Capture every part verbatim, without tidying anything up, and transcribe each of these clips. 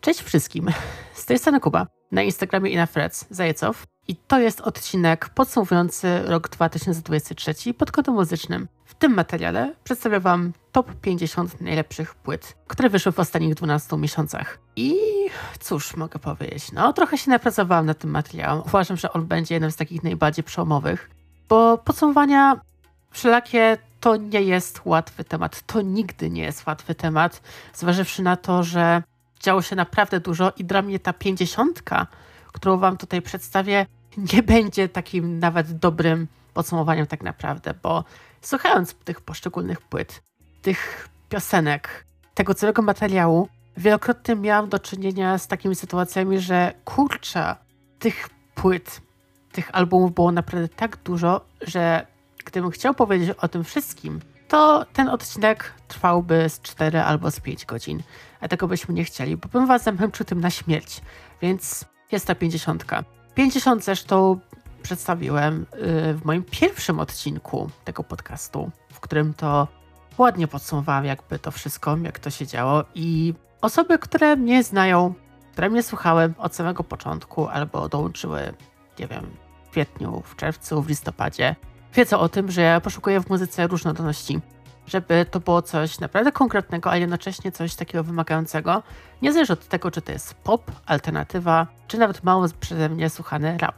Cześć wszystkim, z tej strony Kuba, na Instagramie i na Threads Zajecow i to jest odcinek podsumowujący rok dwa tysiące dwudziesty trzeci pod kątem muzycznym. W tym materiale przedstawię Wam top pięćdziesiąt najlepszych płyt, które wyszły w ostatnich dwunastu miesiącach. I cóż mogę powiedzieć, no trochę się napracowałam nad tym materiałem. Uważam, że on będzie jednym z takich najbardziej przełomowych, bo podsumowania wszelakie to nie jest łatwy temat, to nigdy nie jest łatwy temat, zważywszy na to, że działo się naprawdę dużo i dla mnie ta pięćdziesiątka, którą Wam tutaj przedstawię, nie będzie takim nawet dobrym podsumowaniem tak naprawdę, bo słuchając tych poszczególnych płyt, tych piosenek, tego całego materiału, wielokrotnie miałam do czynienia z takimi sytuacjami, że kurczę, tych płyt, tych albumów było naprawdę tak dużo, że gdybym chciał powiedzieć o tym wszystkim, to ten odcinek trwałby z cztery albo z pięć godzin. A tego byśmy nie chcieli, bo bym was zamęczył tym na śmierć. Więc jest ta pięćdziesiątka. pięćdziesiąt zresztą przedstawiłem w moim pierwszym odcinku tego podcastu, w którym to ładnie podsumowałam jakby to wszystko, jak to się działo. I osoby, które mnie znają, które mnie słuchały od samego początku albo dołączyły, nie wiem, w kwietniu, w czerwcu, w listopadzie, wiedzą o tym, że ja poszukuję w muzyce różnorodności, żeby to było coś naprawdę konkretnego, a jednocześnie coś takiego wymagającego, niezależnie od tego, czy to jest pop, alternatywa, czy nawet mało przeze mnie słuchany rap.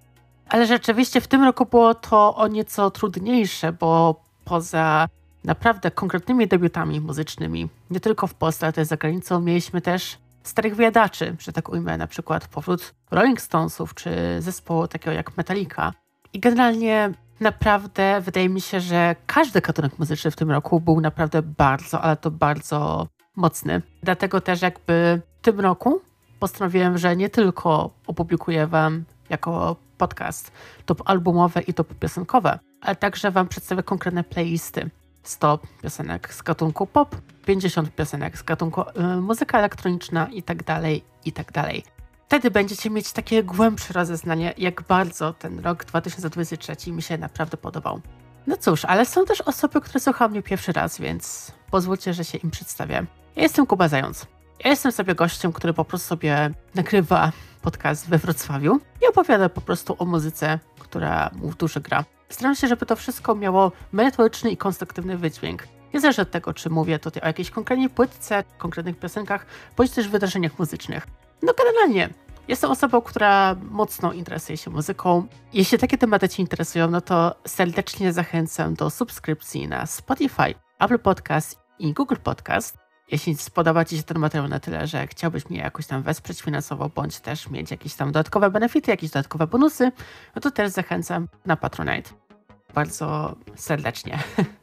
Ale rzeczywiście w tym roku było to o nieco trudniejsze, bo poza naprawdę konkretnymi debiutami muzycznymi, nie tylko w Polsce, ale też za granicą, mieliśmy też starych wyjadaczy, że tak ujmę, na przykład powrót Rolling Stonesów, czy zespołu takiego jak Metallica. I generalnie naprawdę wydaje mi się, że każdy gatunek muzyczny w tym roku był naprawdę bardzo, ale to bardzo mocny. Dlatego też jakby w tym roku postanowiłem, że nie tylko opublikuję Wam jako podcast top albumowe i top piosenkowe, ale także Wam przedstawię konkretne playlisty. sto piosenek z gatunku pop, pięćdziesiąt piosenek z gatunku y, muzyka elektroniczna i tak dalej, i tak dalej. Wtedy będziecie mieć takie głębsze rozeznanie, jak bardzo ten rok dwa tysiące dwudziesty trzeci mi się naprawdę podobał. No cóż, ale są też osoby, które słuchają mnie pierwszy raz, więc pozwólcie, że się im przedstawię. Ja jestem Kuba Zając. Ja jestem sobie gościem, który po prostu sobie nagrywa podcast we Wrocławiu i opowiada po prostu o muzyce, która mu duży gra. Staram się, żeby to wszystko miało merytoryczny i konstruktywny wydźwięk. Niezależnie od tego, czy mówię tutaj o jakiejś konkretnej płytce, konkretnych piosenkach, bądź też wydarzeniach muzycznych. No generalnie, jestem osobą, która mocno interesuje się muzyką. Jeśli takie tematy Cię interesują, no to serdecznie zachęcam do subskrypcji na Spotify, Apple Podcast i Google Podcast. Jeśli spodoba Ci się ten materiał na tyle, że chciałbyś mnie jakoś tam wesprzeć finansowo, bądź też mieć jakieś tam dodatkowe benefity, jakieś dodatkowe bonusy, no to też zachęcam na Patronite. Bardzo serdecznie.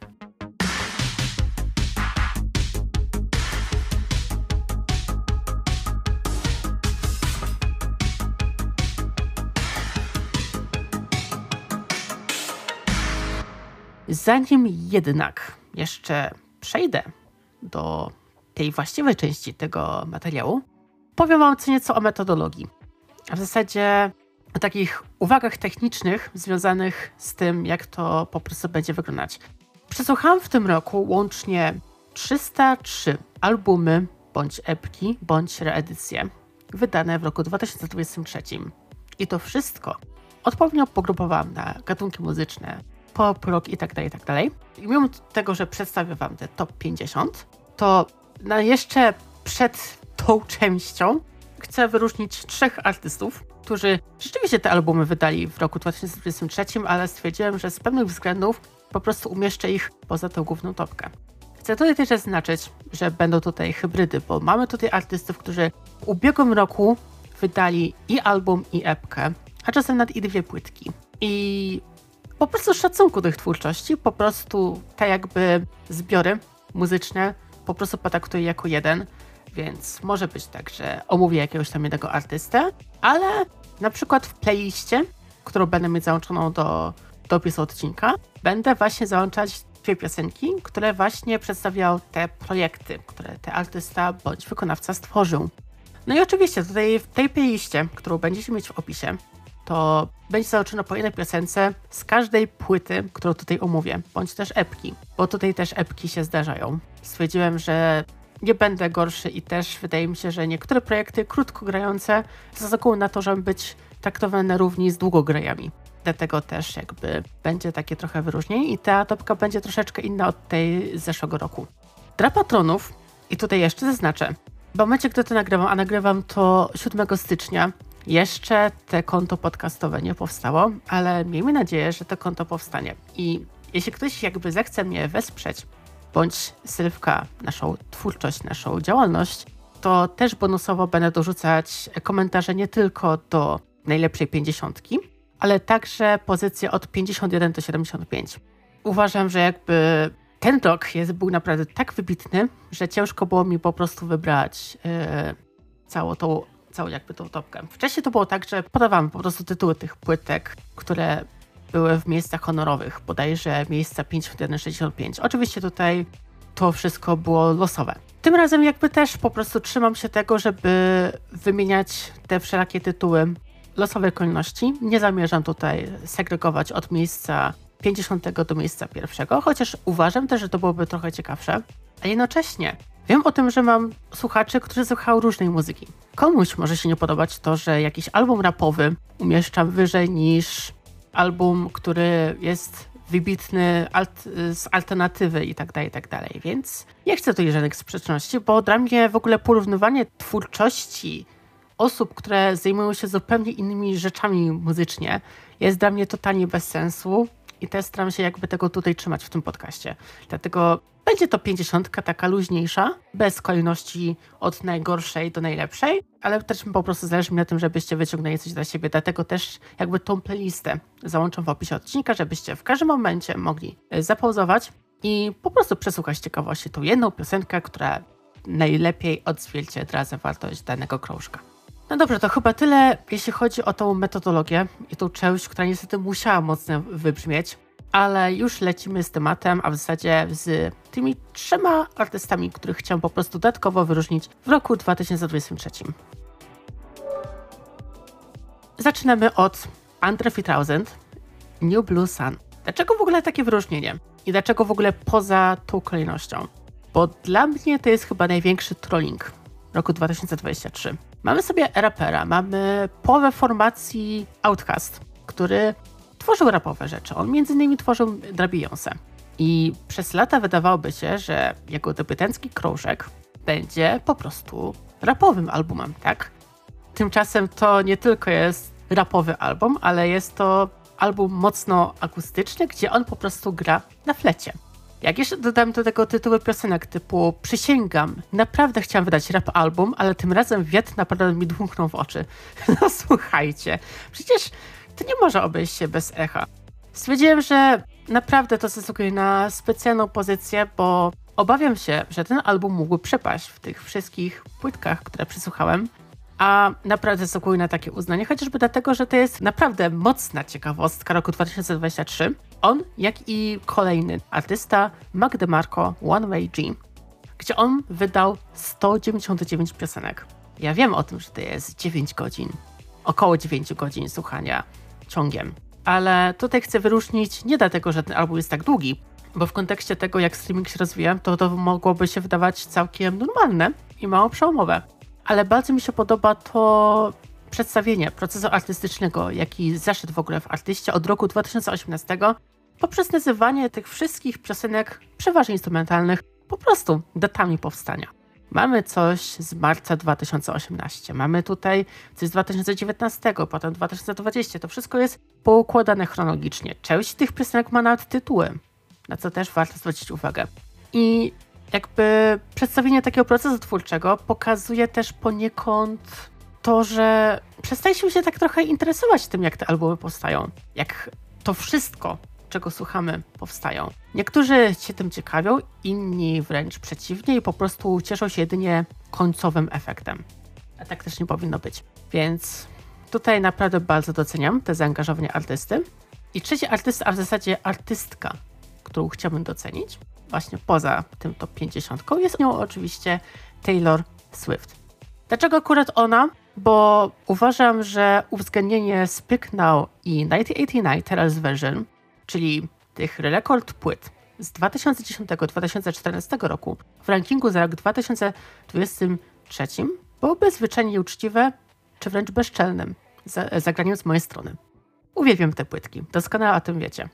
Zanim jednak jeszcze przejdę do tej właściwej części tego materiału, powiem Wam co nieco o metodologii. A w zasadzie o takich uwagach technicznych związanych z tym, jak to po prostu będzie wyglądać. Przesłuchałam w tym roku łącznie trzysta trzy albumy, bądź epki, bądź reedycje wydane w roku dwa tysiące dwudziestym trzecim. I to wszystko odpowiednio pogrupowałam na gatunki muzyczne, pop, rock i tak dalej, i tak dalej. I mimo tego, że przedstawię Wam te top pięćdziesiąt, to na jeszcze przed tą częścią chcę wyróżnić trzech artystów, którzy rzeczywiście te albumy wydali w roku dwa tysiące dwudziestym trzecim, ale stwierdziłem, że z pewnych względów po prostu umieszczę ich poza tą główną topkę. Chcę tutaj też zaznaczyć, że będą tutaj hybrydy, bo mamy tutaj artystów, którzy w ubiegłym roku wydali i album, i epkę, a czasem nawet i dwie płytki. I po prostu z szacunku tych twórczości, po prostu te jakby zbiory muzyczne po prostu potraktuję jako jeden, więc może być tak, że omówię jakiegoś tam jednego artystę, ale na przykład w playliście, którą będę mieć załączoną do, do opisu odcinka, będę właśnie załączać dwie piosenki, które właśnie przedstawiają te projekty, które ten artysta bądź wykonawca stworzył. No i oczywiście tutaj w tej playliście, którą będziecie mieć w opisie, to będzie załączone po jednej piosence z każdej płyty, którą tutaj omówię, bądź też epki, bo tutaj też epki się zdarzają. Stwierdziłem, że nie będę gorszy i też wydaje mi się, że niektóre projekty krótkogrające zasługują na to, żeby być traktowane na równi z długograjami. Dlatego też jakby będzie takie trochę wyróżnienie i ta topka będzie troszeczkę inna od tej z zeszłego roku. Dla patronów, i tutaj jeszcze zaznaczę, w momencie, gdy to nagrywam, a nagrywam to siódmego stycznia, jeszcze te konto podcastowe nie powstało, ale miejmy nadzieję, że to konto powstanie. I jeśli ktoś jakby zechce mnie wesprzeć, bądź Sylwka, naszą twórczość, naszą działalność, to też bonusowo będę dorzucać komentarze nie tylko do najlepszej pięćdziesiątki, ale także pozycje od pięćdziesiąt jeden do siedemdziesiąt pięć. Uważam, że jakby ten rok jest, był naprawdę tak wybitny, że ciężko było mi po prostu wybrać yy, całą tą, całą jakby tą topkę. Wcześniej to było tak, że podawałam po prostu tytuły tych płytek, które były w miejscach honorowych, bodajże miejsca pięćdziesiąt jeden sześćdziesiąt pięć. Oczywiście tutaj to wszystko było losowe. Tym razem jakby też po prostu trzymam się tego, żeby wymieniać te wszelakie tytuły losowej kolejności. Nie zamierzam tutaj segregować od miejsca pięćdziesiątego do miejsca pierwszego, chociaż uważam też, że to byłoby trochę ciekawsze. A jednocześnie wiem o tym, że mam słuchaczy, którzy słuchają różnej muzyki. Komuś może się nie podobać to, że jakiś album rapowy umieszczam wyżej niż album, który jest wybitny alt, z alternatywy i tak dalej, i tak dalej. Więc nie chcę tutaj żadnych sprzeczności, bo dla mnie w ogóle porównywanie twórczości osób, które zajmują się zupełnie innymi rzeczami muzycznie, jest dla mnie totalnie bez sensu i też staram się jakby tego tutaj trzymać w tym podcaście. Dlatego będzie to pięćdziesiątka taka luźniejsza, bez kolejności od najgorszej do najlepszej, ale też po prostu zależy mi na tym, żebyście wyciągnęli coś dla siebie. Dlatego też jakby tą playlistę załączam w opisie odcinka, żebyście w każdym momencie mogli zapauzować i po prostu przesłuchać z ciekawości tą jedną piosenkę, która najlepiej odzwierciedla zawartość danego krążka. No dobrze, to chyba tyle, jeśli chodzi o tą metodologię i tą część, która niestety musiała mocno wybrzmieć, ale już lecimy z tematem, a w zasadzie z tymi trzema artystami, których chciałam po prostu dodatkowo wyróżnić w roku dwa tysiące dwudziestym trzecim. Zaczynamy od Andre trzy tysiące, New Blue Sun. Dlaczego w ogóle takie wyróżnienie? I dlaczego w ogóle poza tą kolejnością? Bo dla mnie to jest chyba największy trolling roku dwa tysiące dwudziestego trzeciego. Mamy sobie rapera, mamy połowę formacji Outkast, który tworzył rapowe rzeczy. On między innymi tworzył dla Beyoncé. I przez lata wydawałoby się, że jego debiutancki krążek będzie po prostu rapowym albumem, tak? Tymczasem to nie tylko jest rapowy album, ale jest to album mocno akustyczny, gdzie on po prostu gra na flecie. Jak jeszcze dodam do tego tytuły piosenek typu Przysięgam, naprawdę chciałam wydać rap album, ale tym razem wiatr naprawdę mi dmuchnął w oczy. No słuchajcie, przecież to nie może obejść się bez echa. Stwierdziłem, że naprawdę to zasługuje na specjalną pozycję, bo obawiam się, że ten album mógłby przepaść w tych wszystkich płytkach, które przesłuchałem, a naprawdę zasługuje na takie uznanie, chociażby dlatego, że to jest naprawdę mocna ciekawostka roku dwa tysiące dwudziestego trzeciego. On, jak i kolejny artysta, Mac DeMarco, One Way G, gdzie on wydał sto dziewięćdziesiąt dziewięć piosenek. Ja wiem o tym, że to jest dziewięć godzin, około dziewięć godzin słuchania ciągiem, ale tutaj chcę wyróżnić nie dlatego, że ten album jest tak długi, bo w kontekście tego, jak streaming się rozwija, to to mogłoby się wydawać całkiem normalne i mało przełomowe. Ale bardzo mi się podoba to przedstawienie procesu artystycznego, jaki zaszedł w ogóle w artyście od roku dwa tysiące osiemnastego, poprzez nazywanie tych wszystkich piosenek, przeważnie instrumentalnych, po prostu datami powstania. Mamy coś z marca dwa tysiące osiemnastego, mamy tutaj coś z dwa tysiące dziewiętnastego, potem dwa tysiące dwudziestego. To wszystko jest poukładane chronologicznie. Część tych piosenek ma nawet tytuły, na co też warto zwrócić uwagę. I jakby przedstawienie takiego procesu twórczego pokazuje też poniekąd to, że przestaliśmy się tak trochę interesować tym, jak te albumy powstają. Jak to wszystko, czego słuchamy, powstają. Niektórzy się tym ciekawią, inni wręcz przeciwnie i po prostu cieszą się jedynie końcowym efektem. A tak też nie powinno być. Więc tutaj naprawdę bardzo doceniam te zaangażowanie artysty. I trzeci artysta, a w zasadzie artystka, którą chciałbym docenić, właśnie poza tym top pięćdziesiątką, jest nią oczywiście Taylor Swift. Dlaczego akurat ona? Bo uważam, że uwzględnienie Speak Now i tysiąc dziewięćset osiemdziesiąt dziewięć Terrace Version, czyli tych rekord płyt, z dwa tysiące dziesiątego do dwa tysiące czternastego roku w rankingu za rok dwa tysiące dwudziestym trzecim byłoby zwyczajnie nieuczciwe, czy wręcz bezczelnym za, zagraniem z mojej strony. Uwielbiam te płytki, doskonale o tym wiecie.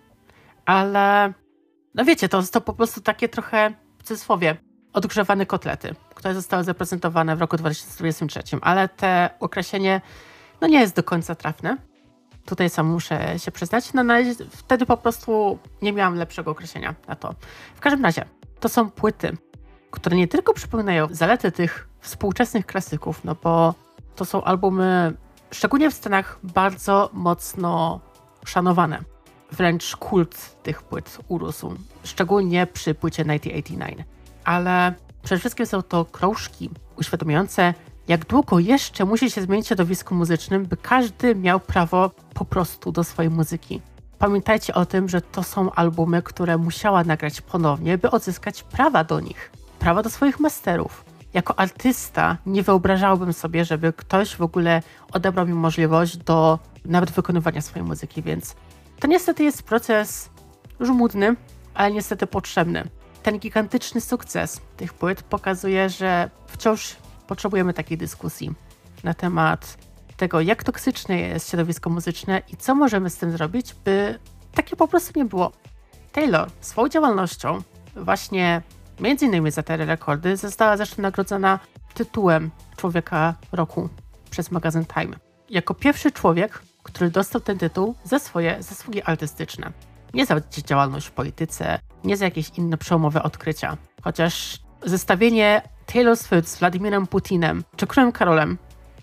Ale, no wiecie, to to po prostu takie trochę, w cudzysłowie, odgrzewane kotlety, które zostały zaprezentowane w roku dwa tysiące dwudziestym trzecim, ale te określenie, no nie jest do końca trafne. Tutaj sam muszę się przyznać, no, no wtedy po prostu nie miałam lepszego określenia na to. W każdym razie, to są płyty, które nie tylko przypominają zalety tych współczesnych klasyków, no bo to są albumy, szczególnie w Stanach, bardzo mocno szanowane. Wręcz kult tych płyt urósł, szczególnie przy płycie tysiąc dziewięćset osiemdziesiątym dziewięć. Ale przede wszystkim są to krążki uświadamiające, jak długo jeszcze musi się zmienić środowisku muzycznym, by każdy miał prawo po prostu do swojej muzyki. Pamiętajcie o tym, że to są albumy, które musiała nagrać ponownie, by odzyskać prawa do nich, prawa do swoich masterów. Jako artysta nie wyobrażałbym sobie, żeby ktoś w ogóle odebrał mi możliwość do nawet wykonywania swojej muzyki, więc to niestety jest proces żmudny, ale niestety potrzebny. Ten gigantyczny sukces tych płyt pokazuje, że wciąż potrzebujemy takiej dyskusji na temat tego, jak toksyczne jest środowisko muzyczne i co możemy z tym zrobić, by takie po prostu nie było. Taylor swoją działalnością właśnie między innymi za te rekordy została zresztą nagrodzona tytułem Człowieka Roku przez magazyn Time. Jako pierwszy człowiek, który dostał ten tytuł za swoje zasługi artystyczne. Nie za działalność w polityce, nie za jakieś inne przełomowe odkrycia. Chociaż zestawienie Taylor Swift z Władimirem Putinem czy królem Karolem,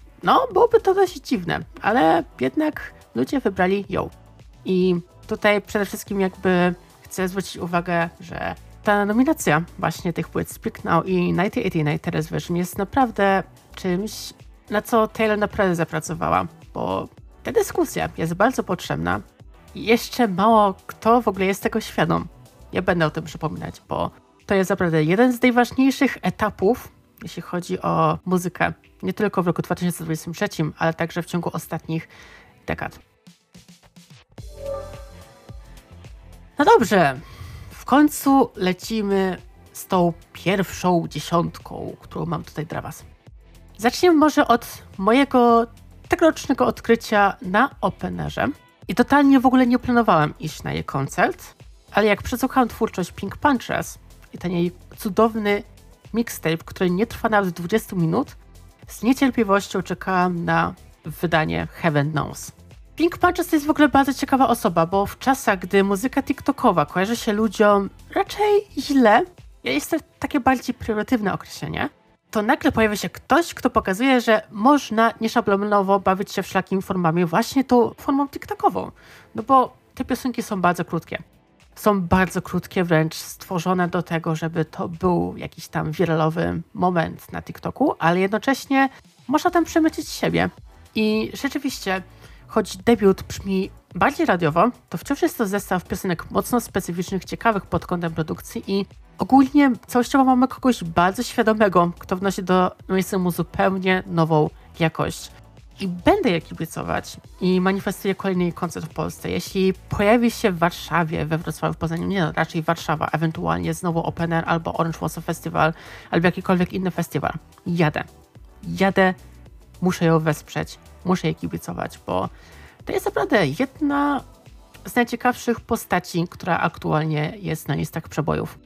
no byłoby to dość dziwne, ale jednak ludzie wybrali ją. I tutaj przede wszystkim jakby chcę zwrócić uwagę, że ta nominacja właśnie tych płyt Speak Now i tysiąc dziewięćset osiemdziesiąt dziewięć Terrace Vision jest naprawdę czymś, na co Taylor naprawdę zapracowała, bo ta dyskusja jest bardzo potrzebna i jeszcze mało kto w ogóle jest tego świadom. Ja będę o tym przypominać, bo to jest naprawdę jeden z najważniejszych etapów, jeśli chodzi o muzykę, nie tylko w roku dwa tysiące dwudziestym trzecim, ale także w ciągu ostatnich dekad. No dobrze, w końcu lecimy z tą pierwszą dziesiątką, którą mam tutaj dla was. Zaczniemy może od mojego tegorocznego odkrycia na Openerze. I totalnie w ogóle nie planowałem iść na jej koncert, ale jak przesłuchałem twórczość Pink Punches i ten jej cudowny mixtape, który nie trwa nawet dwadzieścia minut, z niecierpliwością czekałam na wydanie Heaven Knows. Pink Punches to jest w ogóle bardzo ciekawa osoba, bo w czasach, gdy muzyka tiktokowa kojarzy się ludziom raczej źle, jest to takie bardziej prymitywne określenie, to nagle pojawia się ktoś, kto pokazuje, że można nieszablonowo bawić się wszelakimi formami, właśnie tą formą tiktokową. No bo te piosenki są bardzo krótkie. Są bardzo krótkie, wręcz stworzone do tego, żeby to był jakiś tam wiralowy moment na TikToku, ale jednocześnie można tam przemycić siebie. I rzeczywiście, choć debiut brzmi bardziej radiowo, to wciąż jest to zestaw piosenek mocno specyficznych, ciekawych pod kątem produkcji i ogólnie całościowo mamy kogoś bardzo świadomego, kto wnosi do mainstreamu zupełnie nową jakość. I będę je kibicować i manifestuję kolejny koncert w Polsce. Jeśli pojawi się w Warszawie, we Wrocławiu, w Poznaniu, nie no, raczej Warszawa, ewentualnie znowu Open Air albo Orange Warsaw Festival, albo jakikolwiek inny festiwal. Jadę. Jadę, muszę ją wesprzeć, muszę jej kibicować, bo to jest naprawdę jedna z najciekawszych postaci, która aktualnie jest na listach przebojów.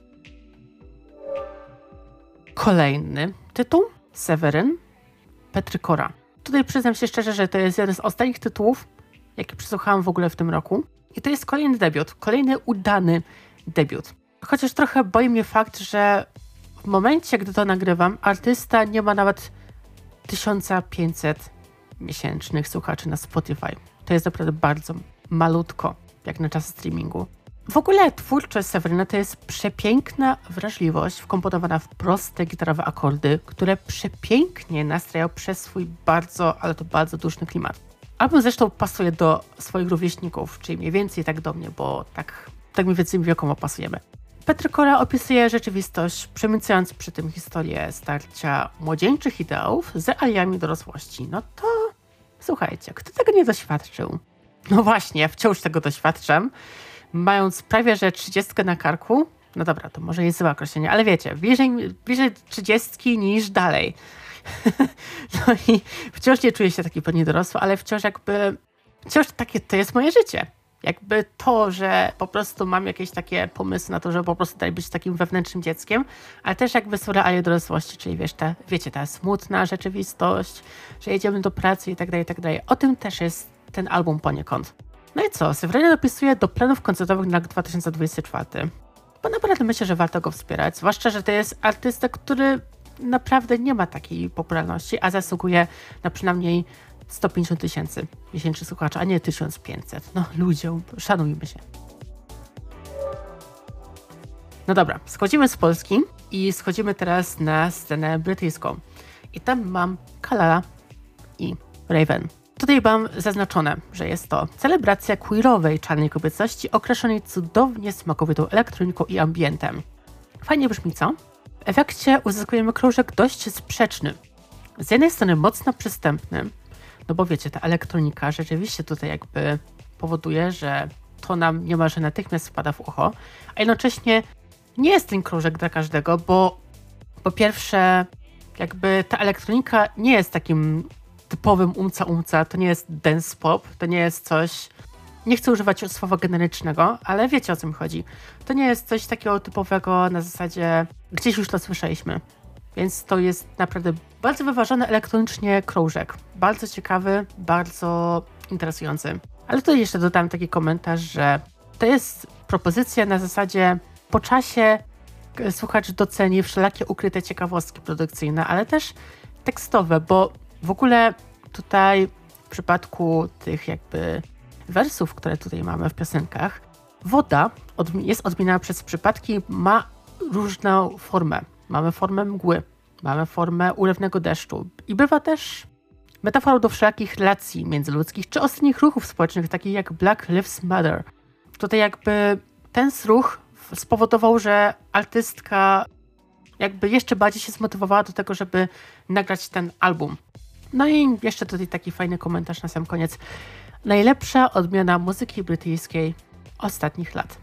Kolejny tytuł, Seweryn, Petrykora. Tutaj przyznam się szczerze, że to jest jeden z ostatnich tytułów, jakie przesłuchałam w ogóle w tym roku. I to jest kolejny debiut, kolejny udany debiut. Chociaż trochę boi mnie fakt, że w momencie, gdy to nagrywam, artysta nie ma nawet tysiąc pięćset miesięcznych słuchaczy na Spotify. To jest naprawdę bardzo malutko, jak na czas streamingu. W ogóle twórczość Seweryna to jest przepiękna wrażliwość wkomponowana w proste gitarowe akordy, które przepięknie nastrajają przez swój bardzo, ale to bardzo duszny klimat. Album zresztą pasuje do swoich rówieśników, czyli mniej więcej tak do mnie, bo tak, tak mniej więcej wiekowo pasujemy. Petrykora opisuje rzeczywistość, przemycając przy tym historię starcia młodzieńczych ideałów z realiami dorosłości. No to słuchajcie, kto tego nie doświadczył? No właśnie, wciąż tego doświadczam. Mając prawie że trzydziestkę na karku, No dobra, to może jest złe określenie, ale wiecie, bliżej, bliżej trzydziestki niż dalej. No i wciąż nie czuję się taki pewnie dorosły, ale wciąż jakby, wciąż takie, to jest moje życie. Jakby to, że po prostu mam jakieś takie pomysły na to, że po prostu tutaj być takim wewnętrznym dzieckiem, ale też jakby są realia dorosłości, czyli wiesz, ta, wiecie, ta smutna rzeczywistość, że jedziemy do pracy i tak dalej, i tak dalej. O tym też jest ten album poniekąd. No i co? Severina dopisuje do planów koncertowych na rok dwa tysiące dwudziesty czwarty. Bo naprawdę myślę, że warto go wspierać, zwłaszcza, że to jest artysta, który naprawdę nie ma takiej popularności, a zasługuje na przynajmniej sto pięćdziesiąt tysięcy miesięcznych słuchaczy, a nie tysiąc pięćset. No ludzie, szanujmy się. No dobra, schodzimy z Polski i schodzimy teraz na scenę brytyjską. I tam mam Kalala i Raven. Tutaj mam zaznaczone, że jest to celebracja queerowej czarnej kobiecości określonej cudownie smakowitą elektroniką i ambientem. Fajnie brzmi, co? W efekcie uzyskujemy krążek dość sprzeczny. Z jednej strony mocno przystępny, no bo wiecie, ta elektronika rzeczywiście tutaj jakby powoduje, że to nam niemalże natychmiast wpada w ucho, a jednocześnie nie jest ten krążek dla każdego, bo po pierwsze jakby ta elektronika nie jest takim typowym umca-umca, to nie jest dance pop, to nie jest coś, nie chcę używać słowa generycznego, ale wiecie o co mi chodzi. To nie jest coś takiego typowego na zasadzie, gdzieś już to słyszeliśmy. Więc to jest naprawdę bardzo wyważony elektronicznie krążek. Bardzo ciekawy, bardzo interesujący. Ale tutaj jeszcze dodam taki komentarz, że to jest propozycja na zasadzie po czasie słuchacz doceni wszelakie ukryte ciekawostki produkcyjne, ale też tekstowe, bo w ogóle tutaj w przypadku tych jakby wersów, które tutaj mamy w piosenkach, woda odmi- jest odmieniana przez przypadki, ma różną formę. Mamy formę mgły, mamy formę ulewnego deszczu i bywa też metaforą do wszelakich relacji międzyludzkich czy ostatnich ruchów społecznych, takich jak Black Lives Matter. Tutaj jakby ten ruch spowodował, że artystka jakby jeszcze bardziej się zmotywowała do tego, żeby nagrać ten album. No i jeszcze tutaj taki fajny komentarz na sam koniec. Najlepsza odmiana muzyki brytyjskiej ostatnich lat.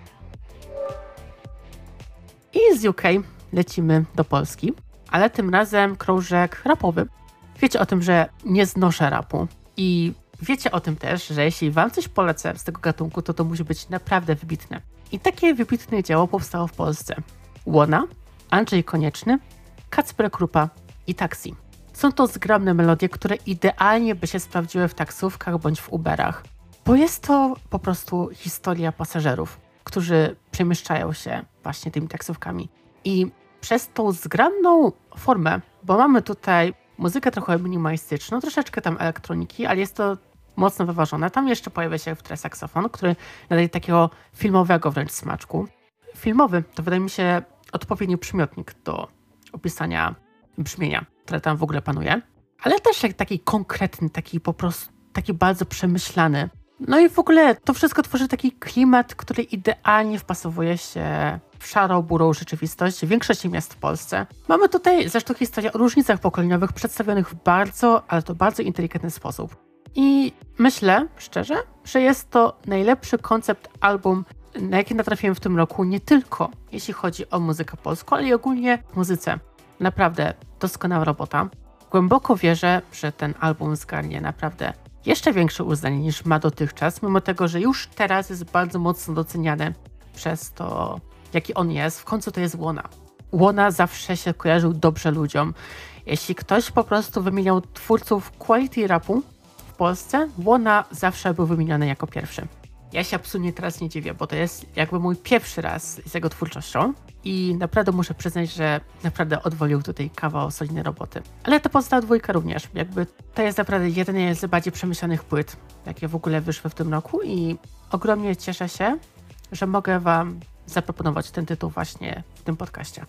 I z U K lecimy do Polski, ale tym razem krążek rapowy. Wiecie o tym, że nie znoszę rapu i wiecie o tym też, że jeśli wam coś polecę z tego gatunku, to to musi być naprawdę wybitne. I takie wybitne dzieło powstało w Polsce. Łona, Andrzej Konieczny, Kacper Krupa i Taxi. Są to zgrabne melodie, które idealnie by się sprawdziły w taksówkach bądź w Uberach, bo jest to po prostu historia pasażerów, którzy przemieszczają się właśnie tymi taksówkami. I przez tą zgrabną formę, bo mamy tutaj muzykę trochę minimalistyczną, troszeczkę tam elektroniki, ale jest to mocno wyważone. Tam jeszcze pojawia się w tle saksofon, który nadaje takiego filmowego wręcz smaczku. Filmowy to wydaje mi się odpowiedni przymiotnik do opisania brzmienia, które tam w ogóle panuje, ale też jak taki konkretny, taki po prostu, taki bardzo przemyślany. No i w ogóle to wszystko tworzy taki klimat, który idealnie wpasowuje się w szarą, burą rzeczywistość w większości miast w Polsce. Mamy tutaj zresztą historię o różnicach pokoleniowych przedstawionych w bardzo, ale to bardzo inteligentny sposób. I myślę, szczerze, że jest to najlepszy koncept album, na jaki natrafiłem w tym roku, nie tylko jeśli chodzi o muzykę polską, ale i ogólnie w muzyce. Naprawdę doskonała robota. Głęboko wierzę, że ten album zgarnie naprawdę jeszcze większe uznanie niż ma dotychczas, mimo tego, że już teraz jest bardzo mocno doceniany przez to, jaki on jest. W końcu to jest Łona. Łona zawsze się kojarzył dobrze ludziom. Jeśli ktoś po prostu wymieniał twórców quality rapu w Polsce, Łona zawsze był wymieniony jako pierwszy. Ja się absolutnie teraz nie dziwię, bo to jest jakby mój pierwszy raz z jego twórczością i naprawdę muszę przyznać, że naprawdę odwalił tutaj kawał solidnej roboty. Ale to pozostała dwójka również. Jakby to jest naprawdę jedynie z bardziej przemyślanych płyt, jakie w ogóle wyszły w tym roku i ogromnie cieszę się, że mogę wam zaproponować ten tytuł właśnie w tym podcaście.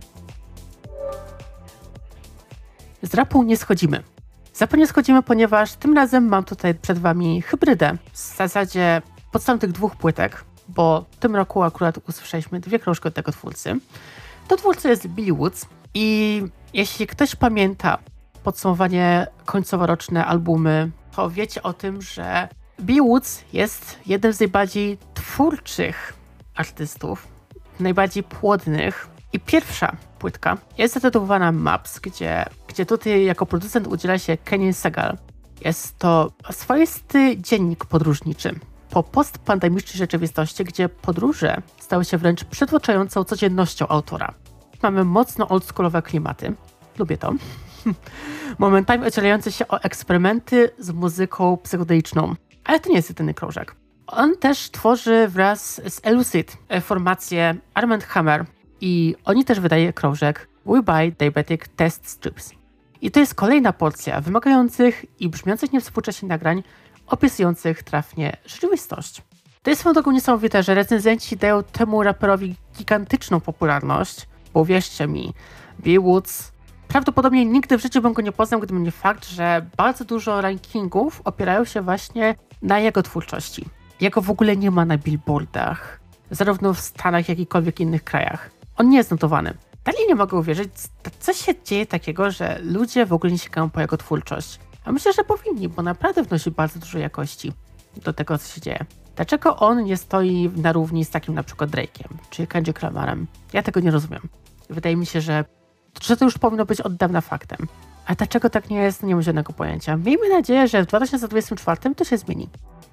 Z rapu nie schodzimy. Z rapu nie schodzimy, ponieważ tym razem mam tutaj przed wami hybrydę. W zasadzie podstawą tych dwóch płytek, bo w tym roku akurat usłyszeliśmy dwie krążki od tego twórcy. To twórca jest Billy Woods i jeśli ktoś pamięta podsumowanie końcowo-roczne albumy, to wiecie o tym, że Billy Woods jest jednym z najbardziej twórczych artystów najbardziej płodnych. I pierwsza płytka jest zatytułowana Maps, gdzie, gdzie tutaj jako producent udziela się Kenny Segal. Jest to swoisty dziennik podróżniczy po postpandemicznej rzeczywistości, gdzie podróże stały się wręcz przytłaczającą codziennością autora. Mamy mocno oldschoolowe klimaty. Lubię to. Momentami ocierające się o eksperymenty z muzyką psychodeliczną. Ale to nie jest jedyny krążek. On też tworzy wraz z Elucid formację Armand Hammer i oni też wydaje krążek We Buy Diabetic Test Strips. I to jest kolejna porcja wymagających i brzmiących niewspółcześnie nagrań opisujących trafnie rzeczywistość. To jest swoją drogą niesamowite, że recenzenci dają temu raperowi gigantyczną popularność, bo wierzcie mi, Bill Woods prawdopodobnie nigdy w życiu bym go nie poznał, gdyby nie fakt, że bardzo dużo rankingów opierają się właśnie na jego twórczości. Jego w ogóle nie ma na billboardach, zarówno w Stanach, jak i w innych krajach. On nie jest notowany. Dalej nie mogę uwierzyć, co się dzieje takiego, że ludzie w ogóle nie sięgają po jego twórczość. A myślę, że powinni, bo naprawdę wnosi bardzo dużo jakości do tego, co się dzieje. Dlaczego on nie stoi na równi z takim na przykład Drake'iem czy Kendrick Lamarem? Ja tego nie rozumiem. Wydaje mi się, że, że to już powinno być od dawna faktem. A dlaczego tak nie jest, nie mam żadnego pojęcia. Miejmy nadzieję, że w dwa tysiące dwudziestym czwartym to się zmieni.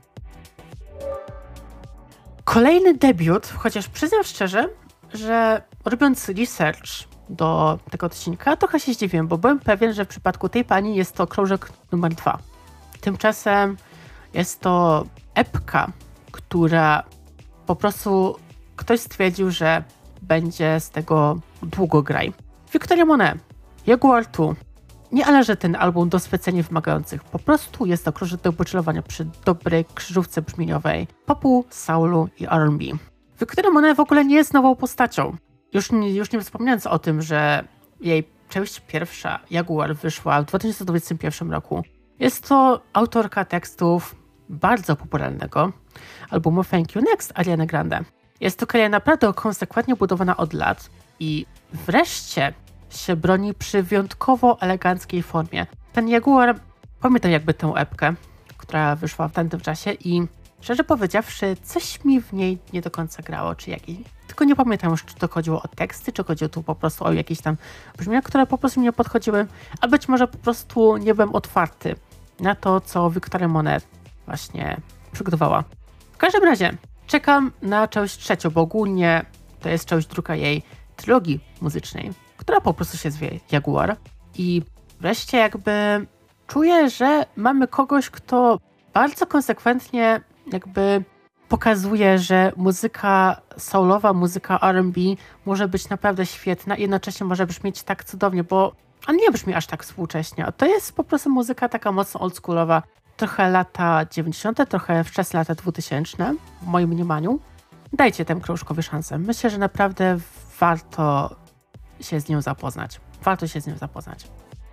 Kolejny debiut, chociaż przyznam szczerze, że robiąc research do tego odcinka, trochę się zdziwiłem, bo byłem pewien, że w przypadku tej pani jest to krążek numer dwa. Tymczasem jest to epka, która po prostu ktoś stwierdził, że będzie z tego długo graj. Victoria Monet, Jaguar dwa. Nie należy ten album do specjalnie wymagających. Po prostu jest to krążek do poczelowania przy dobrej krzyżówce brzmieniowej popu, soulu i R and B. Victoria Monet w ogóle nie jest nową postacią. Już nie, już nie wspominając o tym, że jej część pierwsza, Jaguar, wyszła w dwa tysiące dwudziestym pierwszym roku. Jest to autorka tekstów bardzo popularnego albumu Thank You Next Ariany Grande. Jest to kariera naprawdę konsekwentnie budowana od lat i wreszcie się broni przy wyjątkowo eleganckiej formie. Ten Jaguar, pamiętam jakby tę epkę, która wyszła w tamtym czasie i szczerze powiedziawszy, coś mi w niej nie do końca grało, czy jakiś. Tylko nie pamiętam już, czy to chodziło o teksty, czy chodziło tu po prostu o jakieś tam brzmienia, które po prostu mi nie podchodziły, a być może po prostu nie byłem otwarty na to, co Victoria Monet właśnie przygotowała. W każdym razie czekam na część trzecią, bo ogólnie to jest część druga jej trylogii muzycznej, która po prostu się zwie Jaguar. I wreszcie jakby czuję, że mamy kogoś, kto bardzo konsekwentnie jakby pokazuje, że muzyka soulowa, muzyka R and B może być naprawdę świetna i jednocześnie może brzmieć tak cudownie, bo on nie brzmi aż tak współcześnie. To jest po prostu muzyka taka mocno oldschoolowa, trochę lata dziewięćdziesiąte, trochę wczesne lata dwutysięczne w moim mniemaniu. Dajcie temu krążkowi szansę. Myślę, że naprawdę warto się z nią zapoznać. Warto się z nią zapoznać.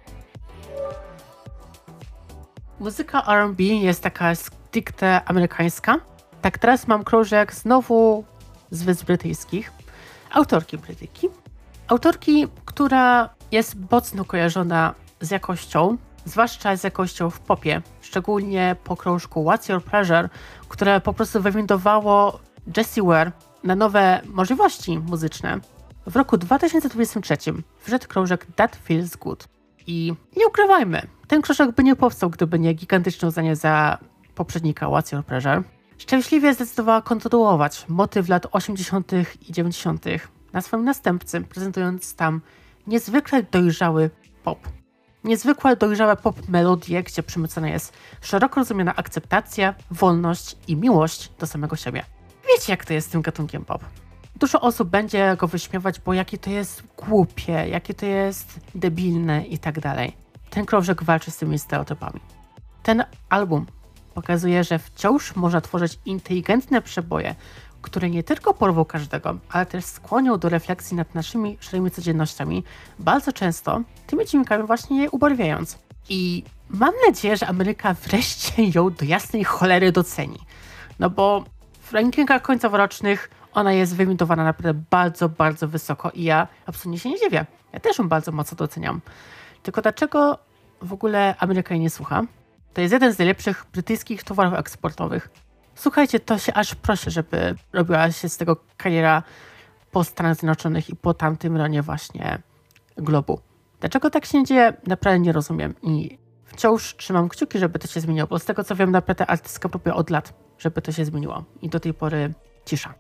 Muzyka R and B jest taka stricte amerykańska. Tak, teraz mam krążek znowu z Wysp Brytyjskich. Autorki Brytyjki. Autorki, która jest mocno kojarzona z jakością, zwłaszcza z jakością w popie, szczególnie po krążku What's Your Pleasure, które po prostu wywindowało Jessie Ware na nowe możliwości muzyczne. W roku dwa tysiące dwudziestym trzecim wszedł krążek That Feels Good. I nie ukrywajmy, ten krążek by nie powstał, gdyby nie gigantyczne uznanie za poprzednika What's Your Pleasure. Szczęśliwie zdecydowała kontynuować motyw lat osiemdziesiątych i dziewięćdziesiątych na swoim następcy, prezentując tam niezwykle dojrzały pop. Niezwykłe dojrzałe pop melodie, gdzie przemycona jest szeroko rozumiana akceptacja, wolność i miłość do samego siebie. Wiecie, jak to jest z tym gatunkiem pop. Dużo osób będzie go wyśmiewać, bo jakie to jest głupie, jakie to jest debilne i tak dalej. Ten krążek walczy z tymi stereotypami. Ten album pokazuje, że wciąż można tworzyć inteligentne przeboje, które nie tylko porwą każdego, ale też skłonią do refleksji nad naszymi szarymi codziennościami, bardzo często tymi dźwiękami właśnie je ubarwiając. I mam nadzieję, że Ameryka wreszcie ją do jasnej cholery doceni. No bo w rankingach końcoworocznych ona jest wymitowana naprawdę bardzo, bardzo wysoko i ja absolutnie się nie dziwię. Ja też ją bardzo mocno doceniam. Tylko dlaczego w ogóle Ameryka jej nie słucha? To jest jeden z najlepszych brytyjskich towarów eksportowych. Słuchajcie, to się aż proszę, żeby robiła się z tego kariera po Stanach Zjednoczonych i po tamtym rejonie właśnie globu. Dlaczego tak się dzieje? Naprawdę nie rozumiem i wciąż trzymam kciuki, żeby to się zmieniło, bo z tego co wiem, naprawdę artystka próbuje od lat, żeby to się zmieniło i do tej pory cisza.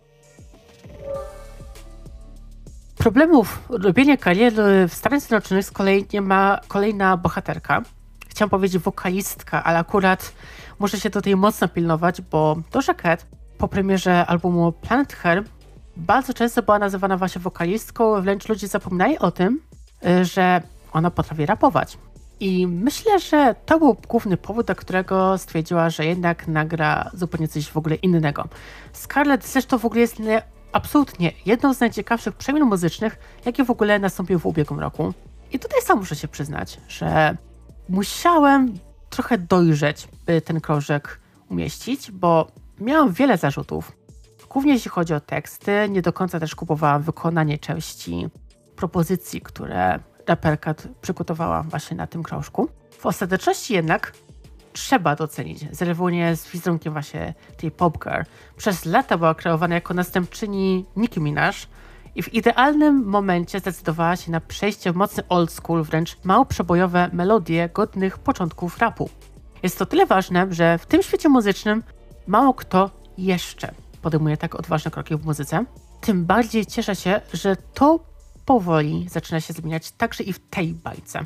Problemów robienia kariery w Stanach Zjednoczonych z kolei nie ma kolejna bohaterka. Chciałam powiedzieć wokalistka, ale akurat muszę się tutaj mocno pilnować, bo Doja Cat po premierze albumu Planet Her bardzo często była nazywana właśnie wokalistką, wręcz ludzie zapominają o tym, że ona potrafi rapować. I myślę, że to był główny powód, dla którego stwierdziła, że jednak nagra zupełnie coś w ogóle innego. Scarlett zresztą w ogóle jest nie, absolutnie jedną z najciekawszych przemian muzycznych, jakie w ogóle nastąpiły w ubiegłym roku. I tutaj sam muszę się przyznać, że musiałem trochę dojrzeć, by ten krążek umieścić, bo miałam wiele zarzutów. Głównie jeśli chodzi o teksty, nie do końca też kupowałam wykonanie części propozycji, które raperka przygotowała właśnie na tym krążku. W ostateczności jednak trzeba docenić zerwanie z wizerunkiem właśnie tej pop girl. Przez lata była kreowana jako następczyni Nicki Minaj i w idealnym momencie zdecydowała się na przejście w mocny old school, wręcz mało przebojowe melodie godnych początków rapu. Jest to tyle ważne, że w tym świecie muzycznym mało kto jeszcze podejmuje tak odważne kroki w muzyce. Tym bardziej cieszę się, że to powoli zaczyna się zmieniać także i w tej bajce.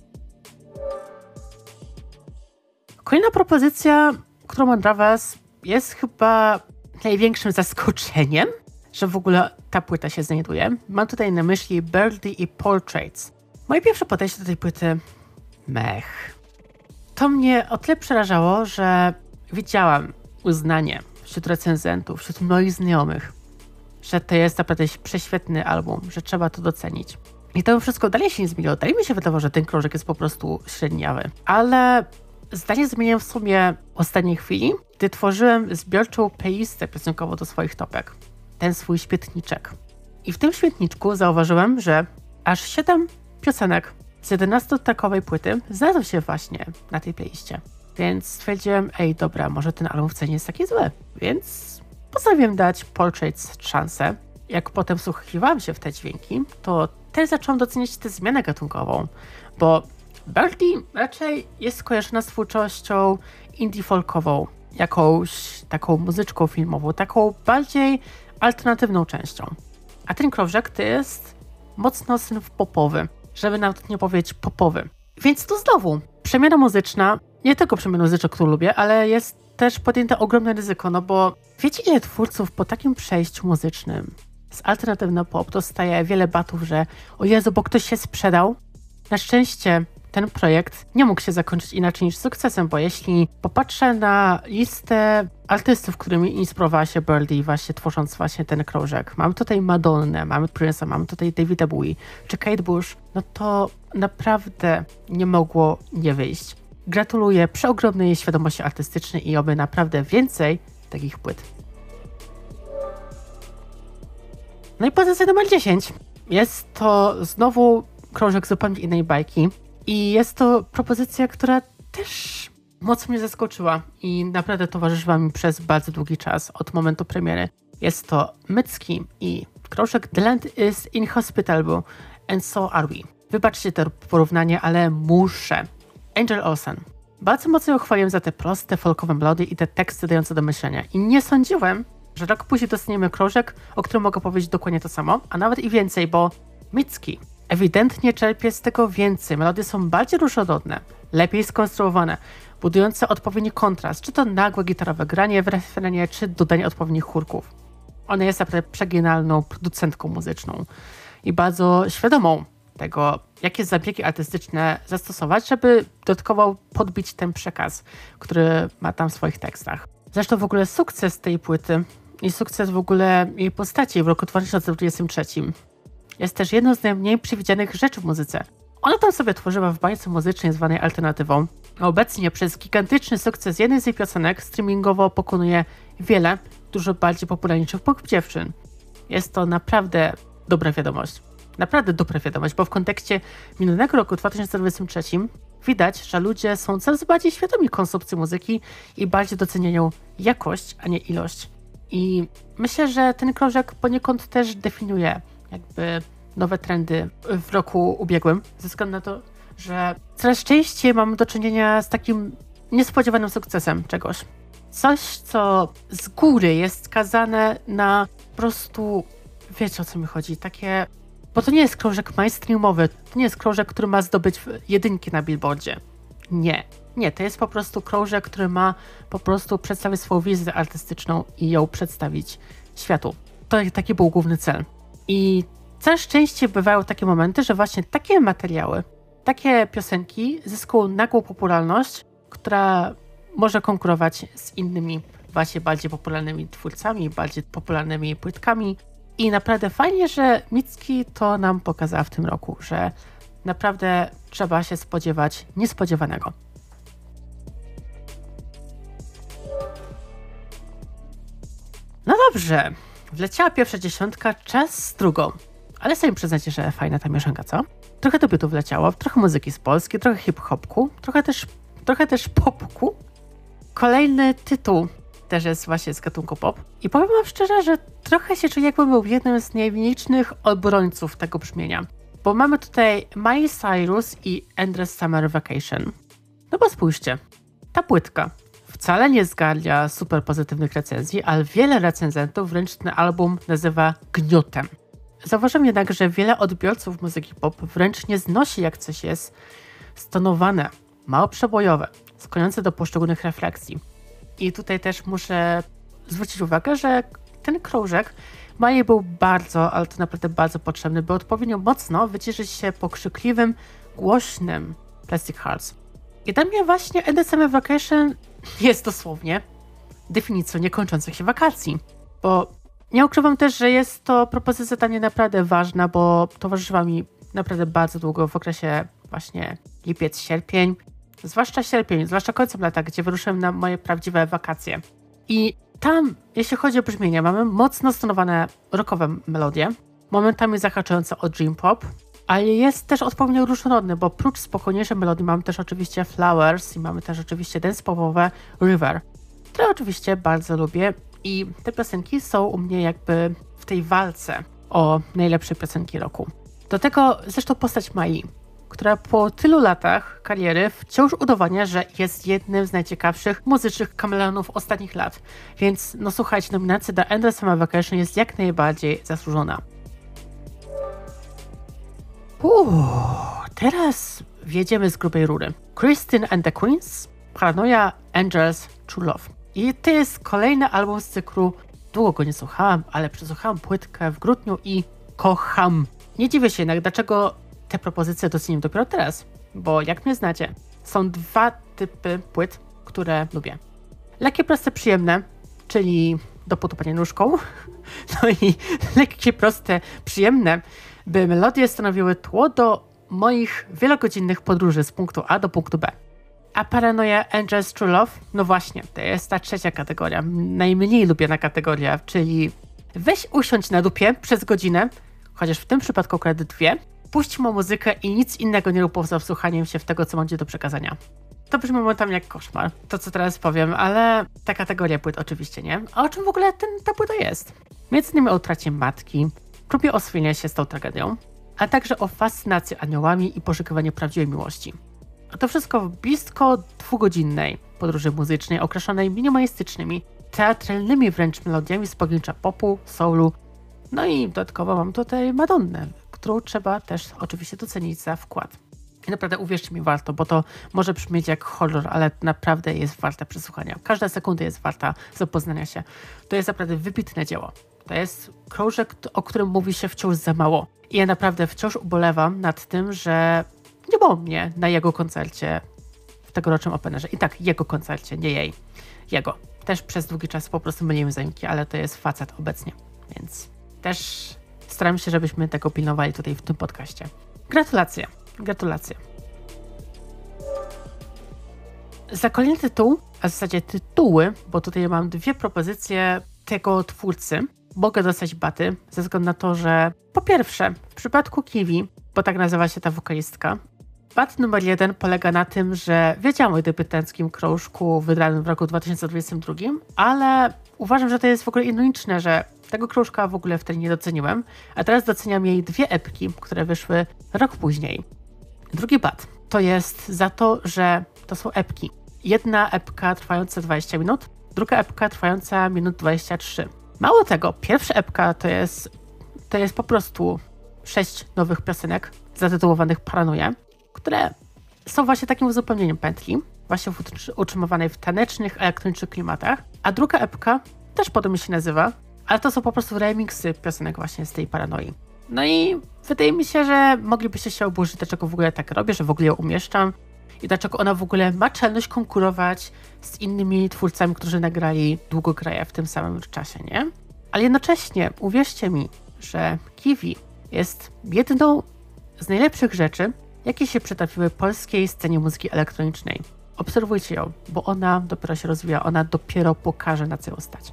Kolejna propozycja, którą mam dla was, jest chyba największym zaskoczeniem, że w ogóle ta płyta się znajduje. Mam tutaj na myśli Birdie i Portraits. Moje pierwsze podejście do tej płyty, mech. To mnie o tyle przerażało, że widziałam uznanie wśród recenzentów, wśród moich znajomych, że to jest naprawdę prześwietny album, że trzeba to docenić. I to wszystko dalej się nie zmieniło. Dalej mi się wydawało, że ten krążek jest po prostu średniawy. Ale zdanie zmieniłem w sumie w ostatniej chwili, gdy tworzyłem zbiorczą playlistę piosenkową do swoich topek. Ten swój świetniczek. I w tym świetniczku zauważyłem, że aż siedem piosenek z jedenastotrakowej płyty znalazło się właśnie na tej playliście. Więc stwierdziłem, ej dobra, może ten album wcale nie jest taki zły. Więc postanowiłem dać Portraits szansę. Jak potem wsłuchiwałam się w te dźwięki, to też zacząłem doceniać tę zmianę gatunkową, bo Birdie raczej jest skojarzona z twórczością indie folkową, jakąś taką muzyczką filmową, taką bardziej alternatywną częścią. A ten krążek to jest mocno synth popowy, żeby nawet nie powiedzieć popowy. Więc to znowu przemiana muzyczna, nie tylko przemiana muzyczna, którą lubię, ale jest też podjęte ogromne ryzyko, no bo wiecie, ile twórców po takim przejściu muzycznym z alternatywny pop dostaje wiele batów, że o Jezu, bo ktoś się sprzedał. Na szczęście ten projekt nie mógł się zakończyć inaczej niż sukcesem, bo jeśli popatrzę na listę artystów, którymi inspirowała się Birdie właśnie tworząc właśnie ten krążek, mam tutaj Madonnę, mamy Prince'a, mamy tutaj Davida Bowie czy Kate Bush, no to naprawdę nie mogło nie wyjść. Gratuluję przeogromnej świadomości artystycznej i oby naprawdę więcej takich płyt. No i pozycja numer dziesięć. Jest to znowu krążek zupełnie innej bajki i jest to propozycja, która też mocno mnie zaskoczyła i naprawdę towarzyszyła mi przez bardzo długi czas od momentu premiery. Jest to Mycki i krążek The Land is Inhospitable and So Are We. Wybaczcie to porównanie, ale muszę. Angel Olsen. Bardzo mocno ją chwaliłem za te proste, folkowe melodie i te teksty dające do myślenia. I nie sądziłem, że rok później dostaniemy krążek, o którym mogę powiedzieć dokładnie to samo, a nawet i więcej, bo Mycki ewidentnie czerpie z tego więcej. Melodie są bardziej różnorodne, lepiej skonstruowane, budujące odpowiedni kontrast, czy to nagłe gitarowe granie w refrenie, czy dodanie odpowiednich chórków. Ona jest naprawdę przegenialną producentką muzyczną i bardzo świadomą tego, jakie zabiegi artystyczne zastosować, żeby dodatkowo podbić ten przekaz, który ma tam w swoich tekstach. Zresztą w ogóle sukces tej płyty i sukces w ogóle jej postaci w roku dwa tysiące dwudziestym trzecim jest też jedną z najmniej przewidzianych rzeczy w muzyce. Ona tam sobie tworzyła w bajce muzycznej zwanej alternatywą, a obecnie przez gigantyczny sukces jednej z jej piosenek streamingowo pokonuje wiele, dużo bardziej popularniejszych pop dziewczyn. Jest to naprawdę dobra wiadomość. Naprawdę dobra wiadomość, bo w kontekście minionego roku dwa tysiące dwudziestym trzecim widać, że ludzie są coraz bardziej świadomi konsumpcji muzyki i bardziej doceniają jakość, a nie ilość. I myślę, że ten krążek poniekąd też definiuje jakby nowe trendy w roku ubiegłym, ze względu na to, że coraz częściej mamy do czynienia z takim niespodziewanym sukcesem czegoś. Coś, co z góry jest skazane na po prostu, wiecie o co mi chodzi, takie, bo to nie jest krążek mainstreamowy, to nie jest krążek, który ma zdobyć jedynki na billboardzie. Nie, nie, to jest po prostu krążek, który ma po prostu przedstawić swoją wizję artystyczną i ją przedstawić światu. To taki był główny cel. I coraz częściej bywają takie momenty, że właśnie takie materiały, takie piosenki zyskują nagłą popularność, która może konkurować z innymi właśnie bardziej popularnymi twórcami, bardziej popularnymi płytkami. I naprawdę fajnie, że Mitski to nam pokazała w tym roku, że naprawdę trzeba się spodziewać niespodziewanego. No dobrze, wleciała pierwsza dziesiątka, czas z drugą. Ale sami przyznacie, że fajna ta mieszanka, co? Trochę debiutów wleciało, trochę muzyki z Polski, trochę hip-hopku, trochę też, trochę też popku. Kolejny tytuł też jest właśnie z gatunku pop. I powiem wam szczerze, że trochę się czuję, jakbym był jednym z najliczniejszych obrońców tego brzmienia. Bo mamy tutaj Miley Cyrus i Endless Summer Vacation. No bo spójrzcie, ta płytka wcale nie zgarnia super pozytywnych recenzji, ale wiele recenzentów wręcz ten album nazywa gniotem. Zauważyłem jednak, że wiele odbiorców muzyki pop wręcz nie znosi, jak coś jest stonowane, mało przebojowe, skłaniające do poszczególnych refleksji. I tutaj też muszę zwrócić uwagę, że ten krążek Miley był bardzo, ale to naprawdę bardzo potrzebny, by odpowiednio mocno wyciszyć się po krzykliwym, głośnym Plastic Hearts. I dla mnie właśnie Endless Summer Vacation jest dosłownie definicją niekończących się wakacji, bo nie ukrywam też, że jest to propozycja dla mnie naprawdę ważna, bo towarzyszyła mi naprawdę bardzo długo w okresie właśnie lipiec, sierpień, zwłaszcza sierpień, zwłaszcza końcem lata, gdzie wyruszyłem na moje prawdziwe wakacje. I tam, jeśli chodzi o brzmienie, mamy mocno stonowane rockowe melodie, momentami zahaczające o dream pop, ale jest też odpowiednio różnorodny, bo prócz spokojniejszej melodii mamy też oczywiście Flowers i mamy też oczywiście dance popowe River, które oczywiście bardzo lubię i te piosenki są u mnie jakby w tej walce o najlepsze piosenki roku. Do tego zresztą postać Miley, która po tylu latach kariery wciąż udowadnia, że jest jednym z najciekawszych muzycznych kameleonów ostatnich lat. Więc no słuchajcie, nominacja do Endless Summer Vacation jest jak najbardziej zasłużona. Uuu, teraz wjedziemy z grubej rury. Christine and the Queens, Paranoia, Angels, True Love. I to jest kolejny album z cyklu. Długo go nie słuchałam, ale przesłuchałam płytkę w grudniu i kocham. Nie dziwię się jednak, dlaczego te propozycje doceniam dopiero teraz, bo jak mnie znacie, są dwa typy płyt, które lubię. Lekkie, proste, przyjemne, czyli do potupania nóżką, no i lekkie, proste, przyjemne, by melodie stanowiły tło do moich wielogodzinnych podróży z punktu A do punktu B. A Paranoia, Angels, True Love, no właśnie, to jest ta trzecia kategoria, najmniej lubiana kategoria, czyli weź usiądź na dupie przez godzinę, chociaż w tym przypadku akurat dwie, puść mu muzykę i nic innego nie rób poza wsłuchaniem się w tego, co będzie do przekazania. To brzmi momentami jak koszmar, to co teraz powiem, ale ta kategoria płyt oczywiście nie. A o czym w ogóle ten, ta płyta jest? Między innymi o utracie matki, próbie oswojenia się z tą tragedią, a także o fascynacji aniołami i poszukiwaniu prawdziwej miłości. A to wszystko w blisko dwugodzinnej podróży muzycznej określonej minimalistycznymi, teatralnymi wręcz melodiami z pogranicza popu, soulu, no i dodatkowo mam tutaj Madonnę, którą trzeba też oczywiście docenić za wkład. I naprawdę uwierzcie mi, warto, bo to może brzmieć jak horror, ale naprawdę jest warta przesłuchania. Każda sekunda jest warta zapoznania się. To jest naprawdę wybitne dzieło. To jest krążek, o którym mówi się wciąż za mało. I ja naprawdę wciąż ubolewam nad tym, że nie było mnie na jego koncercie w tegorocznym Openerze. I tak, jego koncercie, nie jej. Jego. Też przez długi czas po prostu myliłem zajmki, ale to jest facet obecnie. Więc też staram się, żebyśmy tego pilnowali tutaj w tym podcaście. Gratulacje. Gratulacje. Za kolejny tytuł, a w zasadzie tytuły, bo tutaj mam dwie propozycje tego twórcy, mogę dostać baty, ze względu na to, że po pierwsze, w przypadku Kiwi, bo tak nazywa się ta wokalistka, Bat numer jeden polega na tym, że wiedziałam o debiutanckim krążku wydanym w roku dwa tysiące dwudziestym drugim, ale uważam, że to jest w ogóle ironiczne, że tego krążka w ogóle wtedy nie doceniłem, a teraz doceniam jej dwie epki, które wyszły rok później. Drugi bat to jest za to, że to są epki. Jedna epka trwająca dwadzieścia minut, druga epka trwająca minut dwadzieścia trzy. Mało tego, pierwsza epka to jest, to jest po prostu sześć nowych piosenek zatytułowanych Paranoia, które są właśnie takim uzupełnieniem pętli, właśnie utrzymywanej w tanecznych, elektronicznych klimatach, a druga epka też podobnie się nazywa, ale to są po prostu remixy piosenek właśnie z tej Paranoi. No i wydaje mi się, że moglibyście się oburzyć, dlaczego w ogóle tak robię, że w ogóle ją umieszczam i dlaczego ona w ogóle ma czelność konkurować z innymi twórcami, którzy nagrali Długograja w tym samym czasie, nie? Ale jednocześnie uwierzcie mi, że Kiwi jest jedną z najlepszych rzeczy, jakie się przytrafiły polskiej scenie muzyki elektronicznej. Obserwujcie ją, bo ona dopiero się rozwija, ona dopiero pokaże, na co ją stać.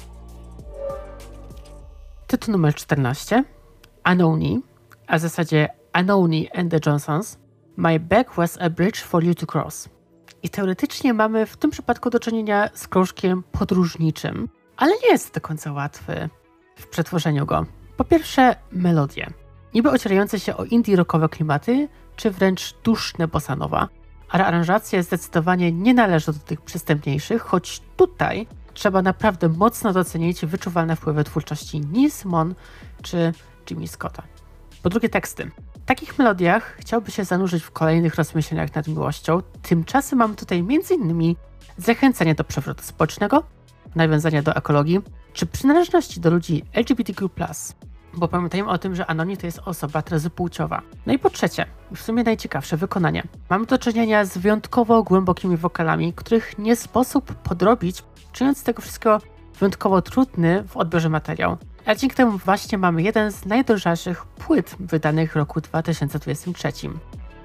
Tytuł numer czternaście. Anoni, a w zasadzie Anoni and the Johnsons. My back was a bridge for you to cross. I teoretycznie mamy w tym przypadku do czynienia z krążkiem podróżniczym, ale nie jest do końca łatwy w przetworzeniu go. Po pierwsze, melodie. Niby ocierające się o indie rockowe klimaty, czy wręcz duszne bossa nova, ale aranżacje zdecydowanie nie należą do tych przystępniejszych, choć tutaj trzeba naprawdę mocno docenić wyczuwalne wpływy twórczości Nina Simone czy Jimmy Scotta. Po drugie, teksty. W takich melodiach chciałby się zanurzyć w kolejnych rozmyśleniach nad miłością, tymczasem mamy tutaj między innymi zachęcenie do przewrotu społecznego, nawiązania do ekologii, czy przynależności do ludzi L G B T Q plus. Bo pamiętajmy o tym, że Anoni to jest osoba transpłciowa. No i po trzecie, w sumie najciekawsze, wykonanie. Mamy do czynienia z wyjątkowo głębokimi wokalami, których nie sposób podrobić, czyniąc z tego wszystkiego wyjątkowo trudny w odbiorze materiał. A dzięki temu właśnie mamy jeden z najdroższych płyt wydanych w roku dwa tysiące dwudziestym trzecim.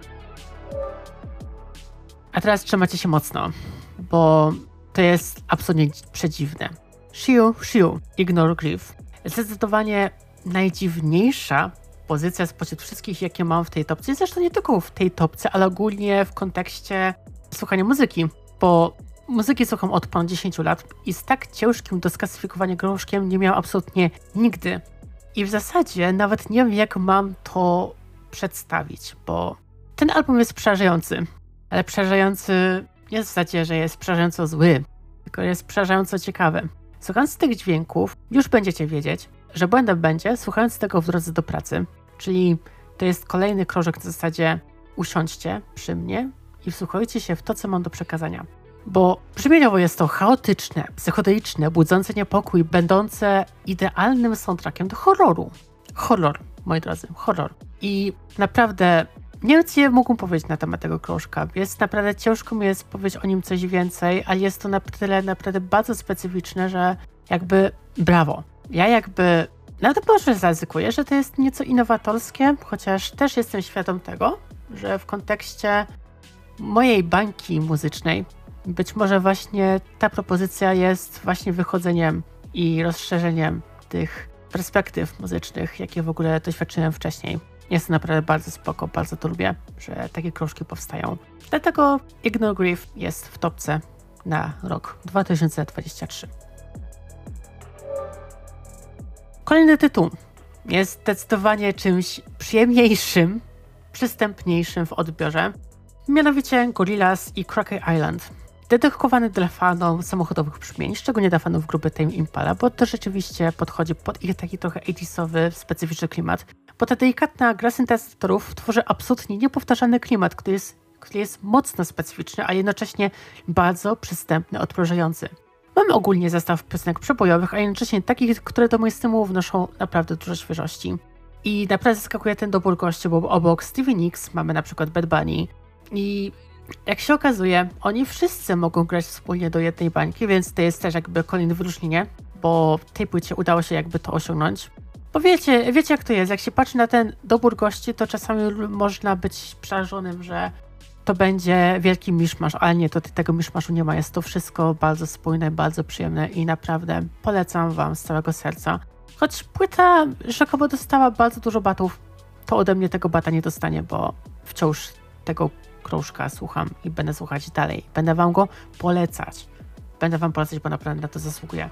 A teraz trzymacie się mocno, bo to jest absolutnie przedziwne. Shiu, Shiu, Ignore Grief. Zdecydowanie najdziwniejsza pozycja spośród wszystkich, jakie mam w tej topce. Zresztą nie tylko w tej topce, ale ogólnie w kontekście słuchania muzyki, bo muzyki słucham od ponad dziesięciu lat i z tak ciężkim do sklasyfikowania krążkiem nie miałam absolutnie nigdy. I w zasadzie nawet nie wiem, jak mam to przedstawić, bo ten album jest przerażający, ale przerażający nie w zasadzie, że jest przerażająco zły, tylko jest przerażająco ciekawy. Słuchając tych dźwięków, już będziecie wiedzieć, że błędem będzie słuchając tego w drodze do pracy, czyli to jest kolejny krążek w zasadzie usiądźcie przy mnie i wsłuchajcie się w to, co mam do przekazania. Bo brzmieniowo jest to chaotyczne, psychodeliczne, budzące niepokój, będące idealnym soundtrackiem do horroru. Horror, moi drodzy, horror. I naprawdę nie wiem, co mógłbym powiedzieć na temat tego krążka. Jest naprawdę ciężko mi jest powiedzieć o nim coś więcej, ale jest to na tyle naprawdę bardzo specyficzne, że jakby brawo. Ja jakby nawet może zaryzykuję, że to jest nieco innowatorskie, chociaż też jestem świadom tego, że w kontekście mojej bańki muzycznej być może właśnie ta propozycja jest właśnie wychodzeniem i rozszerzeniem tych perspektyw muzycznych, jakie w ogóle doświadczyłem wcześniej. Jest to naprawdę bardzo spoko, bardzo to lubię, że takie krążki powstają. Dlatego Ignore Grief jest w topce na rok dwa tysiące dwudziesty trzeci. Kolejny tytuł jest zdecydowanie czymś przyjemniejszym, przystępniejszym w odbiorze, mianowicie Gorillaz i Cracker Island. Dedykowany dla fanów samochodowych brzmień, szczególnie dla fanów grupy Tame Impala, bo to rzeczywiście podchodzi pod ich taki trochę osiemdziesiątowy, specyficzny klimat, bo ta delikatna gra syntezatorów tworzy absolutnie niepowtarzalny klimat, który jest, który jest mocno specyficzny, a jednocześnie bardzo przystępny, odprężający. Mamy ogólnie zestaw piosenek przebojowych, a jednocześnie takich, które do moich stymów wnoszą naprawdę dużo świeżości. I naprawdę zaskakuje ten dobór gości, bo obok Stevie Nicks mamy na przykład Bad Bunny i jak się okazuje, oni wszyscy mogą grać wspólnie do jednej bańki, więc to jest też jakby kolejne wyróżnienie, bo tej płycie udało się jakby to osiągnąć. Bo wiecie, wiecie jak to jest, jak się patrzy na ten dobór gości, to czasami można być przerażonym, że to będzie wielki miszmasz, ale nie, to tego miszmaszu nie ma, jest to wszystko bardzo spójne, bardzo przyjemne i naprawdę polecam wam z całego serca. Choć płyta rzekomo dostała bardzo dużo batów, to ode mnie tego bata nie dostanie, bo wciąż tego krążka słucham i będę słuchać dalej. Będę wam go polecać. Będę wam polecać, bo naprawdę na to zasługuje.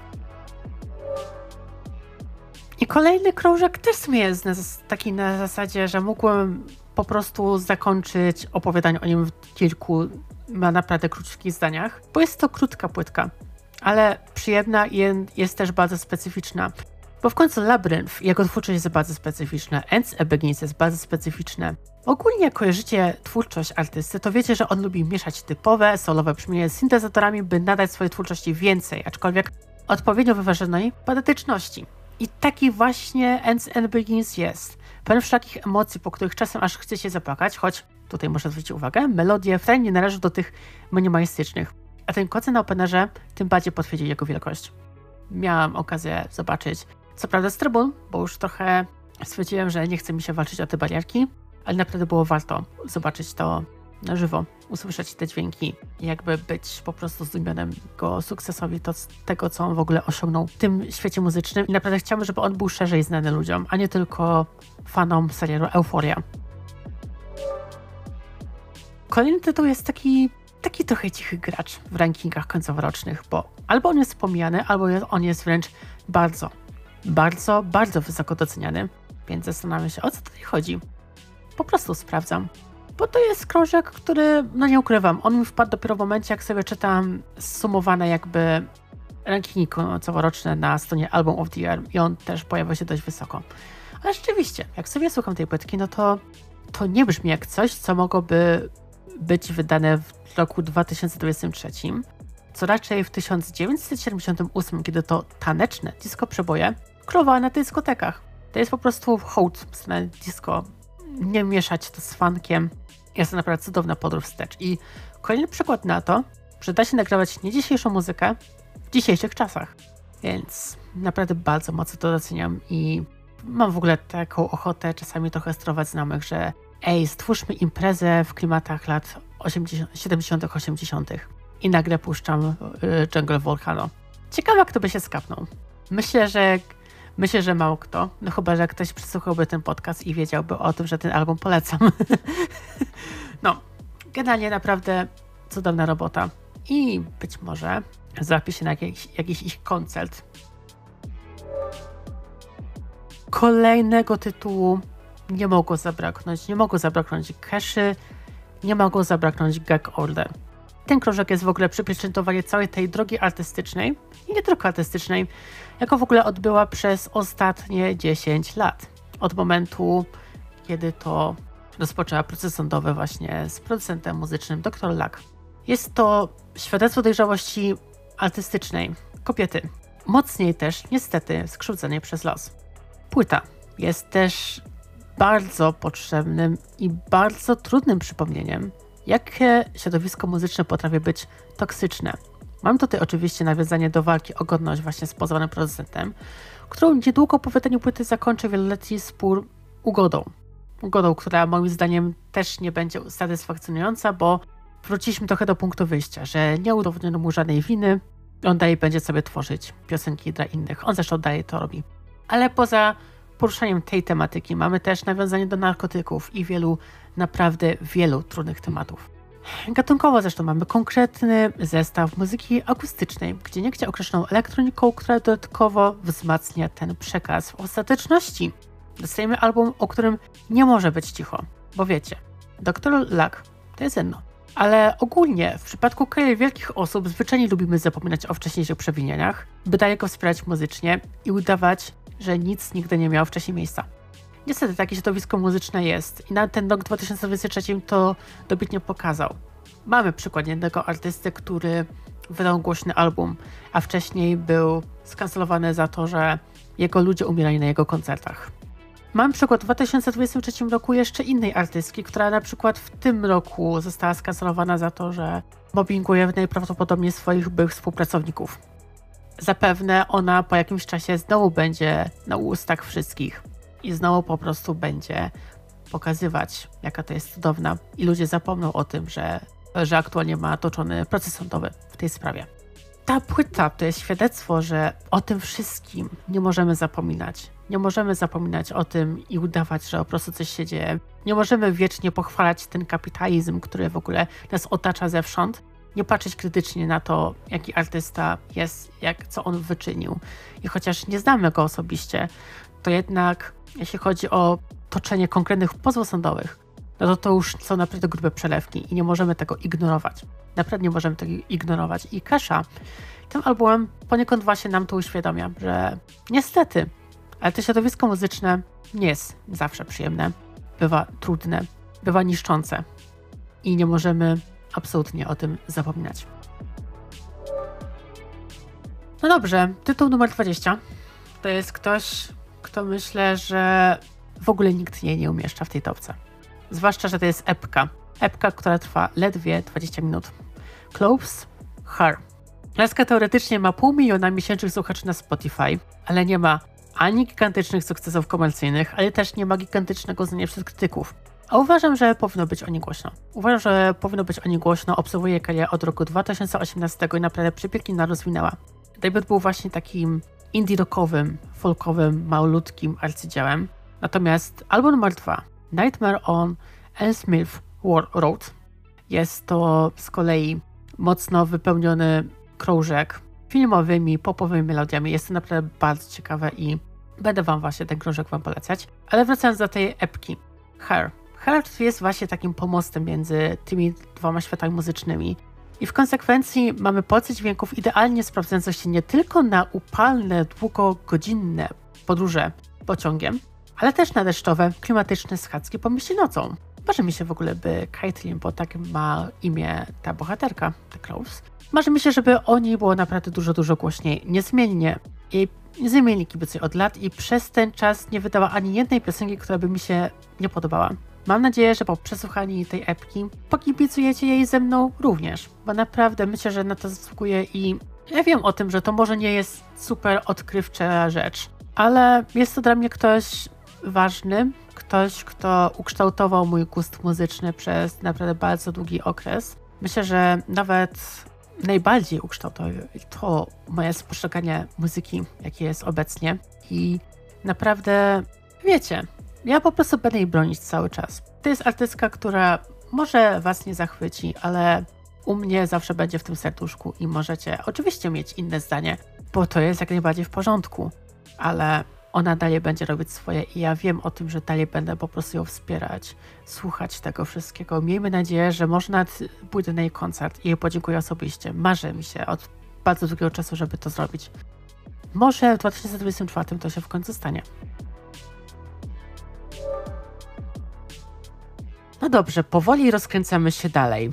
I kolejny krążek też w sumie jest na, taki na zasadzie, że mógłbym po prostu zakończyć opowiadanie o nim w kilku ma naprawdę krótkich zdaniach, bo jest to krótka płytka, ale przyjemna i jest też bardzo specyficzna. Bo w końcu Labyrinth, jego twórczość jest bardzo specyficzna, Ends and Beginnings jest bardzo specyficzne. Ogólnie jak kojarzycie twórczość artysty, to wiecie, że on lubi mieszać typowe, solowe brzmienie z syntezatorami, by nadać swojej twórczości więcej, aczkolwiek odpowiednio wyważonej patetyczności. I taki właśnie Ends and Beginnings jest. Pełen wszelakich emocji, po których czasem aż chce się zapłakać, choć tutaj muszę zwrócić uwagę, melodie wcale nie należą do tych minimalistycznych. A ten koncert na openerze tym bardziej potwierdził jego wielkość. Miałam okazję zobaczyć, co prawda z trybun, bo już trochę stwierdziłem, że nie chce mi się walczyć o te barierki, ale naprawdę było warto zobaczyć to na żywo, usłyszeć te dźwięki i jakby być po prostu zdumionym go sukcesowi to z tego, co on w ogóle osiągnął w tym świecie muzycznym. I naprawdę chciałbym, żeby on był szerzej znany ludziom, a nie tylko fanom serialu Euphoria. Kolejny tytuł jest taki, taki trochę cichy gracz w rankingach końcoworocznych, bo albo on jest wspomniany, albo on jest wręcz bardzo, bardzo, bardzo wysoko doceniany, więc zastanawiam się, o co tutaj chodzi. Po prostu sprawdzam. Bo to jest krążek, który, no nie ukrywam, on mi wpadł dopiero w momencie, jak sobie czytam zsumowane jakby rankingi końcoworoczne na stronie Album of the Year i on też pojawił się dość wysoko. Ale rzeczywiście, jak sobie słucham tej płytki, no to to nie brzmi jak coś, co mogłoby być wydane w roku dwa tysiące dwudziestym trzecim, co raczej w tysiąc dziewięćset siedemdziesiątym ósmym, kiedy to taneczne disco przeboje królowały na dyskotekach. To jest po prostu hołd w stronę disco. Nie mieszać to z funkiem. Jest to naprawdę cudowna podróż wstecz. I kolejny przykład na to, że da się nagrywać nie dzisiejszą muzykę w dzisiejszych czasach. Więc naprawdę bardzo mocno to doceniam i mam w ogóle taką ochotę czasami trochę sterować znajomych, że ej, stwórzmy imprezę w klimatach lat siedemdziesiątych, osiemdziesiątych i nagle puszczam y, Jungle Volcano. Ciekawe, kto by się skapnął. Myślę, że Myślę, że mało kto, no chyba, że ktoś przesłuchałby ten podcast i wiedziałby o tym, że ten album polecam. No, generalnie naprawdę cudowna robota i być może złapie się na jakiś, jakiś ich koncert. Kolejnego tytułu nie mogło zabraknąć, nie mogło zabraknąć Keszy, nie mogło zabraknąć Gag Order. Ten krążek jest w ogóle przypieczętowanie całej tej drogi artystycznej i nie tylko artystycznej, jaką w ogóle odbyła przez ostatnie dziesięć lat. Od momentu, kiedy to rozpoczęła proces sądowy właśnie z producentem muzycznym doktor Luck. Jest to świadectwo dojrzałości artystycznej kobiety. Mocniej też, niestety, skrzywdzonej przez los. Płyta jest też bardzo potrzebnym i bardzo trudnym przypomnieniem, jakie środowisko muzyczne potrafi być toksyczne. Mam tutaj oczywiście nawiązanie do walki o godność właśnie z pozwanym producentem, którą niedługo po wydaniu płyty zakończy wieloletni spór ugodą. Ugodą, która moim zdaniem też nie będzie satysfakcjonująca, bo wróciliśmy trochę do punktu wyjścia, że nie udowodniono mu żadnej winy, on dalej będzie sobie tworzyć piosenki dla innych. On zresztą dalej to robi. Ale poza poruszaniem tej tematyki mamy też nawiązanie do narkotyków i wielu, naprawdę wielu trudnych tematów. Gatunkowo zresztą mamy konkretny zestaw muzyki akustycznej, gdzie niegdzie określoną elektroniką, która dodatkowo wzmacnia ten przekaz. W ostateczności dostajemy album, o którym nie może być cicho, bo wiecie, doktor Luck to jest jedno. Ale ogólnie w przypadku kariery wielkich osób zwyczajnie lubimy zapominać o wcześniejszych przewinieniach, by dalej go wspierać muzycznie i udawać, że nic nigdy nie miało wcześniej miejsca. Niestety takie środowisko muzyczne jest i na ten rok dwa tysiące dwudziesty trzeci to dobitnie pokazał. Mamy przykład jednego artysty, który wydał głośny album, a wcześniej był skancelowany za to, że jego ludzie umierali na jego koncertach. Mam przykład w dwa tysiące dwudziestym trzecim roku jeszcze innej artystki, która na przykład w tym roku została skancelowana za to, że mobbinguje najprawdopodobniej swoich byłych współpracowników. Zapewne ona po jakimś czasie znowu będzie na ustach wszystkich i znowu po prostu będzie pokazywać, jaka to jest cudowna i ludzie zapomną o tym, że, że aktualnie ma toczony proces sądowy w tej sprawie. Ta płyta to jest świadectwo, że o tym wszystkim nie możemy zapominać. Nie możemy zapominać o tym i udawać, że po prostu coś się dzieje. Nie możemy wiecznie pochwalać ten kapitalizm, który w ogóle nas otacza zewsząd. Nie patrzeć krytycznie na to, jaki artysta jest, jak, co on wyczynił. I chociaż nie znamy go osobiście, to jednak jeśli chodzi o toczenie konkretnych pozwów sądowych, no to to już są naprawdę grube przelewki i nie możemy tego ignorować. Naprawdę nie możemy tego ignorować. I Kesha tym albumem poniekąd właśnie nam to uświadamia, że niestety, ale to środowisko muzyczne nie jest zawsze przyjemne. Bywa trudne, bywa niszczące i nie możemy absolutnie o tym zapominać. No dobrze, tytuł numer dwadzieścia to jest ktoś, kto myślę, że w ogóle nikt jej nie umieszcza w tej topce. Zwłaszcza, że to jest epka. Epka, która trwa ledwie dwadzieścia minut. Clothes, Her. Laska teoretycznie ma pół miliona miesięcznych słuchaczy na Spotify, ale nie ma ani gigantycznych sukcesów komercyjnych, ale też nie ma gigantycznego uznania przez krytyków. A uważam, że powinno być o niej głośno. Uważam, że powinno być o niej głośno. Obserwuję jej karierę od roku dwa tysiące osiemnastego i naprawdę przepięknie rozwinęła. Debiut był właśnie takim indie rockowym, folkowym, malutkim arcydziełem. Natomiast album numer dwa, Nightmare on Elsmith Road, jest to z kolei mocno wypełniony krążek filmowymi, popowymi melodiami. Jest to naprawdę bardzo ciekawe i będę wam właśnie ten krążek wam polecać. Ale wracając do tej epki, Her. Her jest właśnie takim pomostem między tymi dwoma światami muzycznymi. I w konsekwencji mamy porcję dźwięków idealnie sprawdzających się nie tylko na upalne, długogodzinne podróże pociągiem, ale też na deszczowe, klimatyczne schadzki po mieście nocą. Marzy mi się w ogóle, by Caitlyn, bo tak ma imię ta bohaterka, The Clothes, marzy mi się, żeby o niej było naprawdę dużo, dużo głośniej. Niezmiennie. Jej niezmiennie kibicuję od lat i przez ten czas nie wydała ani jednej piosenki, która by mi się nie podobała. Mam nadzieję, że po przesłuchaniu tej epki pokibicujecie jej ze mną również, bo naprawdę myślę, że na to zasługuje i ja wiem o tym, że to może nie jest super odkrywcza rzecz, ale jest to dla mnie ktoś ważny, ktoś, kto ukształtował mój gust muzyczny przez naprawdę bardzo długi okres. Myślę, że nawet najbardziej ukształtował to moje postrzeganie muzyki, jakie jest obecnie i naprawdę, wiecie, ja po prostu będę jej bronić cały czas. To jest artystka, która może was nie zachwyci, ale u mnie zawsze będzie w tym serduszku i możecie oczywiście mieć inne zdanie, bo to jest jak najbardziej w porządku, ale ona dalej będzie robić swoje i ja wiem o tym, że dalej będę po prostu ją wspierać, słuchać tego wszystkiego. Miejmy nadzieję, że może nawet pójdę na jej koncert i jej podziękuję osobiście. Marzy mi się od bardzo długiego czasu, żeby to zrobić. Może w dwa tysiące dwudziestym czwartym to się w końcu stanie. No dobrze, powoli rozkręcamy się dalej.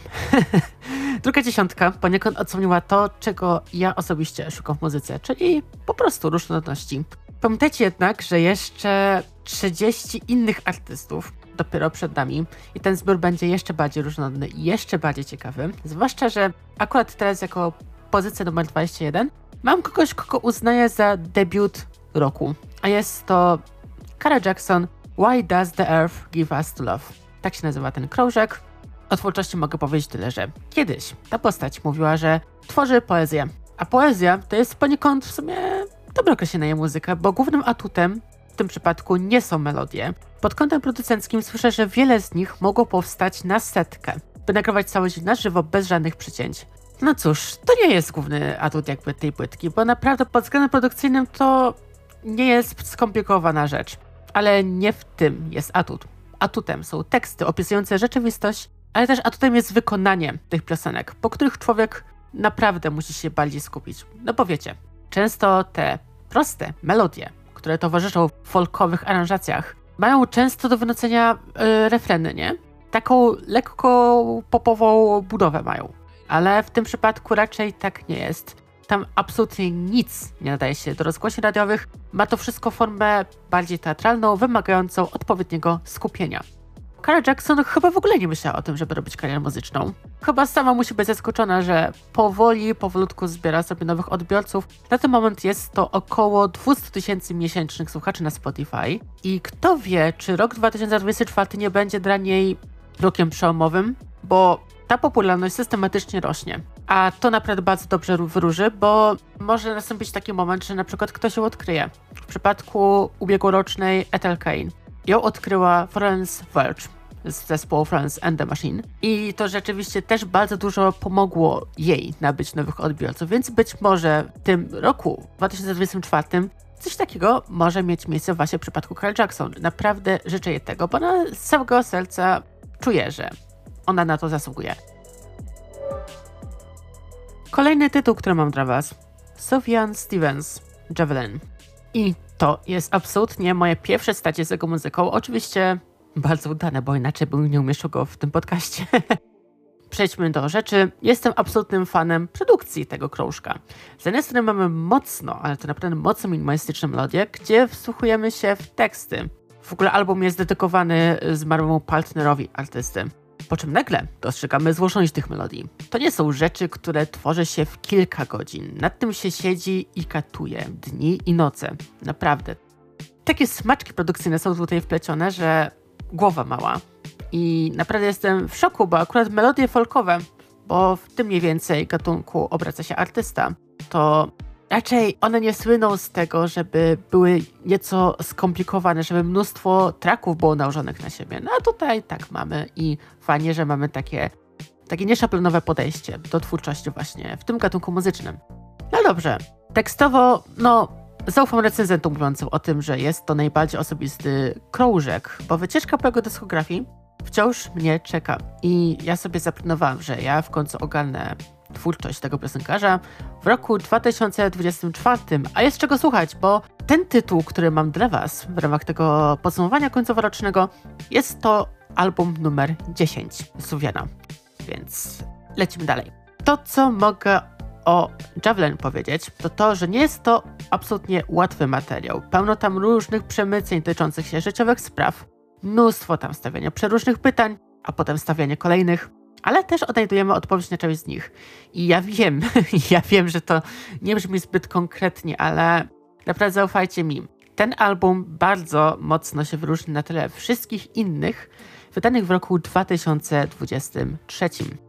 Druga dziesiątka poniekąd odsłoniła to, czego ja osobiście szukam w muzyce, czyli po prostu różnorodności. Pamiętajcie jednak, że jeszcze trzydzieści innych artystów dopiero przed nami i ten zbiór będzie jeszcze bardziej różnorodny i jeszcze bardziej ciekawy. Zwłaszcza, że akurat teraz jako pozycja numer dwadzieścia jeden mam kogoś, kogo uznaję za debiut roku, a jest to Cara Jackson, Why Does the Earth Give Us to Love? Tak się nazywa ten krążek. O twórczości mogę powiedzieć tyle, że kiedyś ta postać mówiła, że tworzy poezję, a poezja to jest poniekąd w sumie dobre określenie jej muzykę, bo głównym atutem w tym przypadku nie są melodie. Pod kątem producenckim słyszę, że wiele z nich mogło powstać na setkę, by nagrywać całość na żywo bez żadnych przycięć. No cóż, to nie jest główny atut jakby tej płytki, bo naprawdę pod względem produkcyjnym to nie jest skomplikowana rzecz, ale nie w tym jest atut. Atutem są teksty opisujące rzeczywistość, ale też atutem jest wykonanie tych piosenek, po których człowiek naprawdę musi się bardziej skupić. No bo wiecie, często te proste melodie, które towarzyszą w folkowych aranżacjach, mają często do wynucenia yy, refreny, nie? Taką lekko popową budowę mają. Ale w tym przypadku raczej tak nie jest. Tam absolutnie nic nie nadaje się do rozgłośni radiowych. Ma to wszystko formę bardziej teatralną, wymagającą odpowiedniego skupienia. Cara Jackson chyba w ogóle nie myślała o tym, żeby robić karierę muzyczną. Chyba sama musi być zaskoczona, że powoli, powolutku zbiera sobie nowych odbiorców. Na ten moment jest to około dwieście tysięcy miesięcznych słuchaczy na Spotify. I kto wie, czy rok dwa tysiące dwudziesty czwarty nie będzie dla niej rokiem przełomowym, bo ta popularność systematycznie rośnie. A to naprawdę bardzo dobrze wróży, bo może nastąpić taki moment, że na przykład ktoś ją odkryje. W przypadku ubiegłorocznej Ethel Cain. Ją odkryła Florence Welch. z zespołu Florence and the Machine i to rzeczywiście też bardzo dużo pomogło jej nabyć nowych odbiorców, więc być może w tym roku, dwa tysiące dwudziestym czwartym, coś takiego może mieć miejsce właśnie w przypadku Carly Jackson. Naprawdę życzę jej tego, bo ona z całego serca czuje, że ona na to zasługuje. Kolejny tytuł, który mam dla was. Sufjan Stevens, Javelin. I to jest absolutnie moje pierwsze stanie z jego muzyką. Oczywiście bardzo udane, bo inaczej bym nie umieszczył go w tym podcaście. Przejdźmy do rzeczy. Jestem absolutnym fanem produkcji tego krążka. Z jednej strony mamy mocno, ale to naprawdę mocno minimalistyczne melodie, gdzie wsłuchujemy się w teksty. W ogóle album jest dedykowany zmarłemu partnerowi artysty. Po czym nagle dostrzegamy złożoność tych melodii. To nie są rzeczy, które tworzy się w kilka godzin. Nad tym się siedzi i katuje dni i noce. Naprawdę. Takie smaczki produkcyjne są tutaj wplecione, że głowa mała. I naprawdę jestem w szoku, bo akurat melodie folkowe, bo w tym mniej więcej gatunku obraca się artysta, to raczej one nie słyną z tego, żeby były nieco skomplikowane, żeby mnóstwo tracków było nałożonych na siebie. No a tutaj tak mamy i fajnie, że mamy takie, takie nieszablonowe podejście do twórczości właśnie w tym gatunku muzycznym. No dobrze, tekstowo, no zaufam recenzentom mówiącym o tym, że jest to najbardziej osobisty krążek, bo wycieczka po jego dyskografii wciąż mnie czeka i ja sobie zaplanowałam, że ja w końcu ogarnę twórczość tego piosenkarza w roku dwa tysiące dwudziestym czwartym, a jest czego słuchać, bo ten tytuł, który mam dla was w ramach tego podsumowania końcowo-rocznego, jest to album numer dziesięć Sufjana, więc lecimy dalej. To, co mogę o Javelin powiedzieć, to to, że nie jest to absolutnie łatwy materiał. Pełno tam różnych przemyceń dotyczących się życiowych spraw, mnóstwo tam stawiania przeróżnych pytań, a potem stawianie kolejnych, ale też odnajdujemy odpowiedź na część z nich. I ja wiem, ja wiem, że to nie brzmi zbyt konkretnie, ale naprawdę zaufajcie mi. Ten album bardzo mocno się wyróżni na tle wszystkich innych wydanych w roku dwa tysiące dwudziestym trzecim.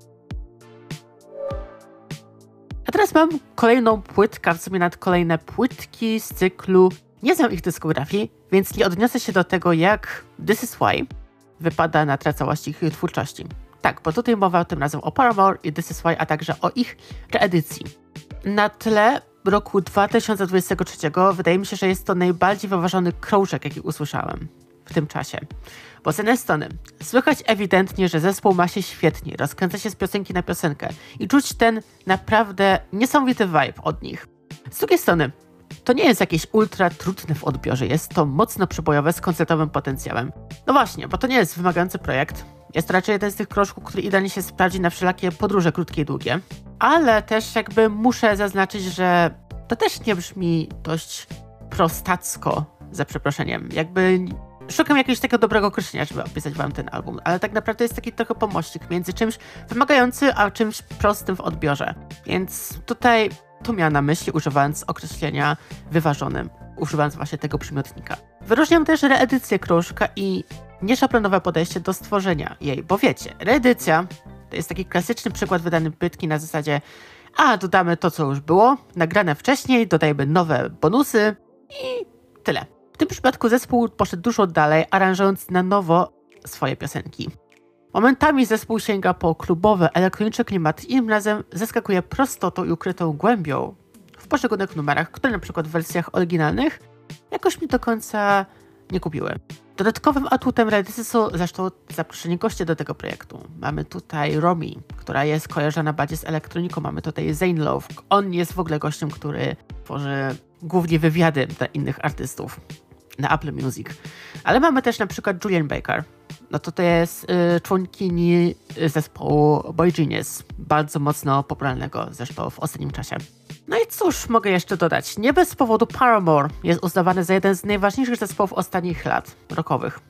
A teraz mam kolejną płytkę, w sumie nawet kolejne płytki z cyklu. Nie znam ich dyskografii, więc nie odniosę się do tego, jak This Is Why wypada na tle całości ich twórczości. Tak, bo tutaj mowa tym razem o Paramore i This Is Why, a także o ich reedycji. Na tle roku dwa tysiące dwudziestego trzeciego wydaje mi się, że jest to najbardziej wyważony krążek, jaki usłyszałem w tym czasie. Bo z jednej strony słychać ewidentnie, że zespół ma się świetnie, rozkręca się z piosenki na piosenkę i czuć ten naprawdę niesamowity vibe od nich. Z drugiej strony to nie jest jakieś ultra trudne w odbiorze, jest to mocno przebojowe z koncertowym potencjałem. No właśnie, bo to nie jest wymagający projekt. Jest to raczej jeden z tych krążków, który idealnie się sprawdzi na wszelakie podróże krótkie i długie. Ale też jakby muszę zaznaczyć, że to też nie brzmi dość prostacko, za przeproszeniem. Jakby szukam jakiegoś takiego dobrego określenia, żeby opisać wam ten album, ale tak naprawdę jest taki trochę pomościk między czymś wymagającym, a czymś prostym w odbiorze. Więc tutaj to miałam na myśli, używając określenia wyważonym, używając właśnie tego przymiotnika. Wyróżniam też reedycję krążka i nieszablonowe podejście do stworzenia jej, bo wiecie, reedycja to jest taki klasyczny przykład wydany płytki na zasadzie a dodamy to, co już było, nagrane wcześniej, dodajemy nowe bonusy i tyle. W tym przypadku zespół poszedł dużo dalej, aranżując na nowo swoje piosenki. Momentami zespół sięga po klubowe, elektroniczne klimaty i innym razem zaskakuje prostotą i ukrytą głębią w poszczególnych numerach, które na przykład w wersjach oryginalnych jakoś mi do końca nie kupiły. Dodatkowym atutem reedycji są zresztą zaproszeni goście do tego projektu. Mamy tutaj Romy, która jest kojarzona bardziej z elektroniką. Mamy tutaj Zane Love. On jest w ogóle gościem, który tworzy głównie wywiady dla innych artystów na Apple Music. Ale mamy też na przykład Julian Baker. No to to jest y, członkini zespołu Boy Genius, bardzo mocno popularnego zresztą w ostatnim czasie. No i cóż mogę jeszcze dodać? Nie bez powodu Paramore jest uznawany za jeden z najważniejszych zespołów ostatnich lat rockowych.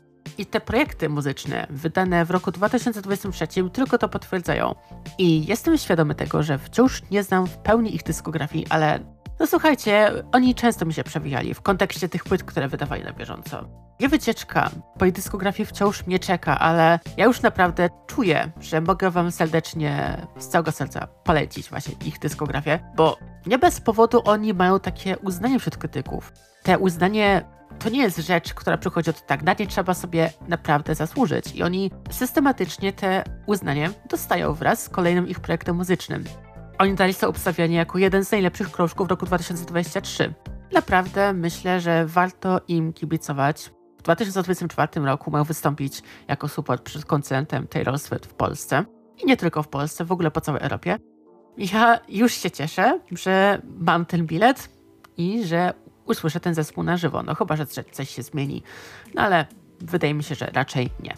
I te projekty muzyczne wydane w roku dwa tysiące dwudziestym trzecim tylko to potwierdzają. I jestem świadomy tego, że wciąż nie znam w pełni ich dyskografii, ale no słuchajcie, oni często mi się przewijali w kontekście tych płyt, które wydawali na bieżąco. Nie wycieczka, bo ich dyskografii wciąż mnie czeka, ale ja już naprawdę czuję, że mogę wam serdecznie, z całego serca polecić właśnie ich dyskografię, bo nie bez powodu oni mają takie uznanie wśród krytyków. te uznanie to nie jest rzecz, która przychodzi od tak. Na nie trzeba sobie naprawdę zasłużyć. I oni systematycznie te uznanie dostają wraz z kolejnym ich projektem muzycznym. Oni dali sobie obstawianie jako jeden z najlepszych krążków w roku dwa tysiące dwudziestym trzecim. Naprawdę myślę, że warto im kibicować. W dwa tysiące dwudziestym czwartym roku mają wystąpić jako support przed koncertem Taylor Swift w Polsce. I nie tylko w Polsce, w ogóle po całej Europie. Ja już się cieszę, że mam ten bilet i że usłyszę ten zespół na żywo. No chyba, że coś się zmieni. No ale wydaje mi się, że raczej nie.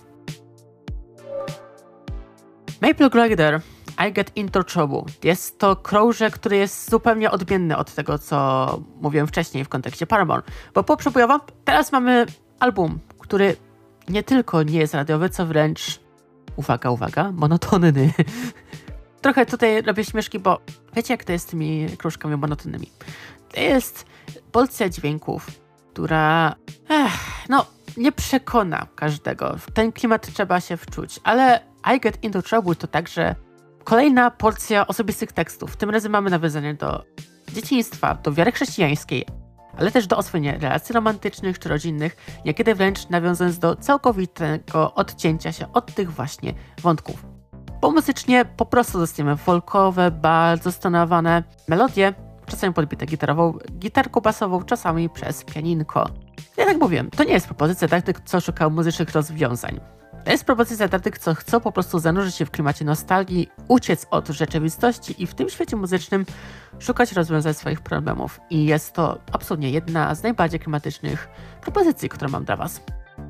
Maple Glider, I Get Into Trouble. Jest to krążek, który jest zupełnie odmienny od tego, co mówiłem wcześniej w kontekście Paramore. Bo poprzednio wam, teraz mamy album, który nie tylko nie jest radiowy, co wręcz, uwaga, uwaga, monotonny. Trochę tutaj robię śmieszki, bo wiecie, jak to jest z tymi krążkami monotonnymi. To jest porcja dźwięków, która ech, no, nie przekona każdego. W ten klimat trzeba się wczuć, ale I Get Into Trouble to także kolejna porcja osobistych tekstów. Tym razem mamy nawiązanie do dzieciństwa, do wiary chrześcijańskiej, ale też do oswojenia relacji romantycznych czy rodzinnych, niekiedy wręcz nawiązując do całkowitego odcięcia się od tych właśnie wątków. Bo muzycznie po prostu dostajemy folkowe, bardzo stonowane melodie, czasami podbite gitarową, gitarką basową, czasami przez pianinko. Ja tak mówię, to nie jest propozycja dla tych, co szukają muzycznych rozwiązań. To jest propozycja dla tych, co chcą po prostu zanurzyć się w klimacie nostalgii, uciec od rzeczywistości i w tym świecie muzycznym szukać rozwiązań swoich problemów. I jest to absolutnie jedna z najbardziej klimatycznych propozycji, które mam dla was.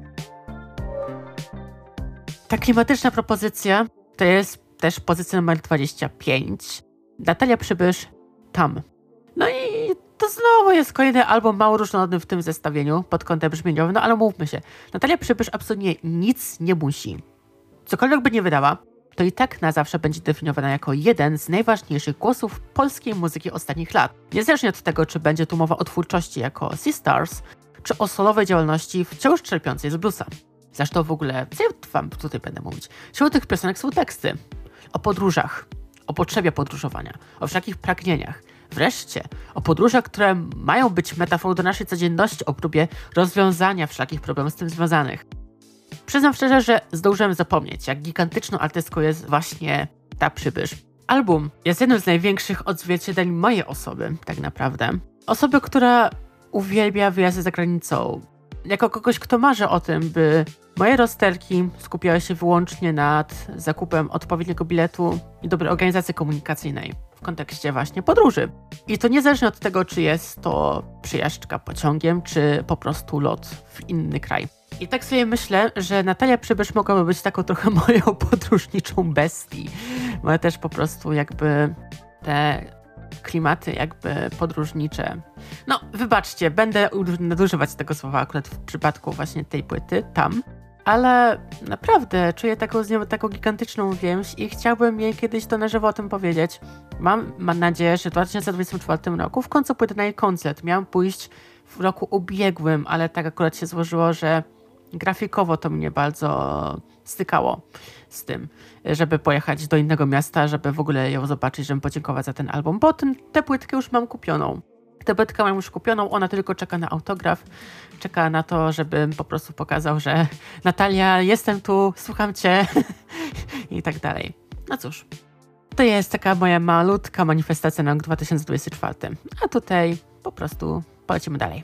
Ta klimatyczna propozycja to jest też pozycja numer dwadzieścia pięć. Natalia Przybysz, Tam. No i to znowu jest kolejny album mało różnorodny w tym zestawieniu pod kątem brzmieniowym, no ale mówmy się, Natalia Przybysz absolutnie nic nie musi. Cokolwiek by nie wydała, to i tak na zawsze będzie definiowana jako jeden z najważniejszych głosów polskiej muzyki ostatnich lat. Niezależnie od tego, czy będzie tu mowa o twórczości jako Sea Stars, czy o solowej działalności wciąż czerpiącej z bluesa. Zresztą w ogóle, co ja wam tutaj będę mówić? Wśród tych piosenek są teksty o podróżach, o potrzebie podróżowania, o wszelkich pragnieniach. Wreszcie o podróżach, które mają być metaforą do naszej codzienności, o próbie rozwiązania wszelkich problemów z tym związanych. Przyznam szczerze, że zdążyłem zapomnieć, jak gigantyczną artystką jest właśnie ta Przybysz. Album jest jednym z największych odzwierciedleń mojej osoby, tak naprawdę. Osoby, która uwielbia wyjazdy za granicą. Jako kogoś, kto marzy o tym, by moje rozterki skupiały się wyłącznie nad zakupem odpowiedniego biletu i dobrej organizacji komunikacyjnej w kontekście właśnie podróży. I to niezależnie od tego, czy jest to przejażdżka pociągiem, czy po prostu lot w inny kraj. I tak sobie myślę, że Natalia Przybysz mogłaby być taką trochę moją podróżniczą bestii. Ma też po prostu jakby te klimaty jakby podróżnicze. No, wybaczcie, będę nadużywać tego słowa akurat w przypadku właśnie tej płyty, Tam. Ale naprawdę czuję taką z nią taką gigantyczną więź i chciałbym jej kiedyś to na żywo o tym powiedzieć. Mam, mam nadzieję, że w dwa tysiące dwudziestym czwartym roku w końcu pójdę na jej koncert. Miałam pójść w roku ubiegłym, ale tak akurat się złożyło, że grafikowo to mnie bardzo stykało z tym, żeby pojechać do innego miasta, żeby w ogóle ją zobaczyć, żeby podziękować za ten album, bo ten, tę płytkę już mam kupioną. Tę płytkę mam już kupioną, ona tylko czeka na autograf, czeka na to, żebym po prostu pokazał, że Natalia, jestem tu, słucham cię i tak dalej. No cóż, to jest taka moja malutka manifestacja na rok dwa tysiące dwudziesty czwarty, a tutaj po prostu polecimy dalej.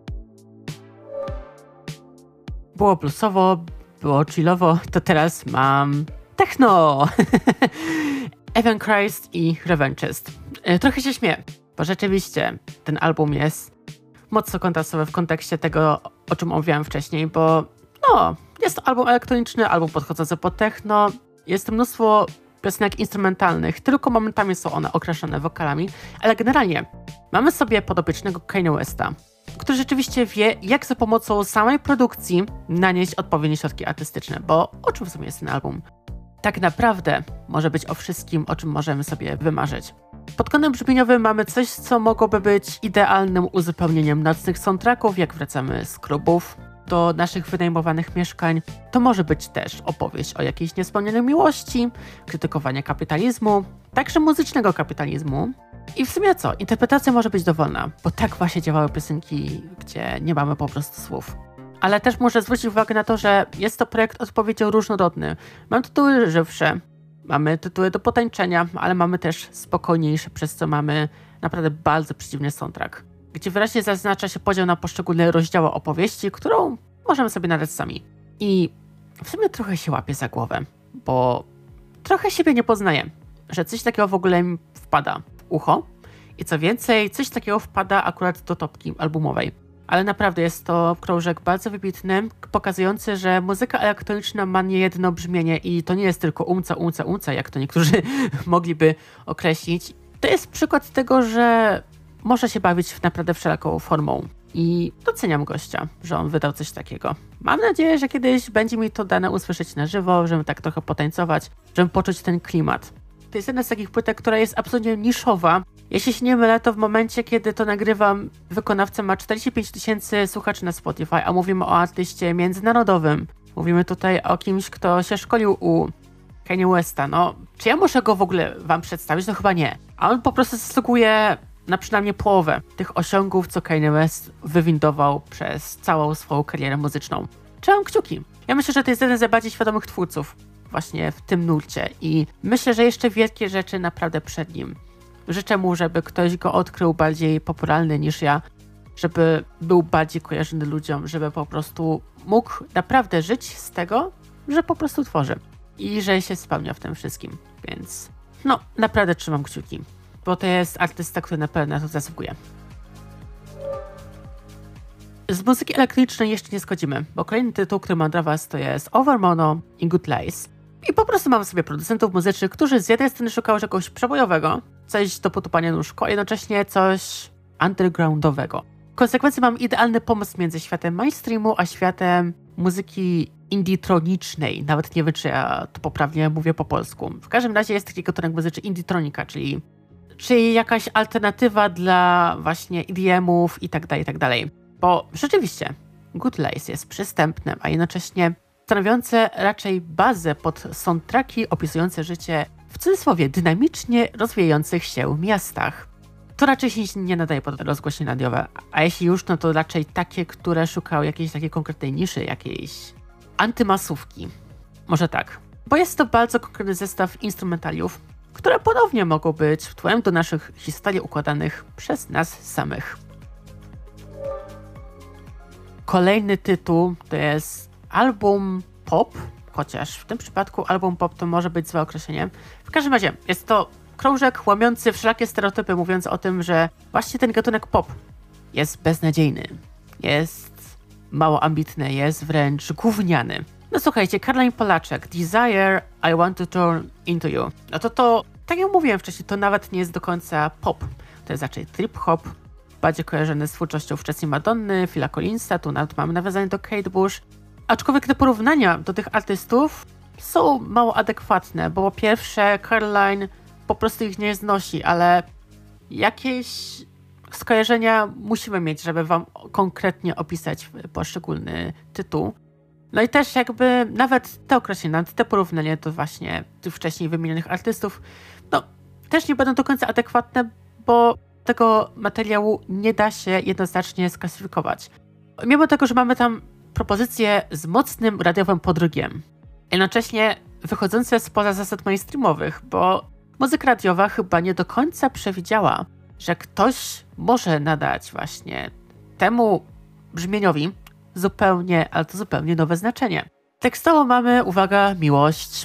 Było bluesowo, było chillowo, to teraz mam techno! Evan Christ i Revanchist. Trochę się śmieję, bo rzeczywiście ten album jest mocno kontrastowy w kontekście tego, o czym mówiłam wcześniej, bo no, jest to album elektroniczny, album podchodzący pod techno, jest mnóstwo piosenek instrumentalnych, tylko momentami są one okraszone wokalami, ale generalnie mamy sobie podopiecznego Kanye Westa, który rzeczywiście wie, jak za pomocą samej produkcji nanieść odpowiednie środki artystyczne, bo o czym w sumie jest ten album? Tak naprawdę może być o wszystkim, o czym możemy sobie wymarzyć. Pod kątem brzmieniowym mamy coś, co mogłoby być idealnym uzupełnieniem nocnych soundtracków, jak wracamy z klubów do naszych wynajmowanych mieszkań. To może być też opowieść o jakiejś niespełnionej miłości, krytykowanie kapitalizmu, także muzycznego kapitalizmu. I w sumie co? Interpretacja może być dowolna, bo tak właśnie działały piosenki, gdzie nie mamy po prostu słów. Ale też muszę zwrócić uwagę na to, że jest to projekt odpowiedzią różnorodny. Mam tytuły żywsze, mamy tytuły do potańczenia, ale mamy też spokojniejsze, przez co mamy naprawdę bardzo przeciwny soundtrack, gdzie wyraźnie zaznacza się podział na poszczególne rozdziały opowieści, którą możemy sobie nadać sami. I w sumie trochę się łapię za głowę, bo trochę siebie nie poznaję, że coś takiego w ogóle mi wpada w ucho i co więcej, coś takiego wpada akurat do topki albumowej. Ale naprawdę jest to krążek bardzo wybitny, pokazujący, że muzyka elektroniczna ma niejedno brzmienie i to nie jest tylko umca, umca, umca, jak to niektórzy mogliby określić. To jest przykład tego, że może się bawić naprawdę wszelaką formą i doceniam gościa, że on wydał coś takiego. Mam nadzieję, że kiedyś będzie mi to dane usłyszeć na żywo, żeby tak trochę potańcować, żeby poczuć ten klimat. To jest jedna z takich płytek, która jest absolutnie niszowa. Jeśli się nie mylę, to w momencie, kiedy to nagrywam, wykonawca ma czterdzieści pięć tysięcy słuchaczy na Spotify, a mówimy o artyście międzynarodowym. Mówimy tutaj o kimś, kto się szkolił u Kanye Westa. No, czy ja muszę go w ogóle wam przedstawić? No chyba nie. A on po prostu zasługuje na przynajmniej połowę tych osiągów, co Kanye West wywindował przez całą swoją karierę muzyczną. Trzymam kciuki. Ja myślę, że to jest jeden z najbardziej świadomych twórców właśnie w tym nurcie i myślę, że jeszcze wielkie rzeczy naprawdę przed nim. Życzę mu, żeby ktoś go odkrył bardziej popularny niż ja, żeby był bardziej kojarzony ludziom, żeby po prostu mógł naprawdę żyć z tego, że po prostu tworzy i że się spełnia w tym wszystkim. Więc no, naprawdę trzymam kciuki, bo to jest artysta, który na pewno na to zasługuje. Z muzyki elektronicznej jeszcze nie schodzimy, bo kolejny tytuł, który mam dla was, to jest Overmono i Good Lies. I po prostu mamy sobie producentów muzycznych, którzy z jednej strony szukają czegoś przebojowego, coś do potupania nóżko, a jednocześnie coś undergroundowego. W konsekwencji mam idealny pomost między światem mainstreamu, a światem muzyki indietronicznej. Nawet nie wiem, czy ja to poprawnie mówię po polsku. W każdym razie jest taki gatunek muzyczny indietronika, czyli, czyli jakaś alternatywa dla właśnie E D M-ów i tak dalej, i tak dalej. Bo rzeczywiście Good Lies jest przystępnym, a jednocześnie stanowiące raczej bazę pod soundtracki opisujące życie w cudzysłowie dynamicznie rozwijających się miastach. To raczej się nie nadaje pod rozgłośnie radiowe, a jeśli już, no to raczej takie, które szukały jakiejś takiej konkretnej niszy, jakiejś antymasówki. Może tak. Bo jest to bardzo konkretny zestaw instrumentaliów, które ponownie mogą być wtłem do naszych historii układanych przez nas samych. Kolejny tytuł to jest album pop, chociaż w tym przypadku album pop to może być złe określenie. W każdym razie jest to krążek łamiący wszelakie stereotypy, mówiąc o tym, że właśnie ten gatunek pop jest beznadziejny, jest mało ambitny, jest wręcz gówniany. No słuchajcie, Caroline Polaczek, Desire, I Want to Turn Into You. No to to, tak jak mówiłem wcześniej, to nawet nie jest do końca pop. To jest raczej trip-hop, bardziej kojarzony z twórczością wczesnej Madonny, Phila Collinsa, tu nawet mamy nawiązanie do Kate Bush. Aczkolwiek te porównania do tych artystów są mało adekwatne, bo po pierwsze Caroline po prostu ich nie znosi, ale jakieś skojarzenia musimy mieć, żeby wam konkretnie opisać poszczególny tytuł. No i też jakby nawet te określenia, nawet te porównania do właśnie tych wcześniej wymienionych artystów, no też nie będą do końca adekwatne, bo tego materiału nie da się jednoznacznie sklasyfikować. Mimo tego, że mamy tam propozycje z mocnym radiowym podrygiem, jednocześnie wychodzące spoza zasad mainstreamowych, bo muzyka radiowa chyba nie do końca przewidziała, że ktoś może nadać właśnie temu brzmieniowi zupełnie, ale to zupełnie nowe znaczenie. Tekstowo mamy, uwaga, miłość.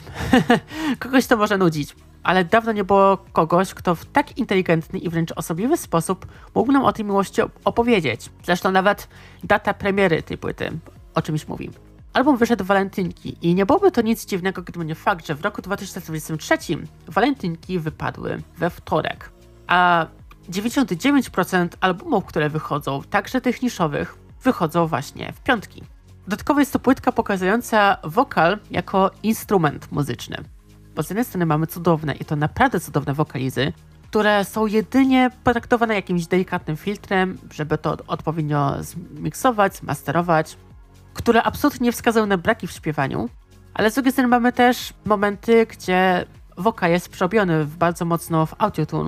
Kogoś to może nudzić, ale dawno nie było kogoś, kto w tak inteligentny i wręcz osobliwy sposób mógł nam o tej miłości opowiedzieć. Zresztą nawet data premiery tej płyty o czymś mówi. Album wyszedł w walentynki i nie byłoby to nic dziwnego, gdyby nie fakt, że w roku dwa tysiące dwudziestym trzecim walentynki wypadły we wtorek. A dziewięćdziesiąt dziewięć procent albumów, które wychodzą, także tych niszowych, wychodzą właśnie w piątki. Dodatkowo jest to płytka pokazująca wokal jako instrument muzyczny. Bo z jednej strony mamy cudowne i to naprawdę cudowne wokalizy, które są jedynie potraktowane jakimś delikatnym filtrem, żeby to odpowiednio zmiksować, zmasterować, które absolutnie nie wskazują na braki w śpiewaniu, ale z drugiej strony mamy też momenty, gdzie wokal jest przerobiony w bardzo mocno w autotune,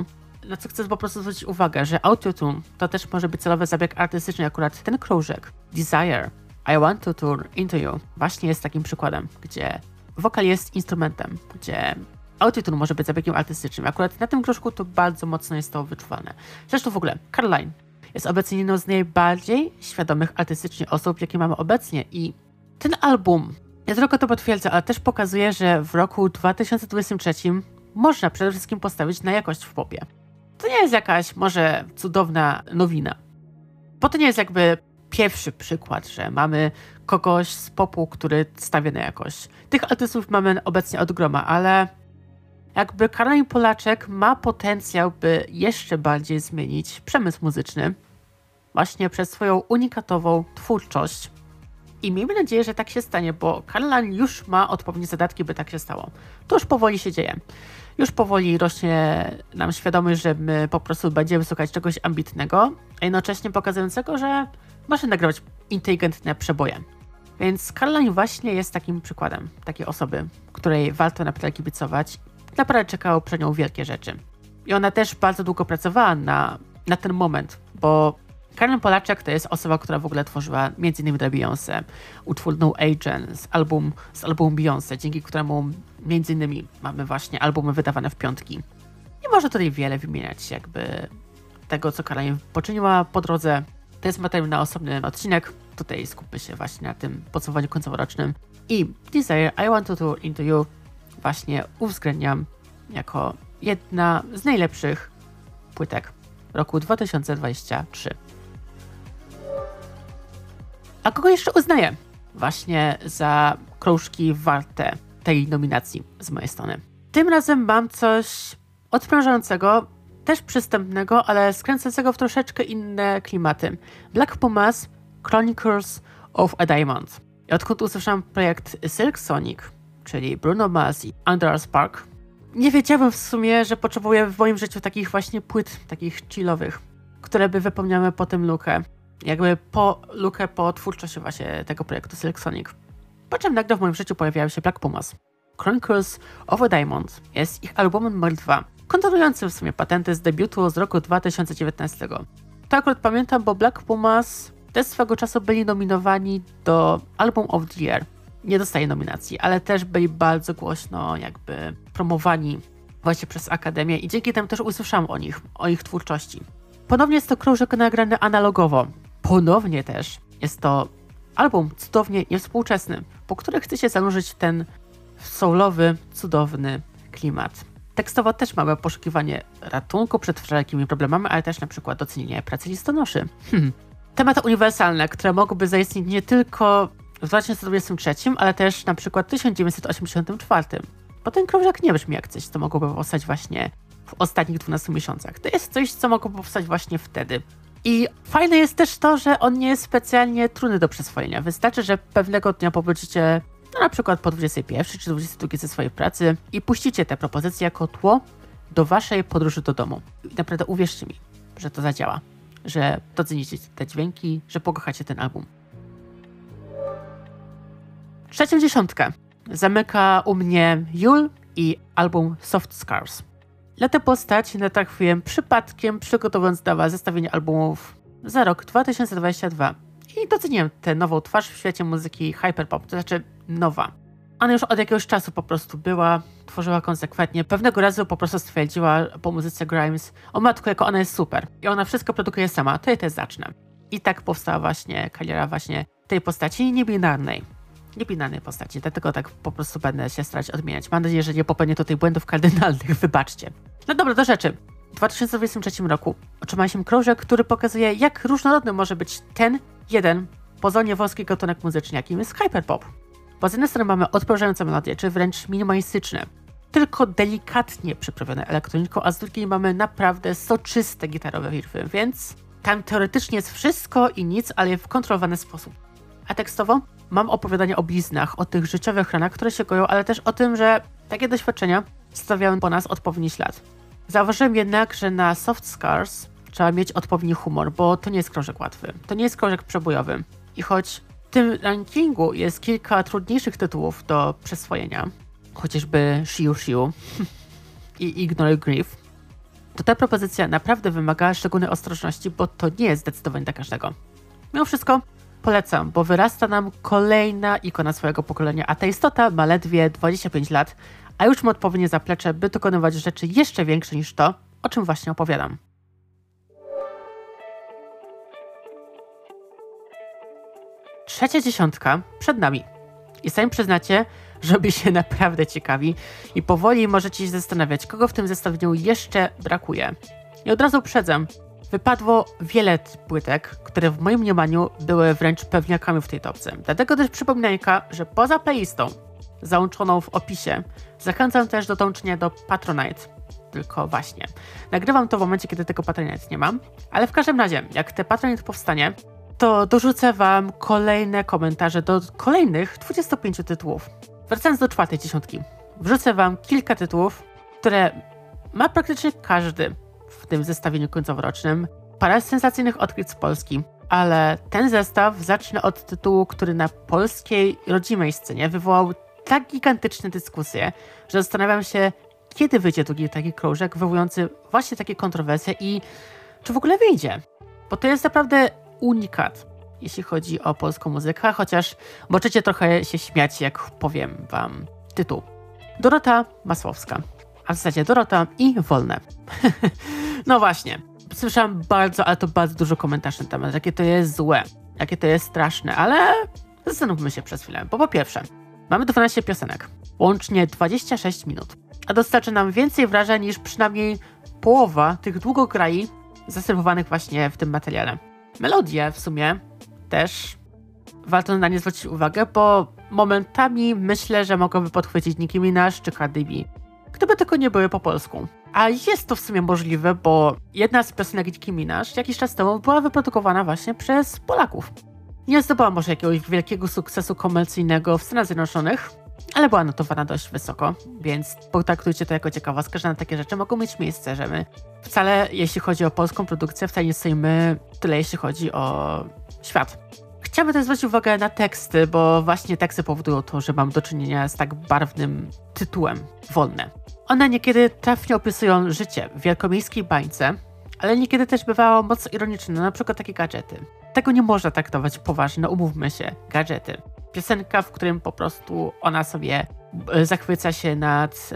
na co chcę po prostu zwrócić uwagę, że autotune to też może być celowy zabieg artystyczny, akurat ten krążek, Desire, I want to turn into you, właśnie jest takim przykładem, gdzie wokal jest instrumentem, gdzie autotune może być zabiegiem artystycznym. Akurat na tym krążku to bardzo mocno jest to wyczuwane. Zresztą w ogóle Caroline jest obecnie jedną z najbardziej świadomych artystycznie osób, jakie mamy obecnie i ten album nie tylko to potwierdza, ale też pokazuje, że w roku dwa tysiące dwudziestym trzecim można przede wszystkim postawić na jakość w popie. To nie jest jakaś może cudowna nowina, bo to nie jest jakby pierwszy przykład, że mamy kogoś z popu, który stawia na jakość. Tych artystów mamy obecnie od groma, ale jakby Caroline Polaczek ma potencjał, by jeszcze bardziej zmienić przemysł muzyczny właśnie przez swoją unikatową twórczość. I miejmy nadzieję, że tak się stanie, bo Caroline już ma odpowiednie zadatki, by tak się stało. To już powoli się dzieje. Już powoli rośnie nam świadomość, że my po prostu będziemy szukać czegoś ambitnego, a jednocześnie pokazującego, że można nagrywać inteligentne przeboje. Więc Caroline właśnie jest takim przykładem takiej osoby, której warto naprawdę kibicować. Naprawdę czekało przed nią wielkie rzeczy. I ona też bardzo długo pracowała na, na ten moment, bo Caroline Polaczek to jest osoba, która w ogóle tworzyła m.in. dla Beyoncé utwór No Agent z, album, z albumu Beyoncé, dzięki któremu m.in. mamy właśnie albumy wydawane w piątki. Nie można tutaj wiele wymieniać jakby tego, co Caroline poczyniła po drodze. To jest materiał na osobny odcinek. Tutaj skupmy się właśnie na tym podsumowaniu końcoworocznym. I Desire, I want to turn into you właśnie uwzględniam jako jedna z najlepszych płytek roku dwa tysiące dwudziestego trzeciego. A kogo jeszcze uznaję właśnie za krążki warte tej nominacji z mojej strony? Tym razem mam coś odprężającego, też przystępnego, ale skręcającego w troszeczkę inne klimaty. Black Pumas Chronicles of a Diamond. I odkąd usłyszałem projekt Silk Sonic, czyli Bruno Mars i Andreas Park, nie wiedziałem w sumie, że potrzebuję w moim życiu takich właśnie płyt, takich chillowych, które by wypełniały potem lukę. Jakby po lukę po twórczości właśnie tego projektu Silk Sonic. Po czym nagle w moim życiu pojawiały się Black Pumas. Chronicles of a Diamond jest ich albumem numer dwa, kontynuującym w sumie patenty z debiutu z roku dwa tysiące dziewiętnastego. To akurat pamiętam, bo Black Pumas też swego czasu byli nominowani do Album of the Year. Nie dostaje nominacji, ale też byli bardzo głośno jakby promowani właśnie przez Akademię i dzięki temu też usłyszałam o nich, o ich twórczości. Ponownie jest to krążek nagrany analogowo. Ponownie też jest to album cudownie niewspółczesny, po którym chce się zanurzyć ten soulowy, cudowny klimat. Tekstowo też mamy poszukiwanie ratunku przed wszelkimi problemami, ale też na przykład docenienie pracy listonoszy. Hmm. Tematy uniwersalne, które mogłyby zaistnieć nie tylko w dwa tysiące dwudziestym trzecim, ale też na przykład w tysiąc dziewięćset osiemdziesiątym czwartym. Bo ten krążek nie brzmi jak coś, co mogłoby powstać właśnie w ostatnich dwunastu miesiącach. To jest coś, co mogło powstać właśnie wtedy. I fajne jest też to, że on nie jest specjalnie trudny do przyswojenia. Wystarczy, że pewnego dnia powrócicie, no na przykład po dwudziestej pierwszej czy dwudziestej drugiej ze swojej pracy i puścicie te propozycje jako tło do waszej podróży do domu. I naprawdę uwierzcie mi, że to zadziała. Że docenicie te dźwięki, że pokochacie ten album. Trzecią dziesiątkę zamyka u mnie Jul i album Soft Scars. Na tę postać natrafiłem przypadkiem, przygotowując dla was zestawienie albumów za rok dwa tysiące dwudziesty drugi i doceniłem tę nową twarz w świecie muzyki hyperpop, to znaczy nowa. Ona już od jakiegoś czasu po prostu była, tworzyła konsekwentnie. Pewnego razu po prostu stwierdziła po muzyce Grimes: o matko, jako ona jest super i ona wszystko produkuje sama, to ja też zacznę. I tak powstała właśnie kariera właśnie tej postaci niebinarnej. niebinarnej postaci, dlatego tak po prostu będę się starać odmieniać. Mam nadzieję, że nie popełnię tutaj błędów kardynalnych, wybaczcie. No dobra, do rzeczy. W dwa tysiące dwudziestym trzecim roku otrzymaliśmy krążek, który pokazuje, jak różnorodny może być ten jeden pozornie wąski gatunek muzyczny, jakim jest hyperpop. Bo z jednej strony mamy odprężające melodie, czy wręcz minimalistyczne, tylko delikatnie przyprawione elektroniką, a z drugiej mamy naprawdę soczyste gitarowe riffy, więc tam teoretycznie jest wszystko i nic, ale w kontrolowany sposób. A tekstowo mam opowiadanie o bliznach, o tych życiowych ranach, które się goją, ale też o tym, że takie doświadczenia stawiają po nas odpowiedni ślad. Zauważyłem jednak, że na Soft Scars trzeba mieć odpowiedni humor, bo to nie jest krążek łatwy, to nie jest krążek przebojowy. I choć w tym rankingu jest kilka trudniejszych tytułów do przyswojenia, chociażby Shiu Shiu i Ignore Grief, to ta propozycja naprawdę wymaga szczególnej ostrożności, bo to nie jest zdecydowanie dla każdego. Mimo wszystko polecam, bo wyrasta nam kolejna ikona swojego pokolenia, a ta istota ma ledwie dwadzieścia pięć lat, a już ma odpowiednie zaplecze, by dokonywać rzeczy jeszcze większe niż to, o czym właśnie opowiadam. Trzecia dziesiątka przed nami. I sami przyznacie, że robi się naprawdę ciekawi i powoli możecie się zastanawiać, kogo w tym zestawieniu jeszcze brakuje. I od razu uprzedzam, wypadło wiele płytek, które w moim mniemaniu były wręcz pewniakami w tej topce. Dlatego też przypominajka, że poza playlistą załączoną w opisie, zachęcam też do dołączenia do Patronite. Tylko właśnie, nagrywam to w momencie, kiedy tego Patronite nie mam, ale w każdym razie, jak te Patronite powstanie, to dorzucę wam kolejne komentarze do kolejnych dwudziestu pięciu tytułów. Wracając do czwartej dziesiątki, wrzucę wam kilka tytułów, które ma praktycznie każdy w tym zestawieniu końcoworocznym. Parę sensacyjnych odkryć z Polski, ale ten zestaw zacznę od tytułu, który na polskiej rodzimej scenie wywołał tak gigantyczne dyskusje, że zastanawiam się, kiedy wyjdzie drugi taki krążek wywołujący właśnie takie kontrowersje i czy w ogóle wyjdzie. Bo to jest naprawdę unikat, jeśli chodzi o polską muzykę, chociaż możecie trochę się śmiać, jak powiem wam tytuł. Dorota Masłowska, a w zasadzie Dorota i Wolne. No właśnie, słyszałam bardzo, ale to bardzo dużo komentarzy na temat, jakie to jest złe, jakie to jest straszne, ale zastanówmy się przez chwilę, bo po pierwsze, mamy dwanaście piosenek, łącznie dwadzieścia sześć minut, a dostarczy nam więcej wrażeń niż przynajmniej połowa tych długograi zaserwowanych właśnie w tym materiale. Melodie w sumie też warto na nie zwrócić uwagę, bo momentami myślę, że mogłoby podchwycić Nicki Minaj czy Cardi B, gdyby tylko nie były po polsku. A jest to w sumie możliwe, bo jedna z piosenek Nicki Minaj jakiś czas temu była wyprodukowana właśnie przez Polaków. Nie zdobyła może jakiegoś wielkiego sukcesu komercyjnego w Stanach Zjednoczonych, ale była notowana dość wysoko, więc potraktujcie to jako ciekawostkę, że na takie rzeczy mogą mieć miejsce, że my wcale, jeśli chodzi o polską produkcję, wcale nie stoimy tyle, jeśli chodzi o świat. Chciałabym też zwrócić uwagę na teksty, bo właśnie teksty powodują to, że mam do czynienia z tak barwnym tytułem Wolne. One niekiedy trafnie opisują życie w wielkomiejskiej bańce, ale niekiedy też bywało mocno ironiczne, na przykład takie gadżety. Tego nie można traktować poważnie, no umówmy się, gadżety. Piosenka, w którym po prostu ona sobie zachwyca się nad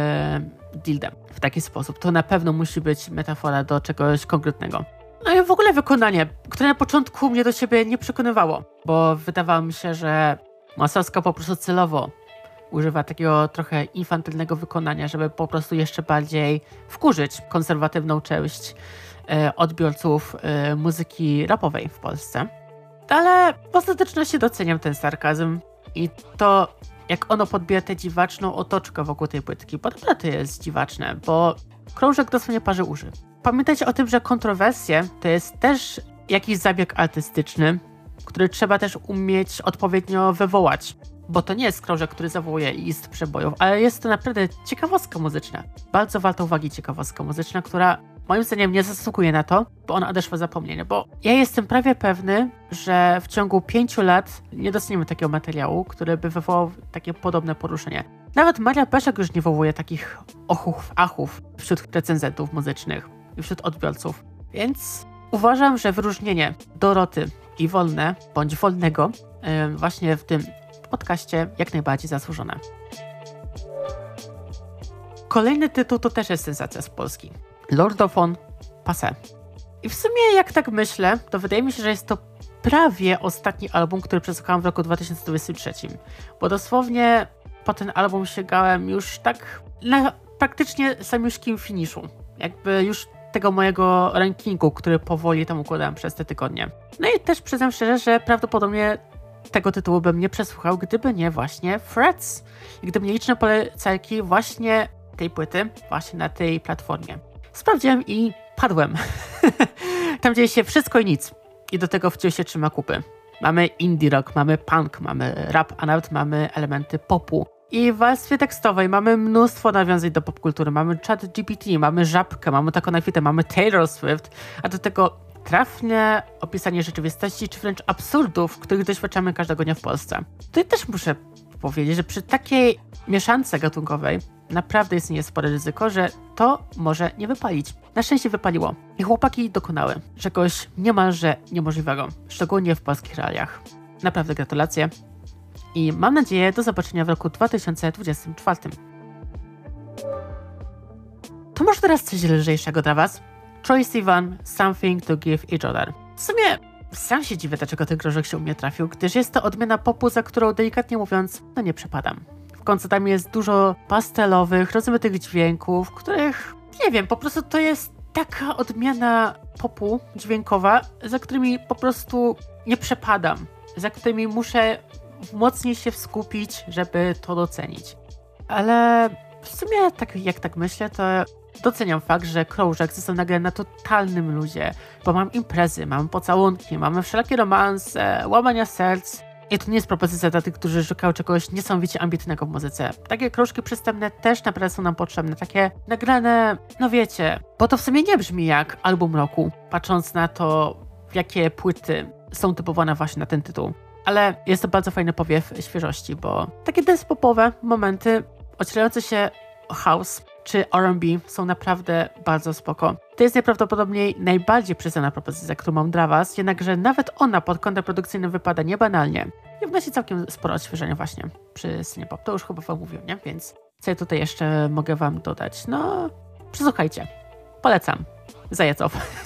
yy, dildem w taki sposób. To na pewno musi być metafora do czegoś konkretnego. No i w ogóle wykonanie, które na początku mnie do siebie nie przekonywało, bo wydawało mi się, że Masłowska po prostu celowo używa takiego trochę infantylnego wykonania, żeby po prostu jeszcze bardziej wkurzyć konserwatywną część yy, odbiorców yy, muzyki rapowej w Polsce. Ale w ostateczności doceniam ten sarkazm i to, jak ono podbija tę dziwaczną otoczkę wokół tej płytki, bo naprawdę jest dziwaczne, bo krążek dosłownie parzy uszy. Pamiętajcie o tym, że kontrowersje to jest też jakiś zabieg artystyczny, który trzeba też umieć odpowiednio wywołać, bo to nie jest krążek, który zawołuje list przebojów, ale jest to naprawdę ciekawostka muzyczna. Bardzo warta uwagi ciekawostka muzyczna, która moim zdaniem nie zasługuje na to, bo ona odeszła zapomnienie, bo ja jestem prawie pewny, że w ciągu pięciu lat nie dostaniemy takiego materiału, który by wywołał takie podobne poruszenie. Nawet Maria Peszek już nie wywołuje takich ochów, achów wśród recenzentów muzycznych i wśród odbiorców. Więc uważam, że wyróżnienie Doroty i Wolne, bądź Wolnego, yy, właśnie w tym podcaście jak najbardziej zasłużone. Kolejny tytuł to też jest sensacja z Polski. Lordofon Passé. I w sumie jak tak myślę, to wydaje mi się, że jest to prawie ostatni album, który przesłuchałem w roku dwa tysiące dwudziestym trzecim. Bo dosłownie po ten album sięgałem już tak na praktycznie samiuszkim finiszu. Jakby już tego mojego rankingu, który powoli tam układałem przez te tygodnie. No i też przyznam szczerze, że prawdopodobnie tego tytułu bym nie przesłuchał, gdyby nie właśnie Frets. I gdyby nie liczne polecajki właśnie tej płyty, właśnie na tej platformie. Sprawdziłem i padłem. Tam dzieje się wszystko i nic. I do tego wciąż się trzyma kupy. Mamy indie rock, mamy punk, mamy rap, a nawet mamy elementy popu. I w warstwie tekstowej mamy mnóstwo nawiązań do popkultury. Mamy ChatGPT, mamy Żabkę, mamy taką nafitę, mamy Taylor Swift, a do tego trafne opisanie rzeczywistości, czy wręcz absurdów, których doświadczamy każdego dnia w Polsce. Tutaj też muszę powiedzieć, że przy takiej mieszance gatunkowej naprawdę istnieje spore ryzyko, że to może nie wypalić. Na szczęście wypaliło i chłopaki dokonały czegoś niemalże niemożliwego, szczególnie w polskich realiach. Naprawdę gratulacje i mam nadzieję do zobaczenia w roku dwa tysiące dwudziestym czwartym. To może teraz coś lżejszego dla was? Troye Sivan, Something to Give Each Other. W sumie sam się dziwię, dlaczego ten grożek się u mnie trafił, gdyż jest to odmiana popu, za którą delikatnie mówiąc, no nie przepadam. W końcu tam jest dużo pastelowych, rozmytych dźwięków, których, nie wiem, po prostu to jest taka odmiana popu dźwiękowa, za którymi po prostu nie przepadam, za którymi muszę mocniej się skupić, żeby to docenić. Ale w sumie, tak jak tak myślę, to doceniam fakt, że krążek został nagrany na totalnym luzie, bo mam imprezy, mam pocałunki, mamy wszelakie romanse, łamania serc. I to nie jest propozycja dla tych, którzy szukają czegoś niesamowicie ambitnego w muzyce. Takie krążki przystępne też naprawdę są nam potrzebne, takie nagrane, no wiecie, bo to w sumie nie brzmi jak album roku, patrząc na to, jakie płyty są typowane właśnie na ten tytuł. Ale jest to bardzo fajny powiew świeżości, bo takie dance popowe momenty ocierające się o house czy R and B są naprawdę bardzo spoko. To jest najprawdopodobniej najbardziej przyznana propozycja, którą mam dla was, jednakże nawet ona pod kątem produkcyjnym wypada niebanalnie i wnosi całkiem sporo odświeżenia właśnie przy scenie pop. To już chyba wam mówiłem, nie? Więc co ja tutaj jeszcze mogę wam dodać? No, przesłuchajcie. Polecam. Zajecow.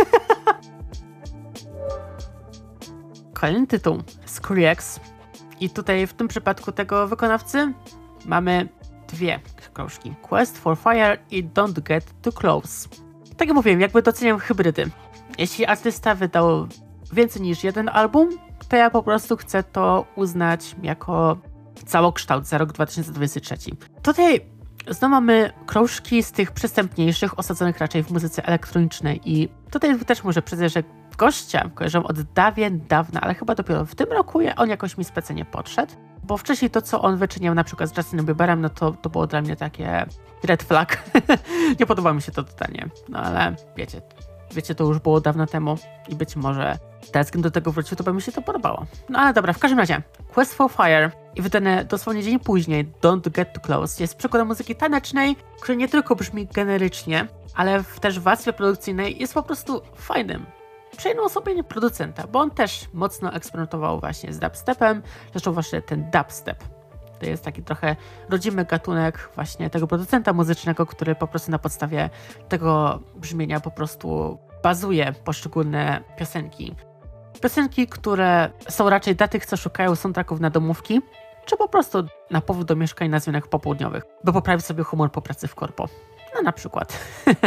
Kolejny tytuł. Skrillex. I tutaj w tym przypadku tego wykonawcy mamy dwie krążki. Quest for Fire i Don't Get Too Close. Tak jak mówiłem, jakby doceniam hybrydy. Jeśli artysta wydał więcej niż jeden album, to ja po prostu chcę to uznać jako całokształt za rok dwa tysiące dwudziesty trzeci. Tutaj znowu mamy krążki z tych przystępniejszych, osadzonych raczej w muzyce elektronicznej i tutaj też muszę przyznać, że gościa kojarzę od dawien dawna, ale chyba dopiero w tym roku on jakoś mi specjalnie podszedł. Bo wcześniej to, co on wyczyniał na przykład z Justinem Bieberem, no to, to było dla mnie takie red flag. Nie podoba mi się to totalnie. No ale wiecie, wiecie, to już było dawno temu i być może teraz, gdybym do tego wrócił, to by mi się to podobało. No ale dobra, w każdym razie Quest for Fire i wydane dosłownie dzień później Don't Get Too Close jest przykładem muzyki tanecznej, który nie tylko brzmi generycznie, ale w też w warstwie produkcyjnej jest po prostu fajnym. Przejmą osobienie producenta, bo on też mocno eksperymentował właśnie z dubstepem, zresztą właśnie ten dubstep. To jest taki trochę rodzimy gatunek właśnie tego producenta muzycznego, który po prostu na podstawie tego brzmienia po prostu bazuje poszczególne piosenki. Piosenki, które są raczej dla tych, co szukają soundtracków na domówki, czy po prostu na powód do mieszkań na zmianach popołudniowych, by poprawić sobie humor po pracy w korpo. No na przykład.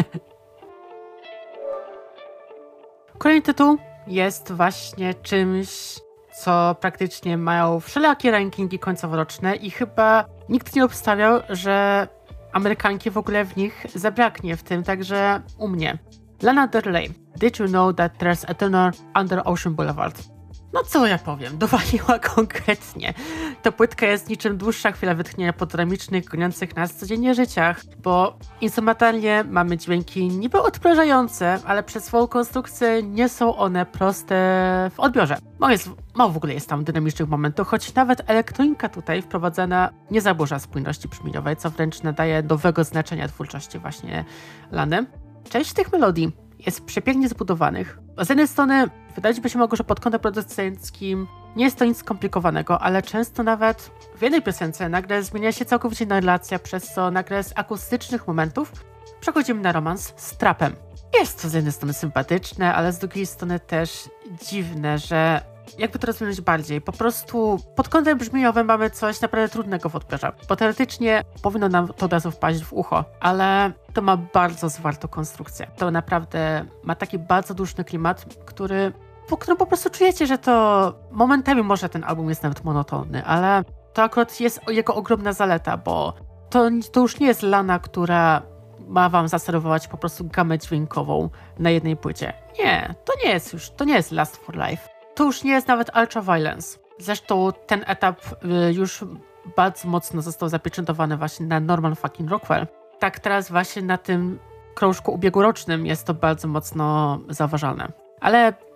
Kolejny tytuł jest właśnie czymś, co praktycznie mają wszelakie rankingi końcoworoczne i chyba nikt nie obstawiał, że Amerykanki w ogóle w nich zabraknie, w tym także u mnie. Lana Del Rey. Did you know that there's a tunnel under Ocean Boulevard? No co ja powiem, dowaliła konkretnie. Ta płytka jest niczym dłuższa chwila wytchnienia podramicznych, goniących nas codziennie życiach, bo instrumentalnie mamy dźwięki niby odprężające, ale przez swoją konstrukcję nie są one proste w odbiorze. Mało, jest, mało w ogóle jest tam dynamicznych momentów, choć nawet elektronika tutaj wprowadzana nie zaburza spójności brzmieniowej, co wręcz nadaje nowego znaczenia twórczości właśnie Lany. Część tych melodii jest przepięknie zbudowanych. Z jednej strony wydawać by się mogło, że pod kątem producenckim nie jest to nic skomplikowanego, ale często nawet w jednej piosence nagle zmienia się całkowicie narracja, przez co nagle z akustycznych momentów przechodzimy na romans z trapem. Jest to z jednej strony sympatyczne, ale z drugiej strony też dziwne, że jakby to rozwinąć bardziej, po prostu pod kątem brzmieniowym mamy coś naprawdę trudnego w odbiorze, bo teoretycznie powinno nam to od razu wpaść w ucho, ale to ma bardzo zwartą konstrukcję. To naprawdę ma taki bardzo duszny klimat, który, po którym po prostu czujecie, że to momentami może ten album jest nawet monotonny, ale to akurat jest jego ogromna zaleta, bo to, to już nie jest Lana, która ma wam zaserwować po prostu gamę dźwiękową na jednej płycie. Nie, to nie jest już, to nie jest Last for Life. To już nie jest nawet Ultra Violence. Zresztą ten etap y, już bardzo mocno został zapieczętowany właśnie na Norman fucking Rockwell. Tak teraz właśnie na tym krążku ubiegłorocznym jest to bardzo mocno zauważalne. Ale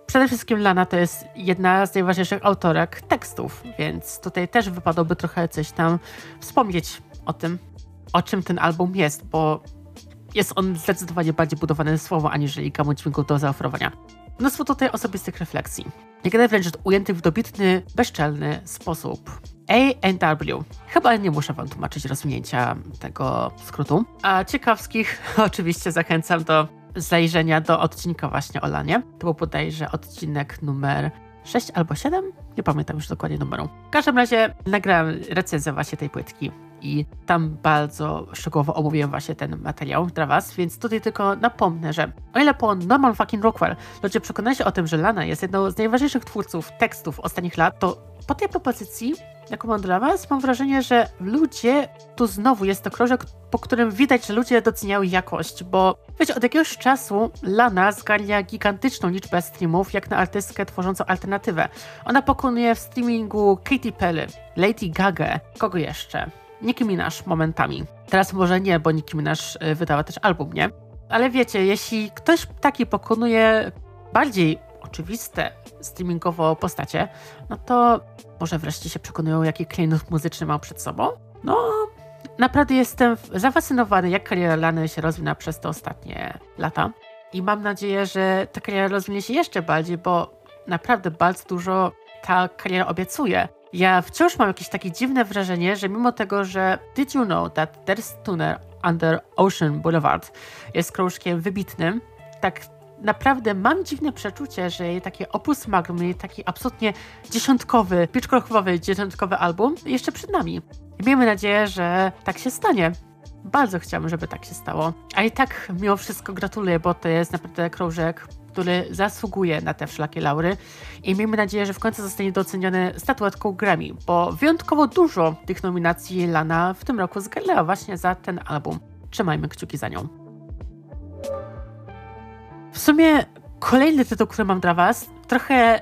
Przede wszystkim Lana to jest jedna z najważniejszych autorek tekstów, więc tutaj też wypadałoby trochę coś tam wspomnieć o tym, o czym ten album jest, bo jest on zdecydowanie bardziej budowany słowo, aniżeli gamu dźwięków do zaoferowania. Mnóstwo tutaj osobistych refleksji. Niekedy wręcz ujętych w dobitny, bezczelny sposób. A and W. Chyba nie muszę wam tłumaczyć rozwinięcia tego skrótu. A ciekawskich oczywiście zachęcam do zajrzenia do odcinka właśnie o Lanie. To był bodajże odcinek numer sześć albo siedem? Nie pamiętam już dokładnie numeru. W każdym razie nagrałem recenzję właśnie tej płytki i tam bardzo szczegółowo omówiłem właśnie ten materiał dla was, więc tutaj tylko napomnę, że o ile po Norman fucking Rockwell ludzie przekonali się o tym, że Lana jest jedną z najważniejszych twórców tekstów ostatnich lat, to po tej propozycji, jaką mam dla was, mam wrażenie, że ludzie, tu znowu jest to krążek, po którym widać, że ludzie doceniały jakość, bo wiecie, od jakiegoś czasu Lana zgarnia gigantyczną liczbę streamów, jak na artystkę tworzącą alternatywę. Ona pokonuje w streamingu Katy Perry, Lady Gaga, kogo jeszcze? Nicki Minaj momentami. Teraz może nie, bo Nicki Minaj wydała też album, nie? Ale wiecie, jeśli ktoś taki pokonuje bardziej oczywiste streamingowo postacie, no to może wreszcie się przekonują, jaki klejnot muzyczny ma przed sobą. No, naprawdę jestem zafascynowany, jak kariera Lany się rozwina przez te ostatnie lata. I mam nadzieję, że ta kariera rozwinie się jeszcze bardziej, bo naprawdę bardzo dużo ta kariera obiecuje. Ja wciąż mam jakieś takie dziwne wrażenie, że mimo tego, że Did You Know That There's Tuner Under Ocean Boulevard jest krążkiem wybitnym, tak naprawdę mam dziwne przeczucie, że jej takie opus magnum, jej taki absolutnie dziesiątkowy, pitchforkowy dziesiątkowy album jeszcze przed nami. I miejmy nadzieję, że tak się stanie. Bardzo chciałabym, żeby tak się stało. A i tak mimo wszystko gratuluję, bo to jest naprawdę krążek, który zasługuje na te wszelakie laury i miejmy nadzieję, że w końcu zostanie doceniony statuetką Grammy, bo wyjątkowo dużo tych nominacji Lana w tym roku zgarnęła właśnie za ten album. Trzymajmy kciuki za nią. W sumie kolejny tytuł, który mam dla was, trochę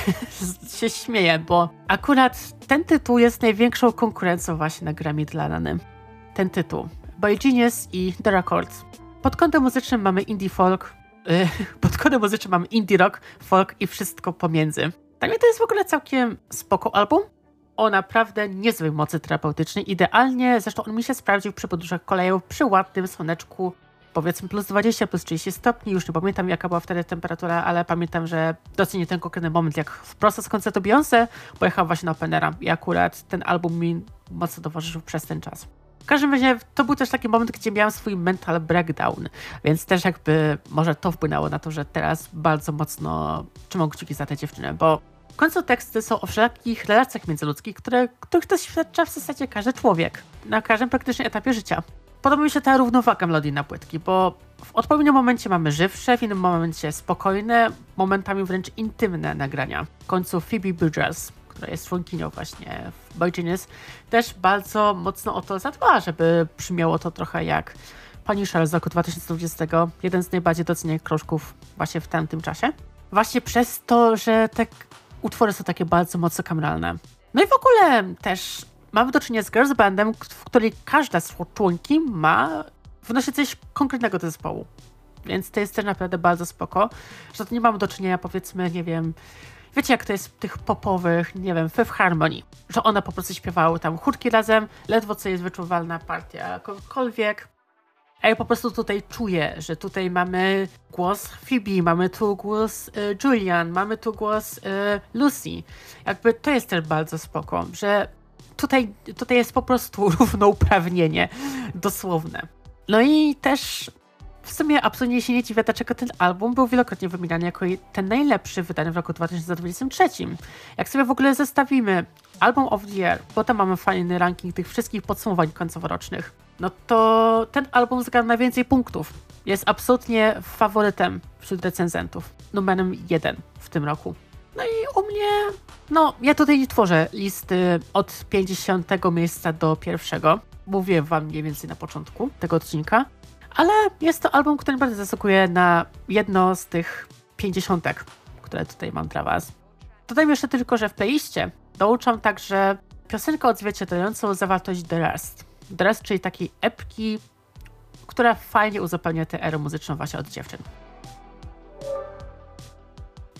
się śmieję, bo akurat ten tytuł jest największą konkurencją właśnie na Grammy dla Lany. Ten tytuł. Boy Genius i The Records. Pod kątem muzycznym mamy indie folk, yy, pod kątem muzycznym mamy indie rock, folk i wszystko pomiędzy. Dla mnie to jest w ogóle całkiem spoko album o naprawdę niezłej mocy terapeutycznej. Idealnie, zresztą on mi się sprawdził przy podróżach koleją, przy ładnym słoneczku, powiedzmy plus dwadzieścia, plus trzydzieści stopni, już nie pamiętam jaka była wtedy temperatura, ale pamiętam, że docenię ten konkretny moment, jak wprost z koncertu Beyoncé pojechałam właśnie na openera i akurat ten album mi mocno towarzyszył przez ten czas. W każdym razie to był też taki moment, gdzie miałam swój mental breakdown, więc też jakby może to wpłynęło na to, że teraz bardzo mocno trzymam kciuki za tę dziewczynę, bo w końcu teksty są o wszelkich relacjach międzyludzkich, które, których doświadcza w zasadzie każdy człowiek, na każdym praktycznie etapie życia. Podoba mi się ta równowaga melodii płytki, bo w odpowiednim momencie mamy żywsze, w innym momencie spokojne, momentami wręcz intymne nagrania. W końcu Phoebe Bridgers, która jest członkinią właśnie w Boy Genius, też bardzo mocno o to zadbała, żeby brzmiało to trochę jak Punisher z roku dwa tysiące dwudziestego, jeden z najbardziej docenionych krążków właśnie w tamtym czasie. Właśnie przez to, że te utwory są takie bardzo mocno kameralne. No i w ogóle też mamy do czynienia z girls bandem, w której każda z członki ma wnosi coś konkretnego do zespołu. Więc to jest też naprawdę bardzo spoko, że to nie mamy do czynienia, powiedzmy, nie wiem, wiecie jak to jest w tych popowych, nie wiem, Fifth Harmony, że one po prostu śpiewały tam chórki razem, ledwo co jest wyczuwalna partia kogokolwiek. A ja po prostu tutaj czuję, że tutaj mamy głos Phoebe, mamy tu głos y, Julian, mamy tu głos y, Lucy. Jakby to jest też bardzo spoko, że tutaj, tutaj jest po prostu równouprawnienie dosłowne. No i też w sumie absolutnie się nie dziwię, dlaczego ten album był wielokrotnie wymieniany jako ten najlepszy wydany w roku dwa tysiące dwudziestym trzecim. Jak sobie w ogóle zestawimy Album of the Year, bo tam mamy fajny ranking tych wszystkich podsumowań końcoworocznych, no to ten album zgarnął najwięcej punktów. Jest absolutnie faworytem wśród recenzentów. Numerem jeden w tym roku. No i u mnie, no ja tutaj nie tworzę listy od pięćdziesiątego miejsca do pierwszego. Mówię wam mniej więcej na początku tego odcinka. Ale jest to album, który bardzo zasługuje na jedno z tych pięćdziesiątek, które tutaj mam dla was. Dodam jeszcze tylko, że w playliście dołączam także piosenkę odzwierciedlającą zawartość The Rest. The Rest, czyli takiej epki, która fajnie uzupełnia tę erę muzyczną właśnie od dziewczyn.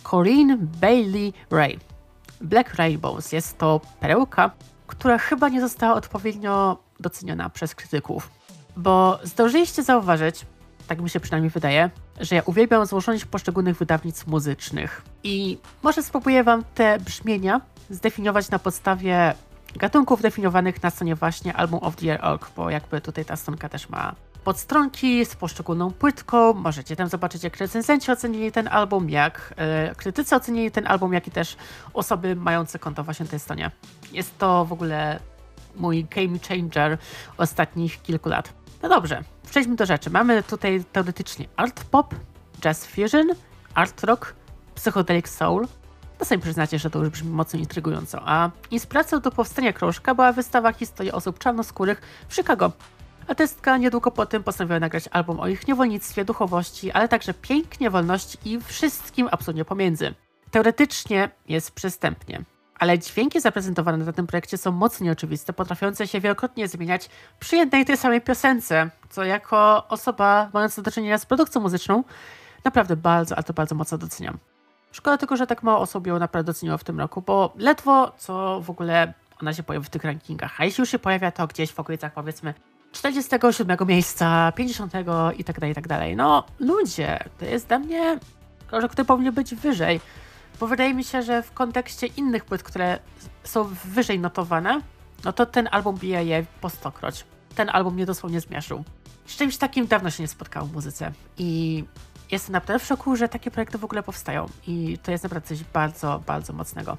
Corinne Bailey Rae. Black Rainbows jest to perełka, która chyba nie została odpowiednio doceniona przez krytyków. Bo zdążyliście zauważyć, tak mi się przynajmniej wydaje, że ja uwielbiam złożoność poszczególnych wydawnictw muzycznych. I może spróbuję wam te brzmienia zdefiniować na podstawie gatunków definiowanych na stronie właśnie Album of the Year kropka org, bo jakby tutaj ta stronka też ma podstronki z poszczególną płytką. Możecie tam zobaczyć, jak recenzenci ocenili ten album, jak e, krytycy ocenili ten album, jak i też osoby mające konto właśnie na tej stronie. Jest to w ogóle mój game changer ostatnich kilku lat. No dobrze, przejdźmy do rzeczy. Mamy tutaj teoretycznie art pop, jazz fusion, art rock, psychedelic soul. No sami przyznacie, że to już brzmi mocno intrygująco. A inspiracją do powstania krążka była wystawa historii osób czarnoskórych w Chicago. Artystka niedługo po tym postanowiła nagrać album o ich niewolnictwie, duchowości, ale także pięknie, wolności i wszystkim absolutnie pomiędzy. Teoretycznie jest przystępnie, ale dźwięki zaprezentowane na tym projekcie są mocno nieoczywiste, potrafiące się wielokrotnie zmieniać przy jednej tej samej piosence, co jako osoba mająca do czynienia z produkcją muzyczną naprawdę bardzo, ale to bardzo mocno doceniam. Szkoda tylko, że tak mało osób ją naprawdę doceniło w tym roku, bo ledwo co w ogóle ona się pojawi w tych rankingach, a jeśli już się pojawia, to gdzieś w okolicach powiedzmy czterdziestego siódmego miejsca, pięćdziesiątego i tak dalej, i tak dalej. No ludzie, to jest dla mnie krążek, który powinien być wyżej, bo wydaje mi się, że w kontekście innych płyt, które są wyżej notowane, no to ten album bije je po stokroć. Ten album mnie dosłownie zmiażdżył. Z czymś takim dawno się nie spotkałam w muzyce i jestem naprawdę w szoku, że takie projekty w ogóle powstają i to jest naprawdę coś bardzo, bardzo mocnego.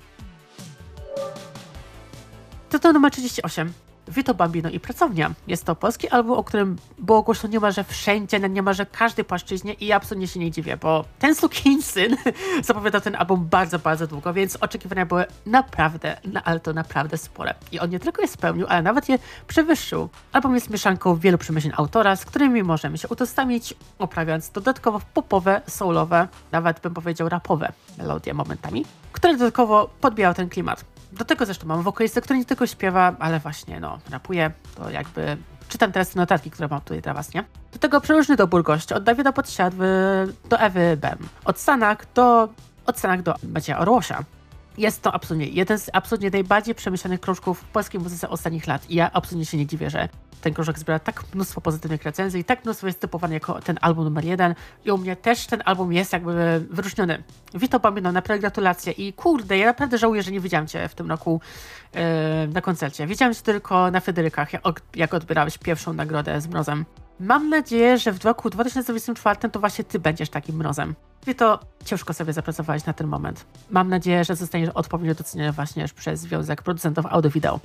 Tytuł numer trzydzieści osiem. Vito Bambino i Pracownia. Jest to polski album, o którym było głośno niemalże wszędzie, na niemalże każdej płaszczyźnie i ja absolutnie się nie dziwię, bo ten sukinsyn zapowiadał ten album bardzo, bardzo długo, więc oczekiwania były naprawdę, no, ale to naprawdę spore. I on nie tylko je spełnił, ale nawet je przewyższył. Album jest mieszanką wielu przemyśleń autora, z którymi możemy się utożsamić, oprawiając dodatkowo popowe, soulowe, nawet bym powiedział rapowe melodie momentami, które dodatkowo podbijały ten klimat. Do tego zresztą mam wokalistę, który nie tylko śpiewa, ale właśnie, no, rapuje, to jakby czytam teraz te notatki, które mam tutaj dla was, nie? Do tego przeróżny dobór gości, od Dawida Podsiadły do Ewy Bem, od Sanak do, od Sanak do Macieja Orłosia. Jest to absolutnie jeden z absolutnie najbardziej przemyślanych krążków w polskiej muzyce ostatnich lat i ja absolutnie się nie dziwię, że ten krążek zbiera tak mnóstwo pozytywnych recenzji i tak mnóstwo jest typowany jako ten album numer jeden i u mnie też ten album jest jakby wyróżniony. Vito Bambino, naprawdę gratulacje i kurde, ja naprawdę żałuję, że nie widziałam cię w tym roku yy, na koncercie. Widziałam cię tylko na Federykach, jak, jak odbierałeś pierwszą nagrodę z Mrozem. Mam nadzieję, że w roku dwa tysiące dwudziestym czwartym to właśnie ty będziesz takim Mrozem. Vito, ciężko sobie zapracowałeś na ten moment. Mam nadzieję, że zostaniesz odpowiednio doceniony właśnie przez Związek Producentów Audio-Wideo.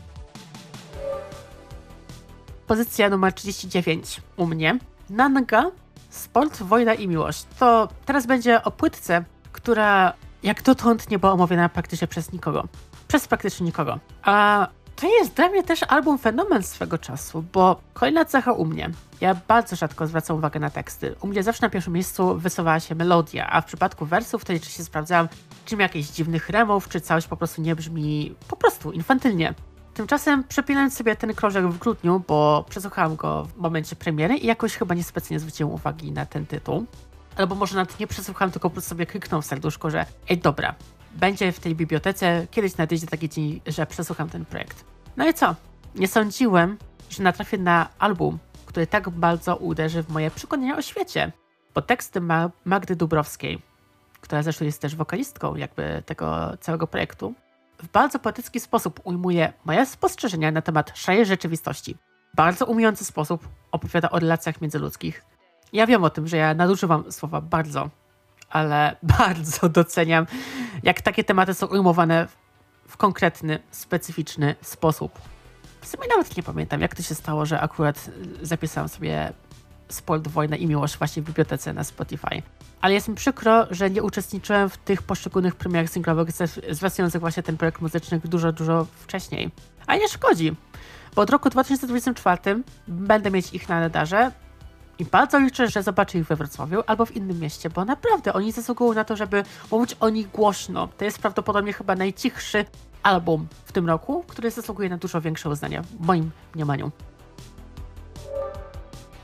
Pozycja numer trzydzieści dziewięć u mnie. Nanga, Sport, Wojna i Miłość. To teraz będzie o płytce, która jak dotąd nie była omówiona praktycznie przez nikogo. Przez praktycznie nikogo. A to jest dla mnie też album fenomen swego czasu, bo kolejna cecha u mnie. Ja bardzo rzadko zwracam uwagę na teksty. U mnie zawsze na pierwszym miejscu wysuwała się melodia, a w przypadku wersów to jeszcze się sprawdzałam, czy ma jakichś dziwnych remów, czy całość po prostu nie brzmi po prostu infantylnie. Tymczasem przepinając sobie ten krążek w grudniu, bo przesłuchałam go w momencie premiery i jakoś chyba niespecjalnie zwróciłam uwagi na ten tytuł. Albo może nawet nie przesłuchałam, tylko po prostu sobie kliknął w serduszko, że ej dobra, będzie w tej bibliotece, kiedyś nadejdzie taki dzień, że przesłucham ten projekt. No i co? Nie sądziłem, że natrafię na album, który tak bardzo uderzy w moje przekonania o świecie. Bo teksty Ma- Magdy Dubrowskiej, która zresztą jest też wokalistką jakby tego całego projektu, w bardzo poetycki sposób ujmuje moje spostrzeżenia na temat szarej rzeczywistości. W bardzo umiejący sposób opowiada o relacjach międzyludzkich. Ja wiem o tym, że ja nadużywam słowa bardzo, ale bardzo doceniam, jak takie tematy są ujmowane w, w konkretny, specyficzny sposób. W sumie nawet nie pamiętam, jak to się stało, że akurat zapisałam sobie Sport, Wojna i Miłość właśnie w bibliotece na Spotify. Ale jest mi przykro, że nie uczestniczyłem w tych poszczególnych premierach singlowych zwracających właśnie ten projekt muzyczny dużo, dużo wcześniej. A nie szkodzi, bo od roku dwa tysiące dwudziestego czwartego będę mieć ich na radarze i bardzo liczę, że zobaczę ich we Wrocławiu albo w innym mieście, bo naprawdę oni zasługują na to, żeby mówić o nich głośno. To jest prawdopodobnie chyba najcichszy album w tym roku, który zasługuje na dużo większe uznanie, w moim mniemaniu.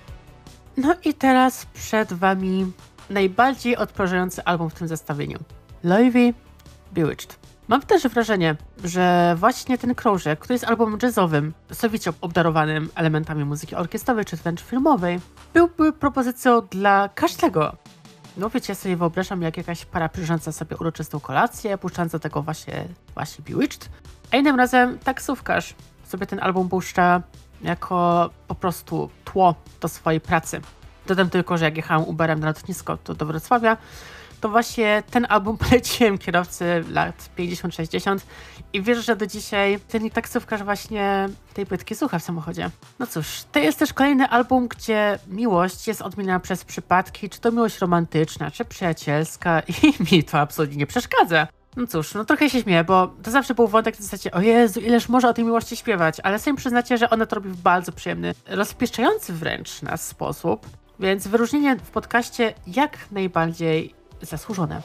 No i teraz przed wami najbardziej odprężający album w tym zestawieniu. Loewe, Bewitched. Mam też wrażenie, że właśnie ten krążek, który jest albumem jazzowym, sowicie obdarowanym elementami muzyki orkiestrowej czy wręcz filmowej, byłby propozycją dla każdego. No wiecie, ja sobie wyobrażam, jak jakaś para przyrządza sobie uroczystą kolację, puszczając tego właśnie, właśnie Bewitched, a innym razem taksówkarz sobie ten album puszcza jako po prostu tło do swojej pracy. Dodam tylko, że jak jechałam Uberem na lotnisko to do Wrocławia, to właśnie ten album poleciłem kierowcy lat pięćdziesiąt sześćdziesiąt i wierzę, że do dzisiaj ten taksówkarz właśnie tej płytki słucha w samochodzie. No cóż, to jest też kolejny album, gdzie miłość jest odmieniana przez przypadki, czy to miłość romantyczna, czy przyjacielska i mi to absolutnie nie przeszkadza. No cóż, no trochę się śmieję, bo to zawsze był wątek w zasadzie, o Jezu, ileż może o tej miłości śpiewać, ale sami przyznacie, że ona to robi w bardzo przyjemny, rozpieszczający wręcz nas sposób, więc wyróżnienie w podcaście jak najbardziej zasłużone.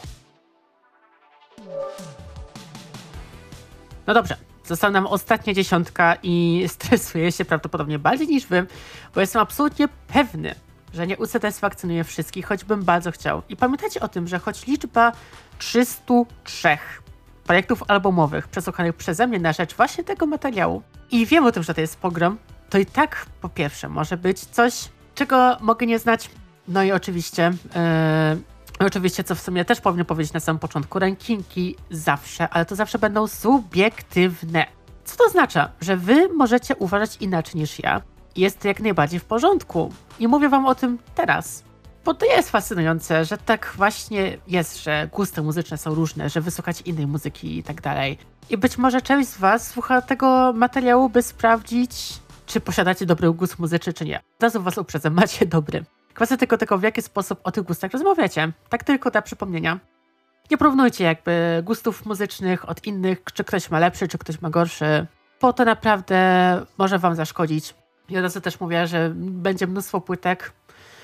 No dobrze, została nam ostatnia dziesiątka i stresuję się prawdopodobnie bardziej niż wy, bo jestem absolutnie pewny, że nie usatysfakcjonuje wszystkich, choćbym bardzo chciał. I pamiętajcie o tym, że choć liczba trzysta trzy projektów albumowych przesłuchanych przeze mnie na rzecz właśnie tego materiału i wiem o tym, że to jest pogrom, to i tak po pierwsze może być coś, czego mogę nie znać. No i oczywiście, yy, oczywiście, co w sumie też powinno powiedzieć na samym początku, rankingi zawsze, ale to zawsze będą subiektywne. Co to oznacza? Że wy możecie uważać inaczej niż ja. Jest to jak najbardziej w porządku. I mówię wam o tym teraz. Bo to jest fascynujące, że tak właśnie jest, że gusty muzyczne są różne, że wysłuchacie innej muzyki i tak dalej. I być może część z was słucha tego materiału, by sprawdzić, czy posiadacie dobry gust muzyczny, czy nie. Od razu was uprzedzam, macie dobry. Kwestia tylko tego, w jaki sposób o tych gustach rozmawiacie. Tak tylko dla przypomnienia. Nie porównujcie jakby gustów muzycznych od innych, czy ktoś ma lepszy, czy ktoś ma gorszy, bo to naprawdę może wam zaszkodzić. I od razu też mówię, że będzie mnóstwo płytek,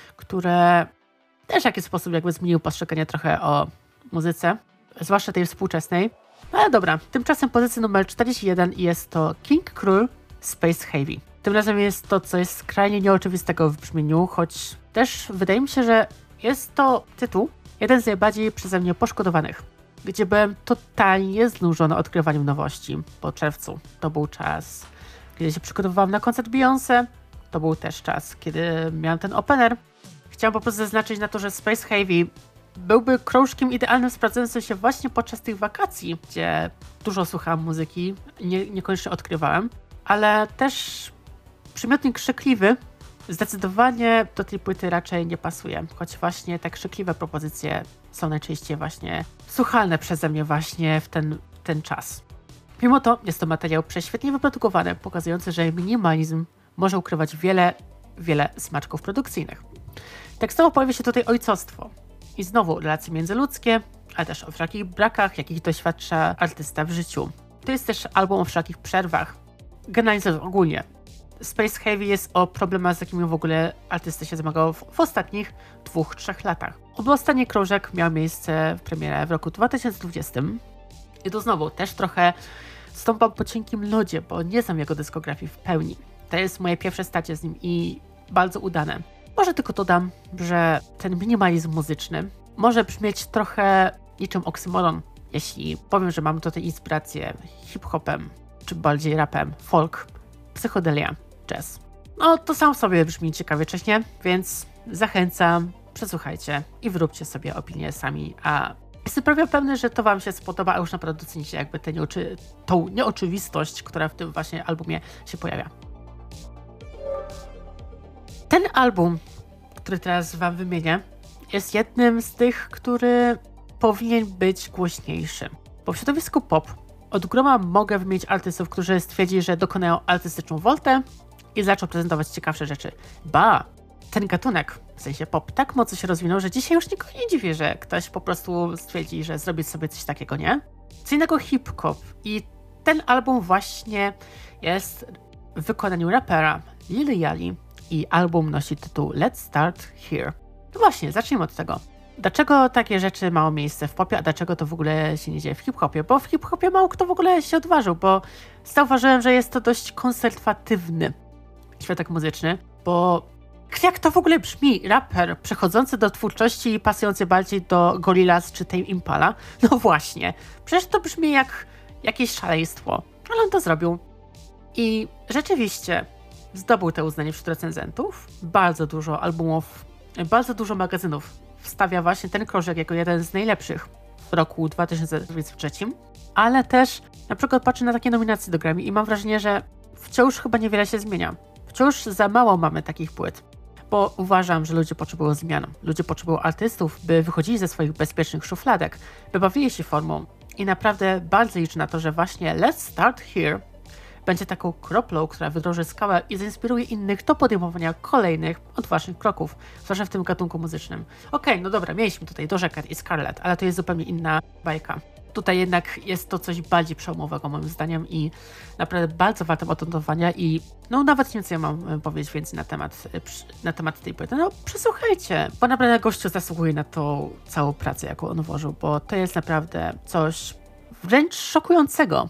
które też w jakiś sposób jakby zmieniły postrzeganie trochę o muzyce, zwłaszcza tej współczesnej. No ale dobra, tymczasem pozycja numer czterdzieści jeden i jest to King Krul Space Heavy. Tym razem jest to, co jest skrajnie nieoczywistego w brzmieniu, choć też wydaje mi się, że jest to tytuł, jeden z najbardziej przeze mnie poszkodowanych, gdzie byłem totalnie znużony odkrywaniem nowości po czerwcu. To był czas, kiedy się przygotowywałam na koncert Beyoncé, to był też czas, kiedy miałam ten opener. Chciałam po prostu zaznaczyć na to, że Space Heavy byłby krążkiem idealnym sprawdzającym się właśnie podczas tych wakacji, gdzie dużo słuchałam muzyki, nie, niekoniecznie odkrywałem, ale też przymiotnik krzykliwy zdecydowanie do tej płyty raczej nie pasuje, choć właśnie te krzykliwe propozycje są najczęściej właśnie słuchalne przeze mnie właśnie w ten, ten czas. Mimo to jest to materiał prześwietnie wyprodukowany, pokazujący, że minimalizm może ukrywać wiele, wiele smaczków produkcyjnych. Tekstowo pojawia się tutaj ojcostwo i znowu relacje międzyludzkie, ale też o wszelkich brakach, jakich doświadcza artysta w życiu. To jest też album o wszelkich przerwach. Generalizując ogólnie, Space Heavy jest o problemach, z jakimi w ogóle artysta się zmagał w, w ostatnich dwóch, trzech latach. Oby ostatni krążek miał miejsce w premierę w roku dwa tysiące dwudziestym. I to znowu też trochę stąpam po cienkim lodzie, bo nie znam jego dyskografii w pełni. To jest moje pierwsze starcie z nim i bardzo udane. Może tylko dodam, że ten minimalizm muzyczny może brzmieć trochę niczym oksymoron, jeśli powiem, że mam tutaj inspirację hip-hopem, czy bardziej rapem, folk, psychodelia, jazz. No to sam w sobie brzmi ciekawie, czy nie? Więc zachęcam, przesłuchajcie i wyróbcie sobie opinię sami, a jestem prawie pewny, że to wam się spodoba, a już naprawdę docenicie jakby tę nieoczy- tą nieoczywistość, która w tym właśnie albumie się pojawia. Ten album, który teraz wam wymienię, jest jednym z tych, który powinien być głośniejszy. Bo w środowisku pop od groma mogę wymienić artystów, którzy stwierdzili, że dokonają artystyczną woltę i zaczął prezentować ciekawsze rzeczy. Ba, ten gatunek, w sensie pop, tak mocno się rozwinął, że dzisiaj już nikogo nie dziwi, że ktoś po prostu stwierdzi, że zrobi sobie coś takiego, nie? Co innego hip-hop. I ten album właśnie jest w wykonaniu rapera Lil Yachty i album nosi tytuł Let's Start Here. No właśnie, zacznijmy od tego. Dlaczego takie rzeczy mają miejsce w popie, a dlaczego to w ogóle się nie dzieje w hip-hopie? Bo w hip-hopie mało kto w ogóle się odważył, bo zauważyłem, że jest to dość konserwatywny światek muzyczny, bo Jak to w ogóle brzmi? Raper przechodzący do twórczości i pasujący bardziej do Gorillaz czy Tame Impala? No właśnie, przecież to brzmi jak jakieś szaleństwo, ale on to zrobił. I rzeczywiście zdobył te uznanie wśród recenzentów. Bardzo dużo albumów, bardzo dużo magazynów wstawia właśnie ten krążek jako jeden z najlepszych w roku dwa tysiące dwudziestym trzecim, ale też na przykład patrzę na takie nominacje do Grammy i mam wrażenie, że wciąż chyba niewiele się zmienia. Wciąż za mało mamy takich płyt, bo uważam, że ludzie potrzebują zmian. Ludzie potrzebują artystów, by wychodzili ze swoich bezpiecznych szufladek, by bawili się formą i naprawdę bardzo liczę na to, że właśnie Let's Start Here będzie taką kroplą, która wydroży skałę i zainspiruje innych do podejmowania kolejnych, odważnych kroków, zwłaszcza w tym gatunku muzycznym. Okej, okay, no dobra, mieliśmy tutaj Doja Cat i Scarlett, ale to jest zupełnie inna bajka. Tutaj jednak jest to coś bardziej przełomowego moim zdaniem i naprawdę bardzo warte odnotowania i no nawet nie wiem, co ja mam powiedzieć więcej na temat, na temat tej płyty. No przesłuchajcie, bo naprawdę gościu zasługuje na tą całą pracę, jaką on włożył, bo to jest naprawdę coś wręcz szokującego.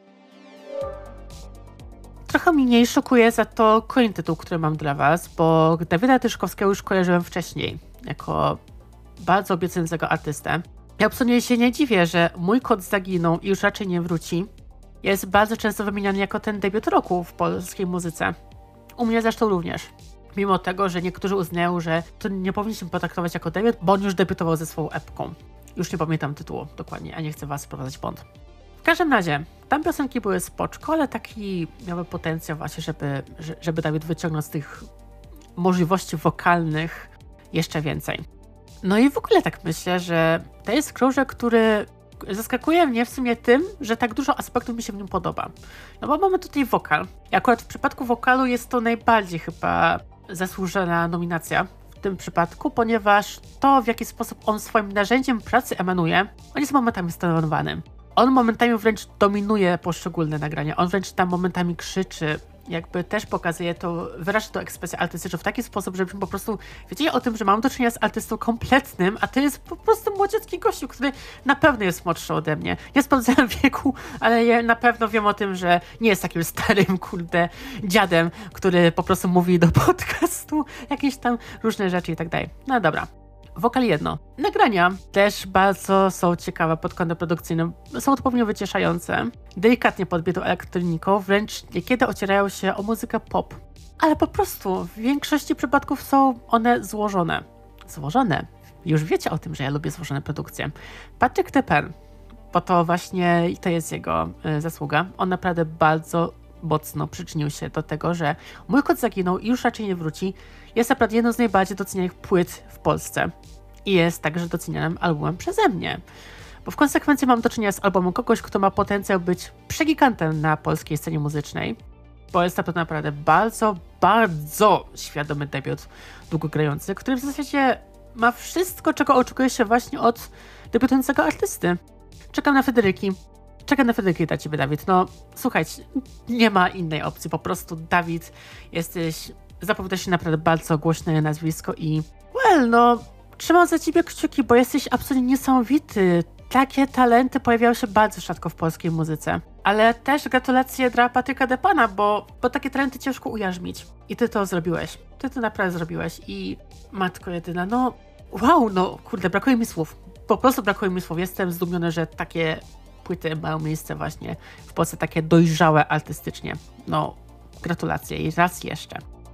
Trochę mniej szokuje za to kolejny tytuł, który mam dla was, bo Dawida Tyszkowskiego już kojarzyłem wcześniej jako bardzo obiecującego artystę. Ja absolutnie się nie dziwię, że Mój kot zaginął i już raczej nie wróci. Jest bardzo często wymieniany jako ten debiut roku w polskiej muzyce. U mnie zresztą również. Mimo tego, że niektórzy uznają, że to nie powinniśmy potraktować jako debiut, bo on już debiutował ze swoją epką. Już nie pamiętam tytułu dokładnie, a nie chcę was wprowadzać w błąd. W każdym razie, tam piosenki były spoczko, ale taki miały potencjał właśnie, żeby, żeby Dawid wyciągnął z tych możliwości wokalnych jeszcze więcej. No i w ogóle tak myślę, że to jest krążek, który zaskakuje mnie w sumie tym, że tak dużo aspektów mi się w nim podoba. No bo mamy tutaj wokal. I akurat w przypadku wokalu jest to najbardziej chyba zasłużona nominacja w tym przypadku, ponieważ to, w jaki sposób on swoim narzędziem pracy emanuje, on jest momentami stonowany. On momentami wręcz dominuje poszczególne nagrania, on wręcz tam momentami krzyczy, jakby też pokazuje to, wyraża to ekspresję artystyczną w taki sposób, żebyśmy po prostu wiedzieli o tym, że mamy do czynienia z artystą kompletnym, a to jest po prostu młodziutki gościu, który na pewno jest młodszy ode mnie. Nie sprawdzałem wieku, ale ja na pewno wiem o tym, że nie jest takim starym, kurde, dziadem, który po prostu mówi do podcastu jakieś tam różne rzeczy i tak dalej. No dobra. Wokal jedno. Nagrania też bardzo są ciekawe pod kątem produkcyjnym. Są odpowiednio wycieszające, delikatnie podbitą elektroniką, wręcz niekiedy ocierają się o muzykę pop. Ale po prostu w większości przypadków są one złożone. Złożone? Już wiecie o tym, że ja lubię złożone produkcje. Patrick Tepper, bo to właśnie to jest jego y, zasługa. On naprawdę bardzo mocno przyczynił się do tego, że Mój kot zaginął i już raczej nie wróci. Jest naprawdę jedną z najbardziej docenianych płyt w Polsce. I jest także docenianym albumem przeze mnie. Bo w konsekwencji mam do czynienia z albumem kogoś, kto ma potencjał być przegigantem na polskiej scenie muzycznej. Bo jest to naprawdę bardzo, bardzo świadomy debiut długogrający, który w zasadzie ma wszystko, czego oczekuje się właśnie od debiutującego artysty. Czekam na Federyki. Czekam na Federyki dla ciebie, Dawid. No, słuchajcie, nie ma innej opcji. Po prostu, Dawid, jesteś... Zapowiadasz się naprawdę bardzo głośne nazwisko i... Well, no... Trzymam za ciebie kciuki, bo jesteś absolutnie niesamowity. Takie talenty pojawiały się bardzo rzadko w polskiej muzyce. Ale też gratulacje dla Patryka Depana, bo, bo takie talenty ciężko ujarzmić. I ty to zrobiłeś. Ty to naprawdę zrobiłeś. I matko jedyna, no... Wow, no kurde, brakuje mi słów. Po prostu brakuje mi słów. Jestem zdumiony, że takie płyty mają miejsce właśnie w Polsce, takie dojrzałe artystycznie. No, gratulacje i raz jeszcze.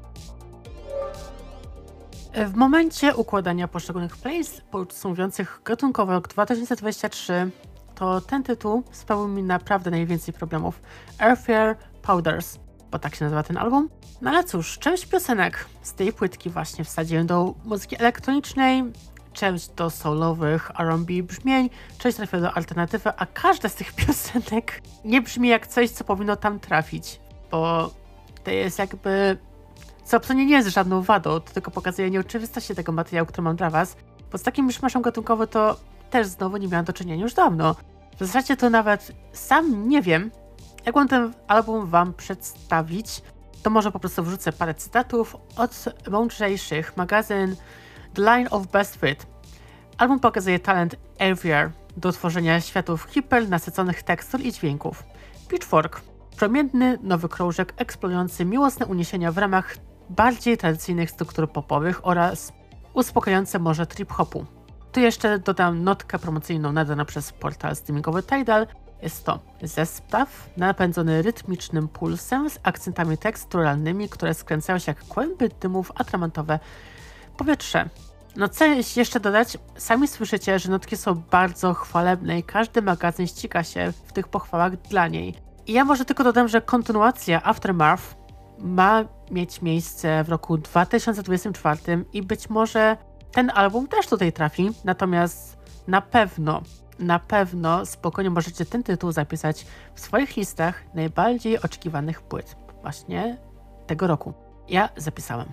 W momencie układania poszczególnych plays podsumowujących gatunkowo rok dwa tysiące dwudziesty trzeci, to ten tytuł sprawił mi naprawdę najwięcej problemów. Earthier Powders, bo tak się nazywa ten album. No ale cóż, część piosenek z tej płytki właśnie wsadziłem do muzyki elektronicznej, część do soulowych R and B brzmień, część trafiła do alternatywy, a każda z tych piosenek nie brzmi jak coś, co powinno tam trafić, bo to jest jakby... Co absolutnie nie jest żadną wadą, to tylko pokazuje nieoczywistości tego materiału, który mam dla was. Bo z takim miszmaszem gatunkowym to też znowu nie miałam do czynienia już dawno. W zasadzie to nawet sam nie wiem, jak mam ten album wam przedstawić, to może po prostu wrzucę parę cytatów od mądrzejszych. Magazyn The Line of Best Fit. Album pokazuje talent Earthier do tworzenia światów hipernasyconych tekstur i dźwięków. Pitchfork. Promienny, nowy krążek eksplorujący miłosne uniesienia w ramach bardziej tradycyjnych struktur popowych oraz uspokajające morze trip-hopu. Tu jeszcze dodam notkę promocyjną nadana przez portal streamingowy Tidal. Jest to zestaw napędzony rytmicznym pulsem z akcentami teksturalnymi, które skręcają się jak kłęby dymów atramantowe powietrze. No co jeszcze dodać? Sami słyszycie, że notki są bardzo chwalebne i każdy magazyn ściga się w tych pochwałach dla niej. I ja może tylko dodam, że kontynuacja Aftermath ma mieć miejsce w roku dwa tysiące dwudziestym czwartym i być może ten album też tutaj trafi, natomiast na pewno, na pewno spokojnie możecie ten tytuł zapisać w swoich listach najbardziej oczekiwanych płyt właśnie tego roku. Ja zapisałem.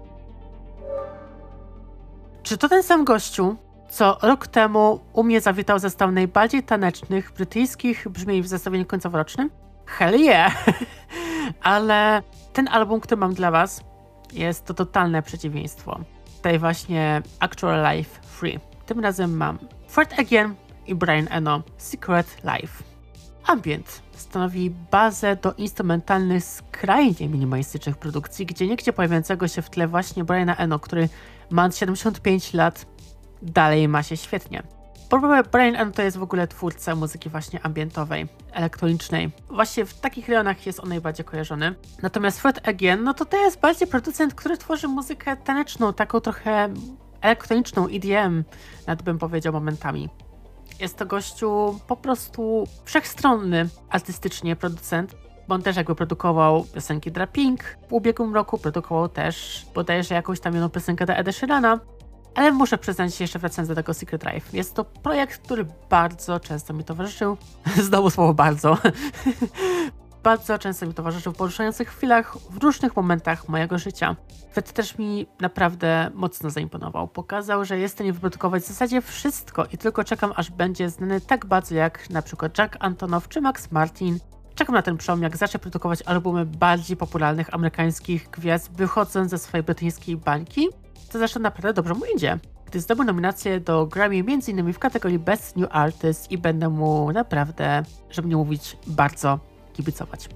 Czy to ten sam gościu, co rok temu u mnie zawitał zestaw najbardziej tanecznych brytyjskich brzmień w zestawieniu końcoworocznym? Hell yeah! Ale ten album, który mam dla was, jest to totalne przeciwieństwo. Tutaj właśnie Actual Life Free. Tym razem mam Fred Again i Brian Eno Secret Life. Ambient stanowi bazę do instrumentalnych, skrajnie minimalistycznych produkcji, gdzie niegdzie pojawiającego się w tle właśnie Briana Eno, który ma siedemdziesiąt pięć lat, dalej ma się świetnie. Brian Eno to jest w ogóle twórca muzyki właśnie ambientowej, elektronicznej. Właśnie w takich rejonach jest on najbardziej kojarzony. Natomiast Fred Again, no to to jest bardziej producent, który tworzy muzykę taneczną, taką trochę elektroniczną, E D M, nawet bym powiedział momentami. Jest to gościu po prostu wszechstronny artystycznie producent, bo on też jakby produkował piosenki dla Pink w ubiegłym roku, produkował też bodajże jakąś tam jedną piosenkę dla Eda Sheerana, ale muszę przyznać się jeszcze wracając do tego Secret Life. Jest to projekt, który bardzo często mi towarzyszył, znowu słowo bardzo, bardzo często mi towarzyszył w poruszających chwilach, w różnych momentach mojego życia. Fred też mi naprawdę mocno zaimponował. Pokazał, że jest w stanie wyprodukować w zasadzie wszystko i tylko czekam, aż będzie znany tak bardzo jak na przykład Jack Antonoff czy Max Martin. Czekam na ten przełom, jak zacznie produkować albumy bardziej popularnych amerykańskich gwiazd, wychodząc ze swojej brytyjskiej bańki. To zresztą naprawdę dobrze mu idzie, gdy zdobył nominację do Grammy m.in. w kategorii Best New Artist i będę mu naprawdę, żeby nie mówić, bardzo kibicować.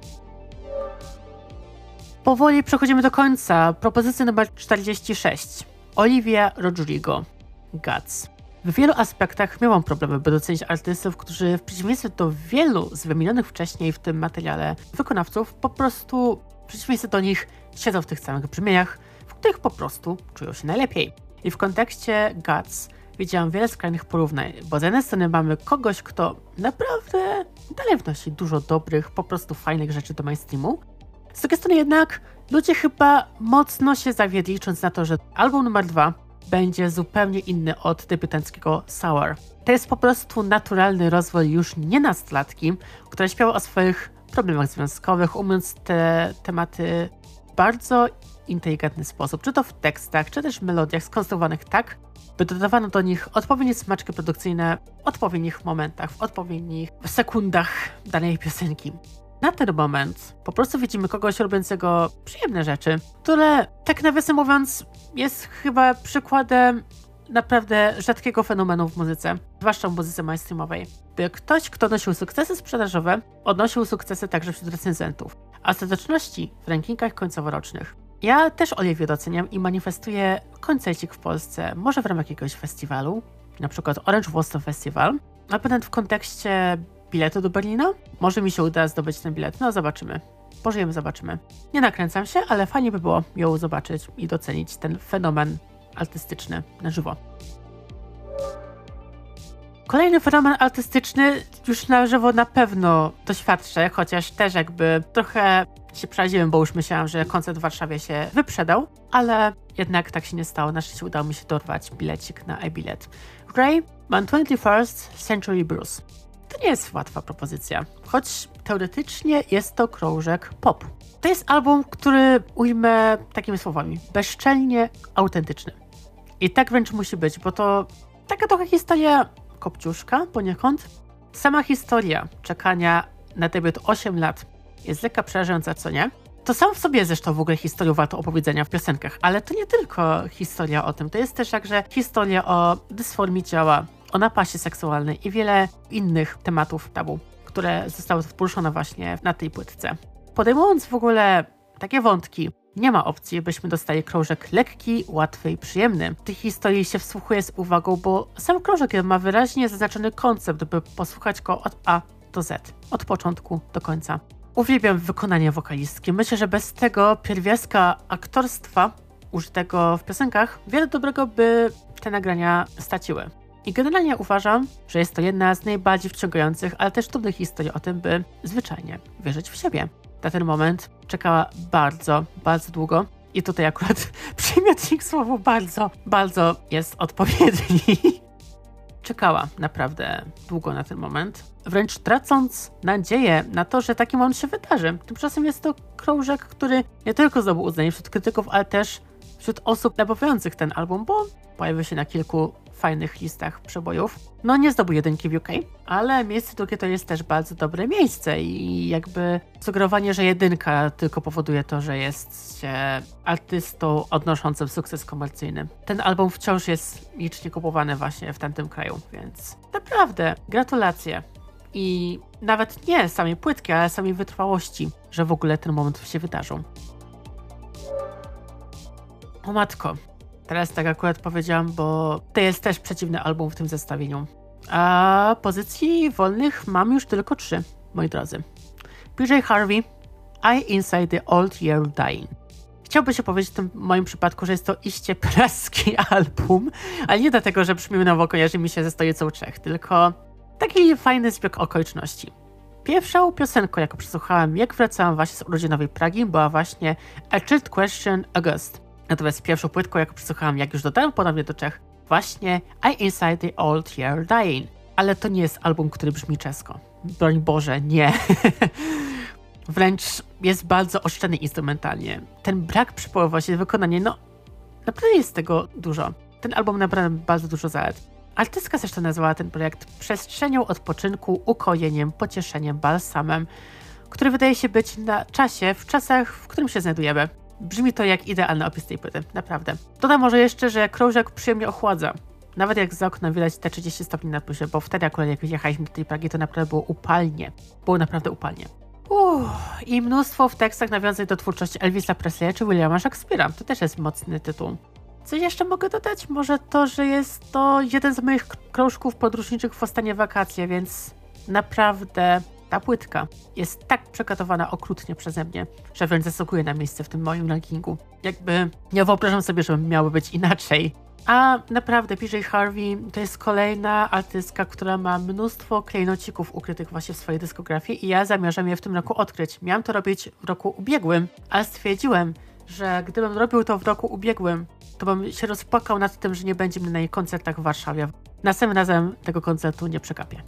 Powoli przechodzimy do końca. Propozycja numer czterdzieści sześć. Olivia Rodrigo. Guts. W wielu aspektach miałam problemy, by docenić artystów, którzy w przeciwieństwie do wielu z wymienionych wcześniej w tym materiale wykonawców, po prostu w przeciwieństwie do nich siedzą w tych samych brzmieniach, w których po prostu czują się najlepiej. I w kontekście Guts widziałam wiele skrajnych porównań, bo z jednej strony mamy kogoś, kto naprawdę dalej wnosi dużo dobrych, po prostu fajnych rzeczy do mainstreamu. Z drugiej strony jednak ludzie chyba mocno się zawiedli, licząc na to, że album numer dwa będzie zupełnie inny od debiutanckiego Sour. To jest po prostu naturalny rozwój już nie nastolatki, która śpiewa o swoich problemach związkowych, umiejąc te tematy w bardzo inteligentny sposób, czy to w tekstach, czy też melodiach skonstruowanych tak, by dodawano do nich odpowiednie smaczki produkcyjne w odpowiednich momentach, w odpowiednich sekundach danej piosenki. Na ten moment po prostu widzimy kogoś robiącego przyjemne rzeczy, które, tak nawiasem mówiąc, jest chyba przykładem naprawdę rzadkiego fenomenu w muzyce, zwłaszcza w muzyce mainstreamowej. By ktoś, kto nosił sukcesy sprzedażowe, odnosił sukcesy także wśród recenzentów, a ostateczności w rankingach końcoworocznych. Ja też Oliwię doceniam i manifestuję koncercik w Polsce, może w ramach jakiegoś festiwalu, na przykład Orange Warsaw Festival, a potem w kontekście biletu do Berlina. Może mi się uda zdobyć ten bilet, no zobaczymy. Pożyjemy, zobaczymy. Nie nakręcam się, ale fajnie by było ją zobaczyć i docenić ten fenomen artystyczny na żywo. Kolejny fenomen artystyczny już na żywo na pewno doświadczę, chociaż też jakby trochę się przeraziłem, bo już myślałam, że koncert w Warszawie się wyprzedał, ale jednak tak się nie stało. Na szczęście udało mi się dorwać bilecik na e-bilet. Grey ma twenty-first Century Blues. To nie jest łatwa propozycja, choć teoretycznie jest to krążek pop. To jest album, który ujmę takimi słowami, bezczelnie autentyczny. I tak wręcz musi być, bo to taka trochę historia kopciuszka poniekąd. Sama historia czekania na debiut osiem lat jest lekka przerażająca, co nie? To sam w sobie jest zresztą w ogóle historią warto opowiedzenia w piosenkach, ale to nie tylko historia o tym, to jest też także historia o dysformii ciała, o napaści seksualnej i wiele innych tematów tabu, które zostały poruszone właśnie na tej płytce. Podejmując w ogóle takie wątki, Nie ma opcji, byśmy dostali krążek lekki, łatwy i przyjemny. W tej historii się wsłuchuję z uwagą, bo sam krążek ma wyraźnie zaznaczony koncept, by posłuchać go od A do Z, od początku do końca. Uwielbiam wykonanie wokalistki. Myślę, że bez tego pierwiastka aktorstwa użytego w piosenkach wiele dobrego by te nagrania straciły. I generalnie uważam, że jest to jedna z najbardziej wciągających, ale też trudnych historii o tym, by zwyczajnie wierzyć w siebie. Na ten moment czekała bardzo, bardzo długo i tutaj akurat przymiotnik słowo bardzo, bardzo jest odpowiedni. Czekała naprawdę długo na ten moment, wręcz tracąc nadzieję na to, że taki moment się wydarzy. Tymczasem jest to krążek, który nie tylko zdobył uznanie wśród krytyków, ale też wśród osób nabawiających ten album, bo pojawił się na kilku fajnych listach przebojów. No nie zdobył jedynki w U K, ale miejsce drugie to jest też bardzo dobre miejsce i jakby sugerowanie, że jedynka tylko powoduje to, że jest się artystą odnoszącym sukces komercyjny. Ten album wciąż jest licznie kupowany właśnie w tamtym kraju, więc naprawdę gratulacje. I nawet nie samej płytki, ale samej wytrwałości, że w ogóle ten moment się wydarzył. O matko. Teraz tak akurat powiedziałam, bo to jest też przeciwny album w tym zestawieniu. A pozycji wolnych mam już tylko trzy, moi drodzy. P J Harvey, I Inside the Old Year Dying. Chciałbym się powiedzieć w tym moim przypadku, że jest to iście praski album, ale nie dlatego, że brzmi nowo kojarzy mi się ze stolicą Czech, tylko taki fajny zbieg okoliczności. Pierwszą piosenką, jaką przesłuchałem, jak wracałam właśnie z urodzinowej Pragi, była właśnie A Trick Question August. Natomiast pierwszą płytką, jaką przesłuchałam, jak już dodałem ponownie do Czech, właśnie I Inside the Old Year Dying. Ale to nie jest album, który brzmi czesko. Broń Boże, nie. Wręcz jest bardzo oszczędny instrumentalnie. Ten brak przypływowości, wykonanie, no naprawdę jest tego dużo. Ten album naprawdę bardzo dużo zalet. Artystka zresztą nazwała ten projekt przestrzenią odpoczynku, ukojeniem, pocieszeniem, balsamem, który wydaje się być na czasie, w czasach, w którym się znajdujemy. Brzmi to jak idealny opis tej płyty, naprawdę. Dodam może jeszcze, że krążek przyjemnie ochładza. Nawet jak z okna widać te trzydzieści stopni na plusie, bo wtedy akurat jak jechaliśmy do tej Pragi, to naprawdę było upalnie. Było naprawdę upalnie. Uff, i mnóstwo w tekstach nawiązań do twórczości Elvisa Presleya czy Williama Shakespeare'a. To też jest mocny tytuł. Co jeszcze mogę dodać? Może to, że jest to jeden z moich krążków podróżniczych w ostatnie wakacje, więc naprawdę ta płytka jest tak przekatowana okrutnie przeze mnie, że wręcz zasługuje na miejsce w tym moim rankingu. Jakby nie wyobrażam sobie, żeby miało być inaczej. A naprawdę P J Harvey to jest kolejna artystka, która ma mnóstwo klejnocików ukrytych właśnie w swojej dyskografii i ja zamierzam je w tym roku odkryć. Miałam to robić w roku ubiegłym, ale stwierdziłem, że gdybym robił to w roku ubiegłym, to bym się rozpłakał nad tym, że nie będzie mnie na jej koncertach w Warszawie. Następnym razem tego koncertu nie przegapię.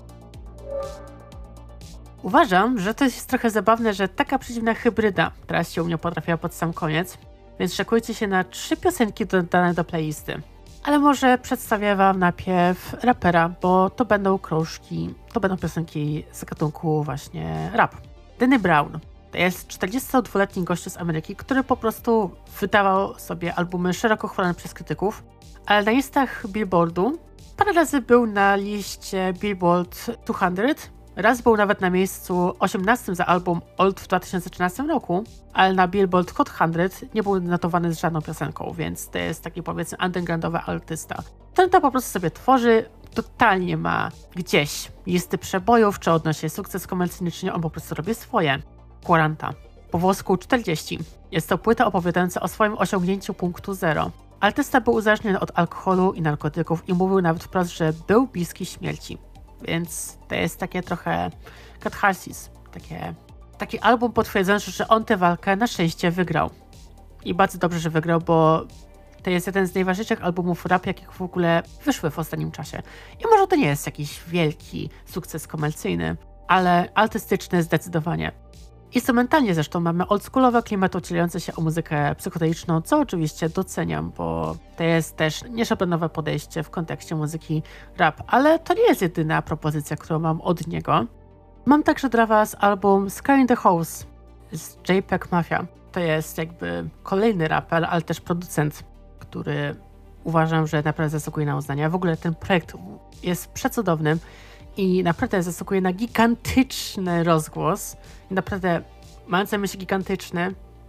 Uważam, że to jest trochę zabawne, że taka przeciwna hybryda teraz się u mnie potrafiła pod sam koniec, więc szykujcie się na trzy piosenki dodane do playlisty. Ale może przedstawię wam najpierw rapera, bo to będą krążki, to będą piosenki z gatunku właśnie rap. Danny Brown to jest czterdziestodwuletni gościu z Ameryki, który po prostu wydawał sobie albumy szeroko chwalone przez krytyków, ale na listach Billboardu parę razy był na liście Billboard dwieście. Raz był nawet na miejscu osiemnastym za album Old w dwa tysiące trzynastym roku, ale na Billboard Hot sto nie był notowany z żadną piosenką, więc to jest taki powiedzmy undergroundowy artysta. Ten to po prostu sobie tworzy, totalnie ma gdzieś listy przebojów, czy odnosi sukces komercyjny, czy nie, on po prostu robi swoje. czterdzieści, po włosku czterdzieści. Jest to płyta opowiadająca o swoim osiągnięciu punktu zero. Artysta był uzależniony od alkoholu i narkotyków i mówił nawet wprost, że był bliski śmierci. Więc to jest takie trochę katharsis, takie, taki album potwierdzający, że on tę walkę na szczęście wygrał. I bardzo dobrze, że wygrał, bo to jest jeden z najważniejszych albumów rap, jakich w ogóle wyszły w ostatnim czasie. I może to nie jest jakiś wielki sukces komercyjny, ale artystyczny zdecydowanie. Instrumentalnie zresztą mamy oldschoolowe klimaty ucielające się o muzykę psychodeliczną, co oczywiście doceniam, bo to jest też nieszablonowe podejście w kontekście muzyki rap, ale to nie jest jedyna propozycja, którą mam od niego. Mam także dla was album Sky in the House z JPEG Mafia. To jest jakby kolejny raper, ale też producent, który uważam, że naprawdę zasługuje na uznanie. W ogóle ten projekt jest przecudowny i naprawdę zasługuje na gigantyczny rozgłos. Naprawdę, mając na myśli gigantyczny,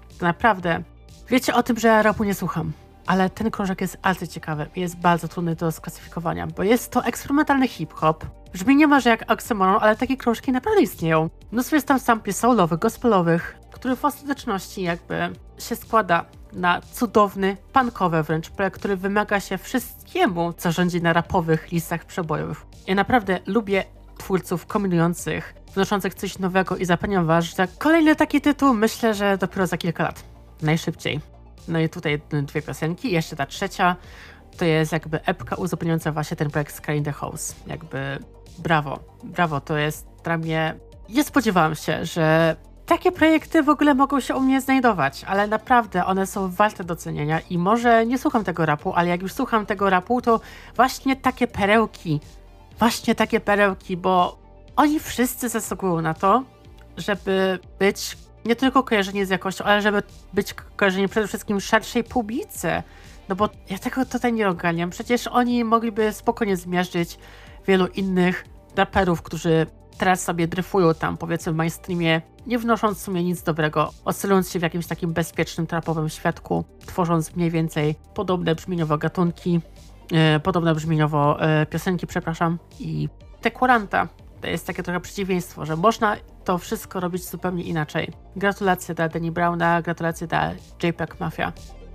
to naprawdę wiecie o tym, że ja rapu nie słucham. Ale ten krążek jest bardzo ciekawy i jest bardzo trudny do sklasyfikowania, bo jest to eksperymentalny hip-hop. Brzmi niemalże jak oksymoron, ale takie krążki naprawdę istnieją. Mnóstwo jest tam sampli soulowych, gospelowych, który w ostateczności jakby się składa na cudowny, punkowy wręcz projekt, który wymaga się wszystkiemu, co rządzi na rapowych listach przebojów. Ja naprawdę lubię twórców kombinujących, wnoszących coś nowego i zapewniam was, że kolejny taki tytuł myślę, że dopiero za kilka lat. Najszybciej. No i tutaj dwie piosenki, jeszcze ta trzecia to jest jakby epka uzupełniająca właśnie ten projekt Sky in the House. Jakby brawo, brawo, to jest dla mnie... Nie spodziewałam się, że takie projekty w ogóle mogą się u mnie znajdować, ale naprawdę one są warte docenienia i może nie słucham tego rapu, ale jak już słucham tego rapu, to właśnie takie perełki, właśnie takie perełki, bo oni wszyscy zasługują na to, żeby być nie tylko kojarzeni z jakością, ale żeby być kojarzeni przede wszystkim szerszej publice. No bo ja tego tutaj nie ogarniam. Przecież oni mogliby spokojnie zmiażdżyć wielu innych raperów, którzy teraz sobie dryfują tam, powiedzmy, w mainstreamie, nie wnosząc w sumie nic dobrego, oscylując się w jakimś takim bezpiecznym, trapowym świadku, tworząc mniej więcej podobne brzmieniowo gatunki, e, podobne brzmieniowo e, piosenki, przepraszam. I te Quaranta to jest takie trochę przeciwieństwo, że można to wszystko robić zupełnie inaczej. Gratulacje dla Danny Browna, gratulacje dla JPEG Mafia.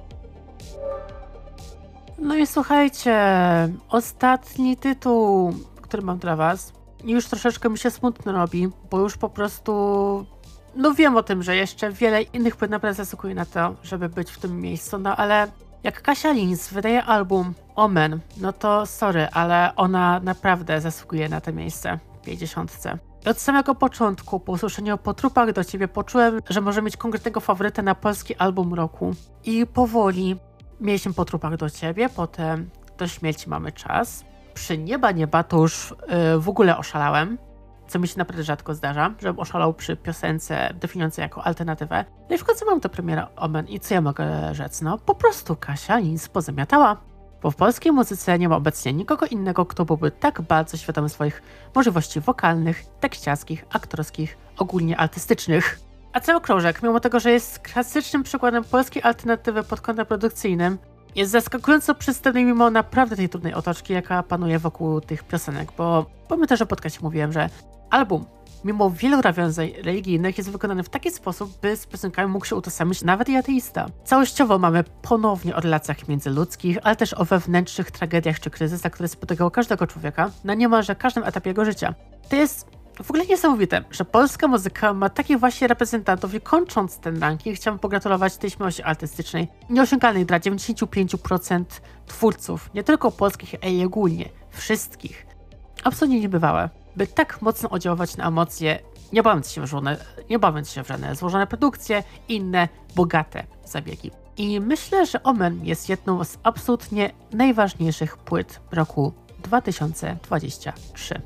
No i słuchajcie, ostatni tytuł, który mam dla was. Już troszeczkę mi się smutno robi, bo już po prostu... No wiem o tym, że jeszcze wiele innych płyt naprawdę zasługuje na to, żeby być w tym miejscu, no ale jak Kasia Lins wydaje album Omen, no to sorry, ale ona naprawdę zasługuje na to miejsce w pięćdziesiątce. I od samego początku, po usłyszeniu Po trupach do ciebie, poczułem, że może mieć konkretnego faworyta na polski album roku. I powoli mieliśmy Po trupach do ciebie, potem Do śmierci mamy czas. Przy Nieba Nieba to już yy, w ogóle oszalałem, co mi się naprawdę rzadko zdarza, żebym oszalał przy piosence definiującej jako alternatywę. No i w końcu mam tę premierę Omen i co ja mogę rzec? No po prostu Kasia Lins pozamiatała. Bo w polskiej muzyce nie ma obecnie nikogo innego, kto byłby tak bardzo świadomy swoich możliwości wokalnych, tekściarskich, aktorskich, ogólnie artystycznych. A cały krążek, mimo tego, że jest klasycznym przykładem polskiej alternatywy pod kątem produkcyjnym, jest zaskakująco przystępny mimo naprawdę tej trudnej otoczki, jaka panuje wokół tych piosenek, bo pamiętam, że w podcaście mówiłem, że album, mimo wielu nawiązań religijnych, jest wykonany w taki sposób, by z piosenkami mógł się utożsamić nawet i ateista. Całościowo mamy ponownie o relacjach międzyludzkich, ale też o wewnętrznych tragediach czy kryzysach, które spotykały każdego człowieka na niemalże każdym etapie jego życia. To jest w ogóle niesamowite, że polska muzyka ma takich właśnie reprezentantów i kończąc ten ranking chciałam pogratulować tej śmiałości artystycznej, nieosiągalnej dla dziewięćdziesiąt pięć procent twórców, nie tylko polskich, ale i ogólnie wszystkich. Absolutnie niebywałe, by tak mocno oddziaływać na emocje, nie bawiąc się w żadne, nie bawiąc się w żadne złożone produkcje i inne bogate zabiegi. I myślę, że Omen jest jedną z absolutnie najważniejszych płyt roku dwa tysiące dwudziestego trzeciego.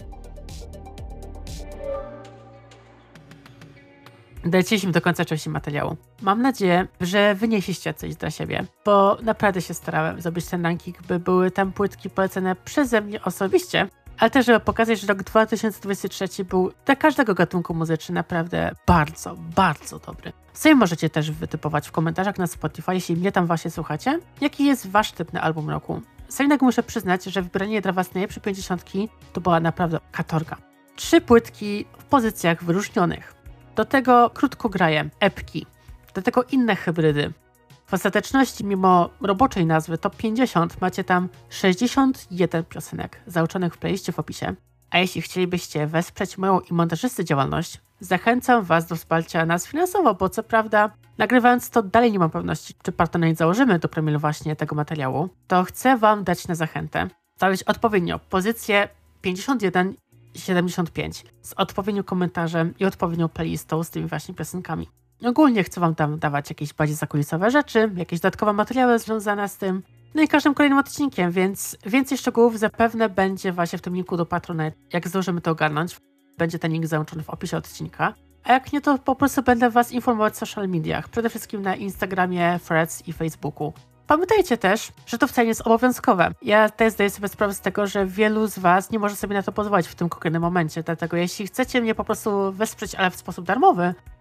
Doleciliśmy do końca części materiału. Mam nadzieję, że wynieśliście coś dla siebie, bo naprawdę się starałem zrobić ten ranking, by były tam płytki polecane przeze mnie osobiście, ale też, żeby pokazać, że rok dwa tysiące dwudziesty trzeci był dla każdego gatunku muzycznego naprawdę bardzo, bardzo dobry. Sobie możecie też wytypować w komentarzach na Spotify, jeśli mnie tam właśnie słuchacie, jaki jest wasz typ na album roku. Sam jednak muszę przyznać, że wybranie dla was najlepszej pięćdziesiątki to była naprawdę katorga. Trzy płytki w pozycjach wyróżnionych. Do tego krótkograje, epki, do tego inne hybrydy. W ostateczności, mimo roboczej nazwy Top pięćdziesiąt, macie tam sześćdziesiąt jeden piosenek załączonych w playliście w opisie. A jeśli chcielibyście wesprzeć moją i montażysty działalność, zachęcam was do wsparcia nas finansowo, bo co prawda, nagrywając to dalej nie mam pewności, czy Patronite założymy do premiery właśnie tego materiału, to chcę wam dać na zachętę stawiać odpowiednio pozycję pięćdziesiąt jeden siedemdziesiąt pięć z odpowiednim komentarzem i odpowiednią playlistą z tymi właśnie piosenkami. Ogólnie chcę wam tam dawać jakieś bardziej zakulisowe rzeczy, jakieś dodatkowe materiały związane z tym, no i każdym kolejnym odcinkiem, więc więcej szczegółów zapewne będzie właśnie w tym linku do Patronite. Jak zdążymy to ogarnąć, będzie ten link załączony w opisie odcinka, a jak nie, to po prostu będę was informować w social mediach, przede wszystkim na Instagramie, Threads i Facebooku. Pamiętajcie też, że to wcale nie jest obowiązkowe. Ja też zdaję sobie sprawę z tego, że wielu z was nie może sobie na to pozwolić w tym konkretnym momencie, dlatego jeśli chcecie mnie po prostu wesprzeć, ale w sposób darmowy,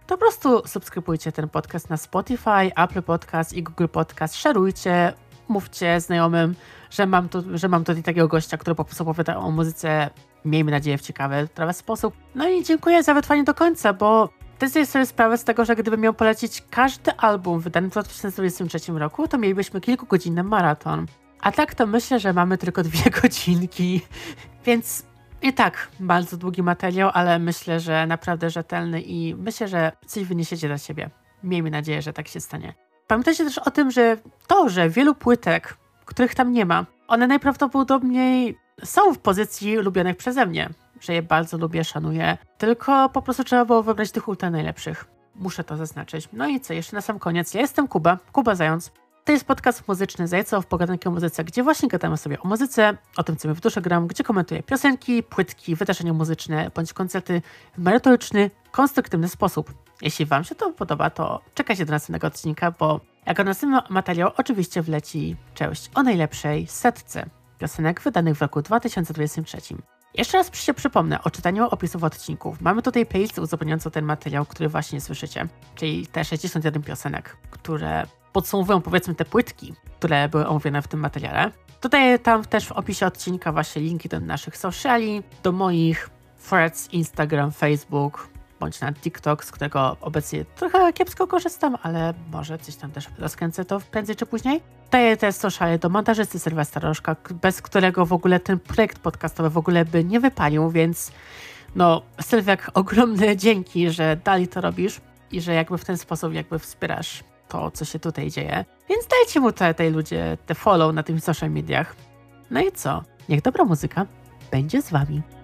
to po prostu subskrybujcie ten podcast na Spotify, Apple Podcast i Google Podcast, szerujcie, mówcie znajomym, że mam, tu, że mam tutaj takiego gościa, który po prostu opowiada o muzyce, miejmy nadzieję, w ciekawy dla was sposób. No i dziękuję za wytrwanie do końca, bo też zdaję sobie sprawę z tego, że gdybym miał polecić każdy album wydany w dwa tysiące dwudziestym trzecim roku, to mielibyśmy kilkugodzinny maraton. A tak to myślę, że mamy tylko dwie godzinki, więc i tak bardzo długi materiał, ale myślę, że naprawdę rzetelny i myślę, że coś wyniesiecie dla siebie. Miejmy nadzieję, że tak się stanie. Pamiętajcie też o tym, że to, że wielu płytek, których tam nie ma, one najprawdopodobniej są w pozycji ulubionych przeze mnie, że je bardzo lubię, szanuję, tylko po prostu trzeba było wybrać tych ultra najlepszych. Muszę to zaznaczyć. No i co, jeszcze na sam koniec, ja jestem Kuba, Kuba Zając. To jest podcast muzyczny Zajcow, pogadanki o muzyce, gdzie właśnie gadamy sobie o muzyce, o tym, co mi w duszę gram, gdzie komentuję piosenki, płytki, wydarzenia muzyczne bądź koncerty w merytoryczny, konstruktywny sposób. Jeśli wam się to podoba, to czekajcie do następnego odcinka, bo jako następny materiał oczywiście wleci część o najlepszej setce piosenek wydanych w roku dwa tysiące dwudziestym trzecim. Jeszcze raz się przypomnę o czytaniu opisów odcinków. Mamy tutaj playlist uzupełniający ten materiał, który właśnie słyszycie, czyli te sześćdziesiąt jeden piosenek, które podsumowują powiedzmy te płytki, które były omówione w tym materiale. Tutaj tam też w opisie odcinka właśnie linki do naszych sociali, do moich threads, Instagram, Facebook, bądź na TikTok, z którego obecnie trochę kiepsko korzystam, ale może coś tam też rozkręcę to prędzej czy później. Daję też sociale do montażysty Sylwestra Rożka, bez którego w ogóle ten projekt podcastowy w ogóle by nie wypalił, więc no Sylwiak, ogromne dzięki, że dalej to robisz i że jakby w ten sposób jakby wspierasz to, co się tutaj dzieje. Więc dajcie mu te, tej ludzie te follow na tych social mediach. No i co? Niech dobra muzyka będzie z wami.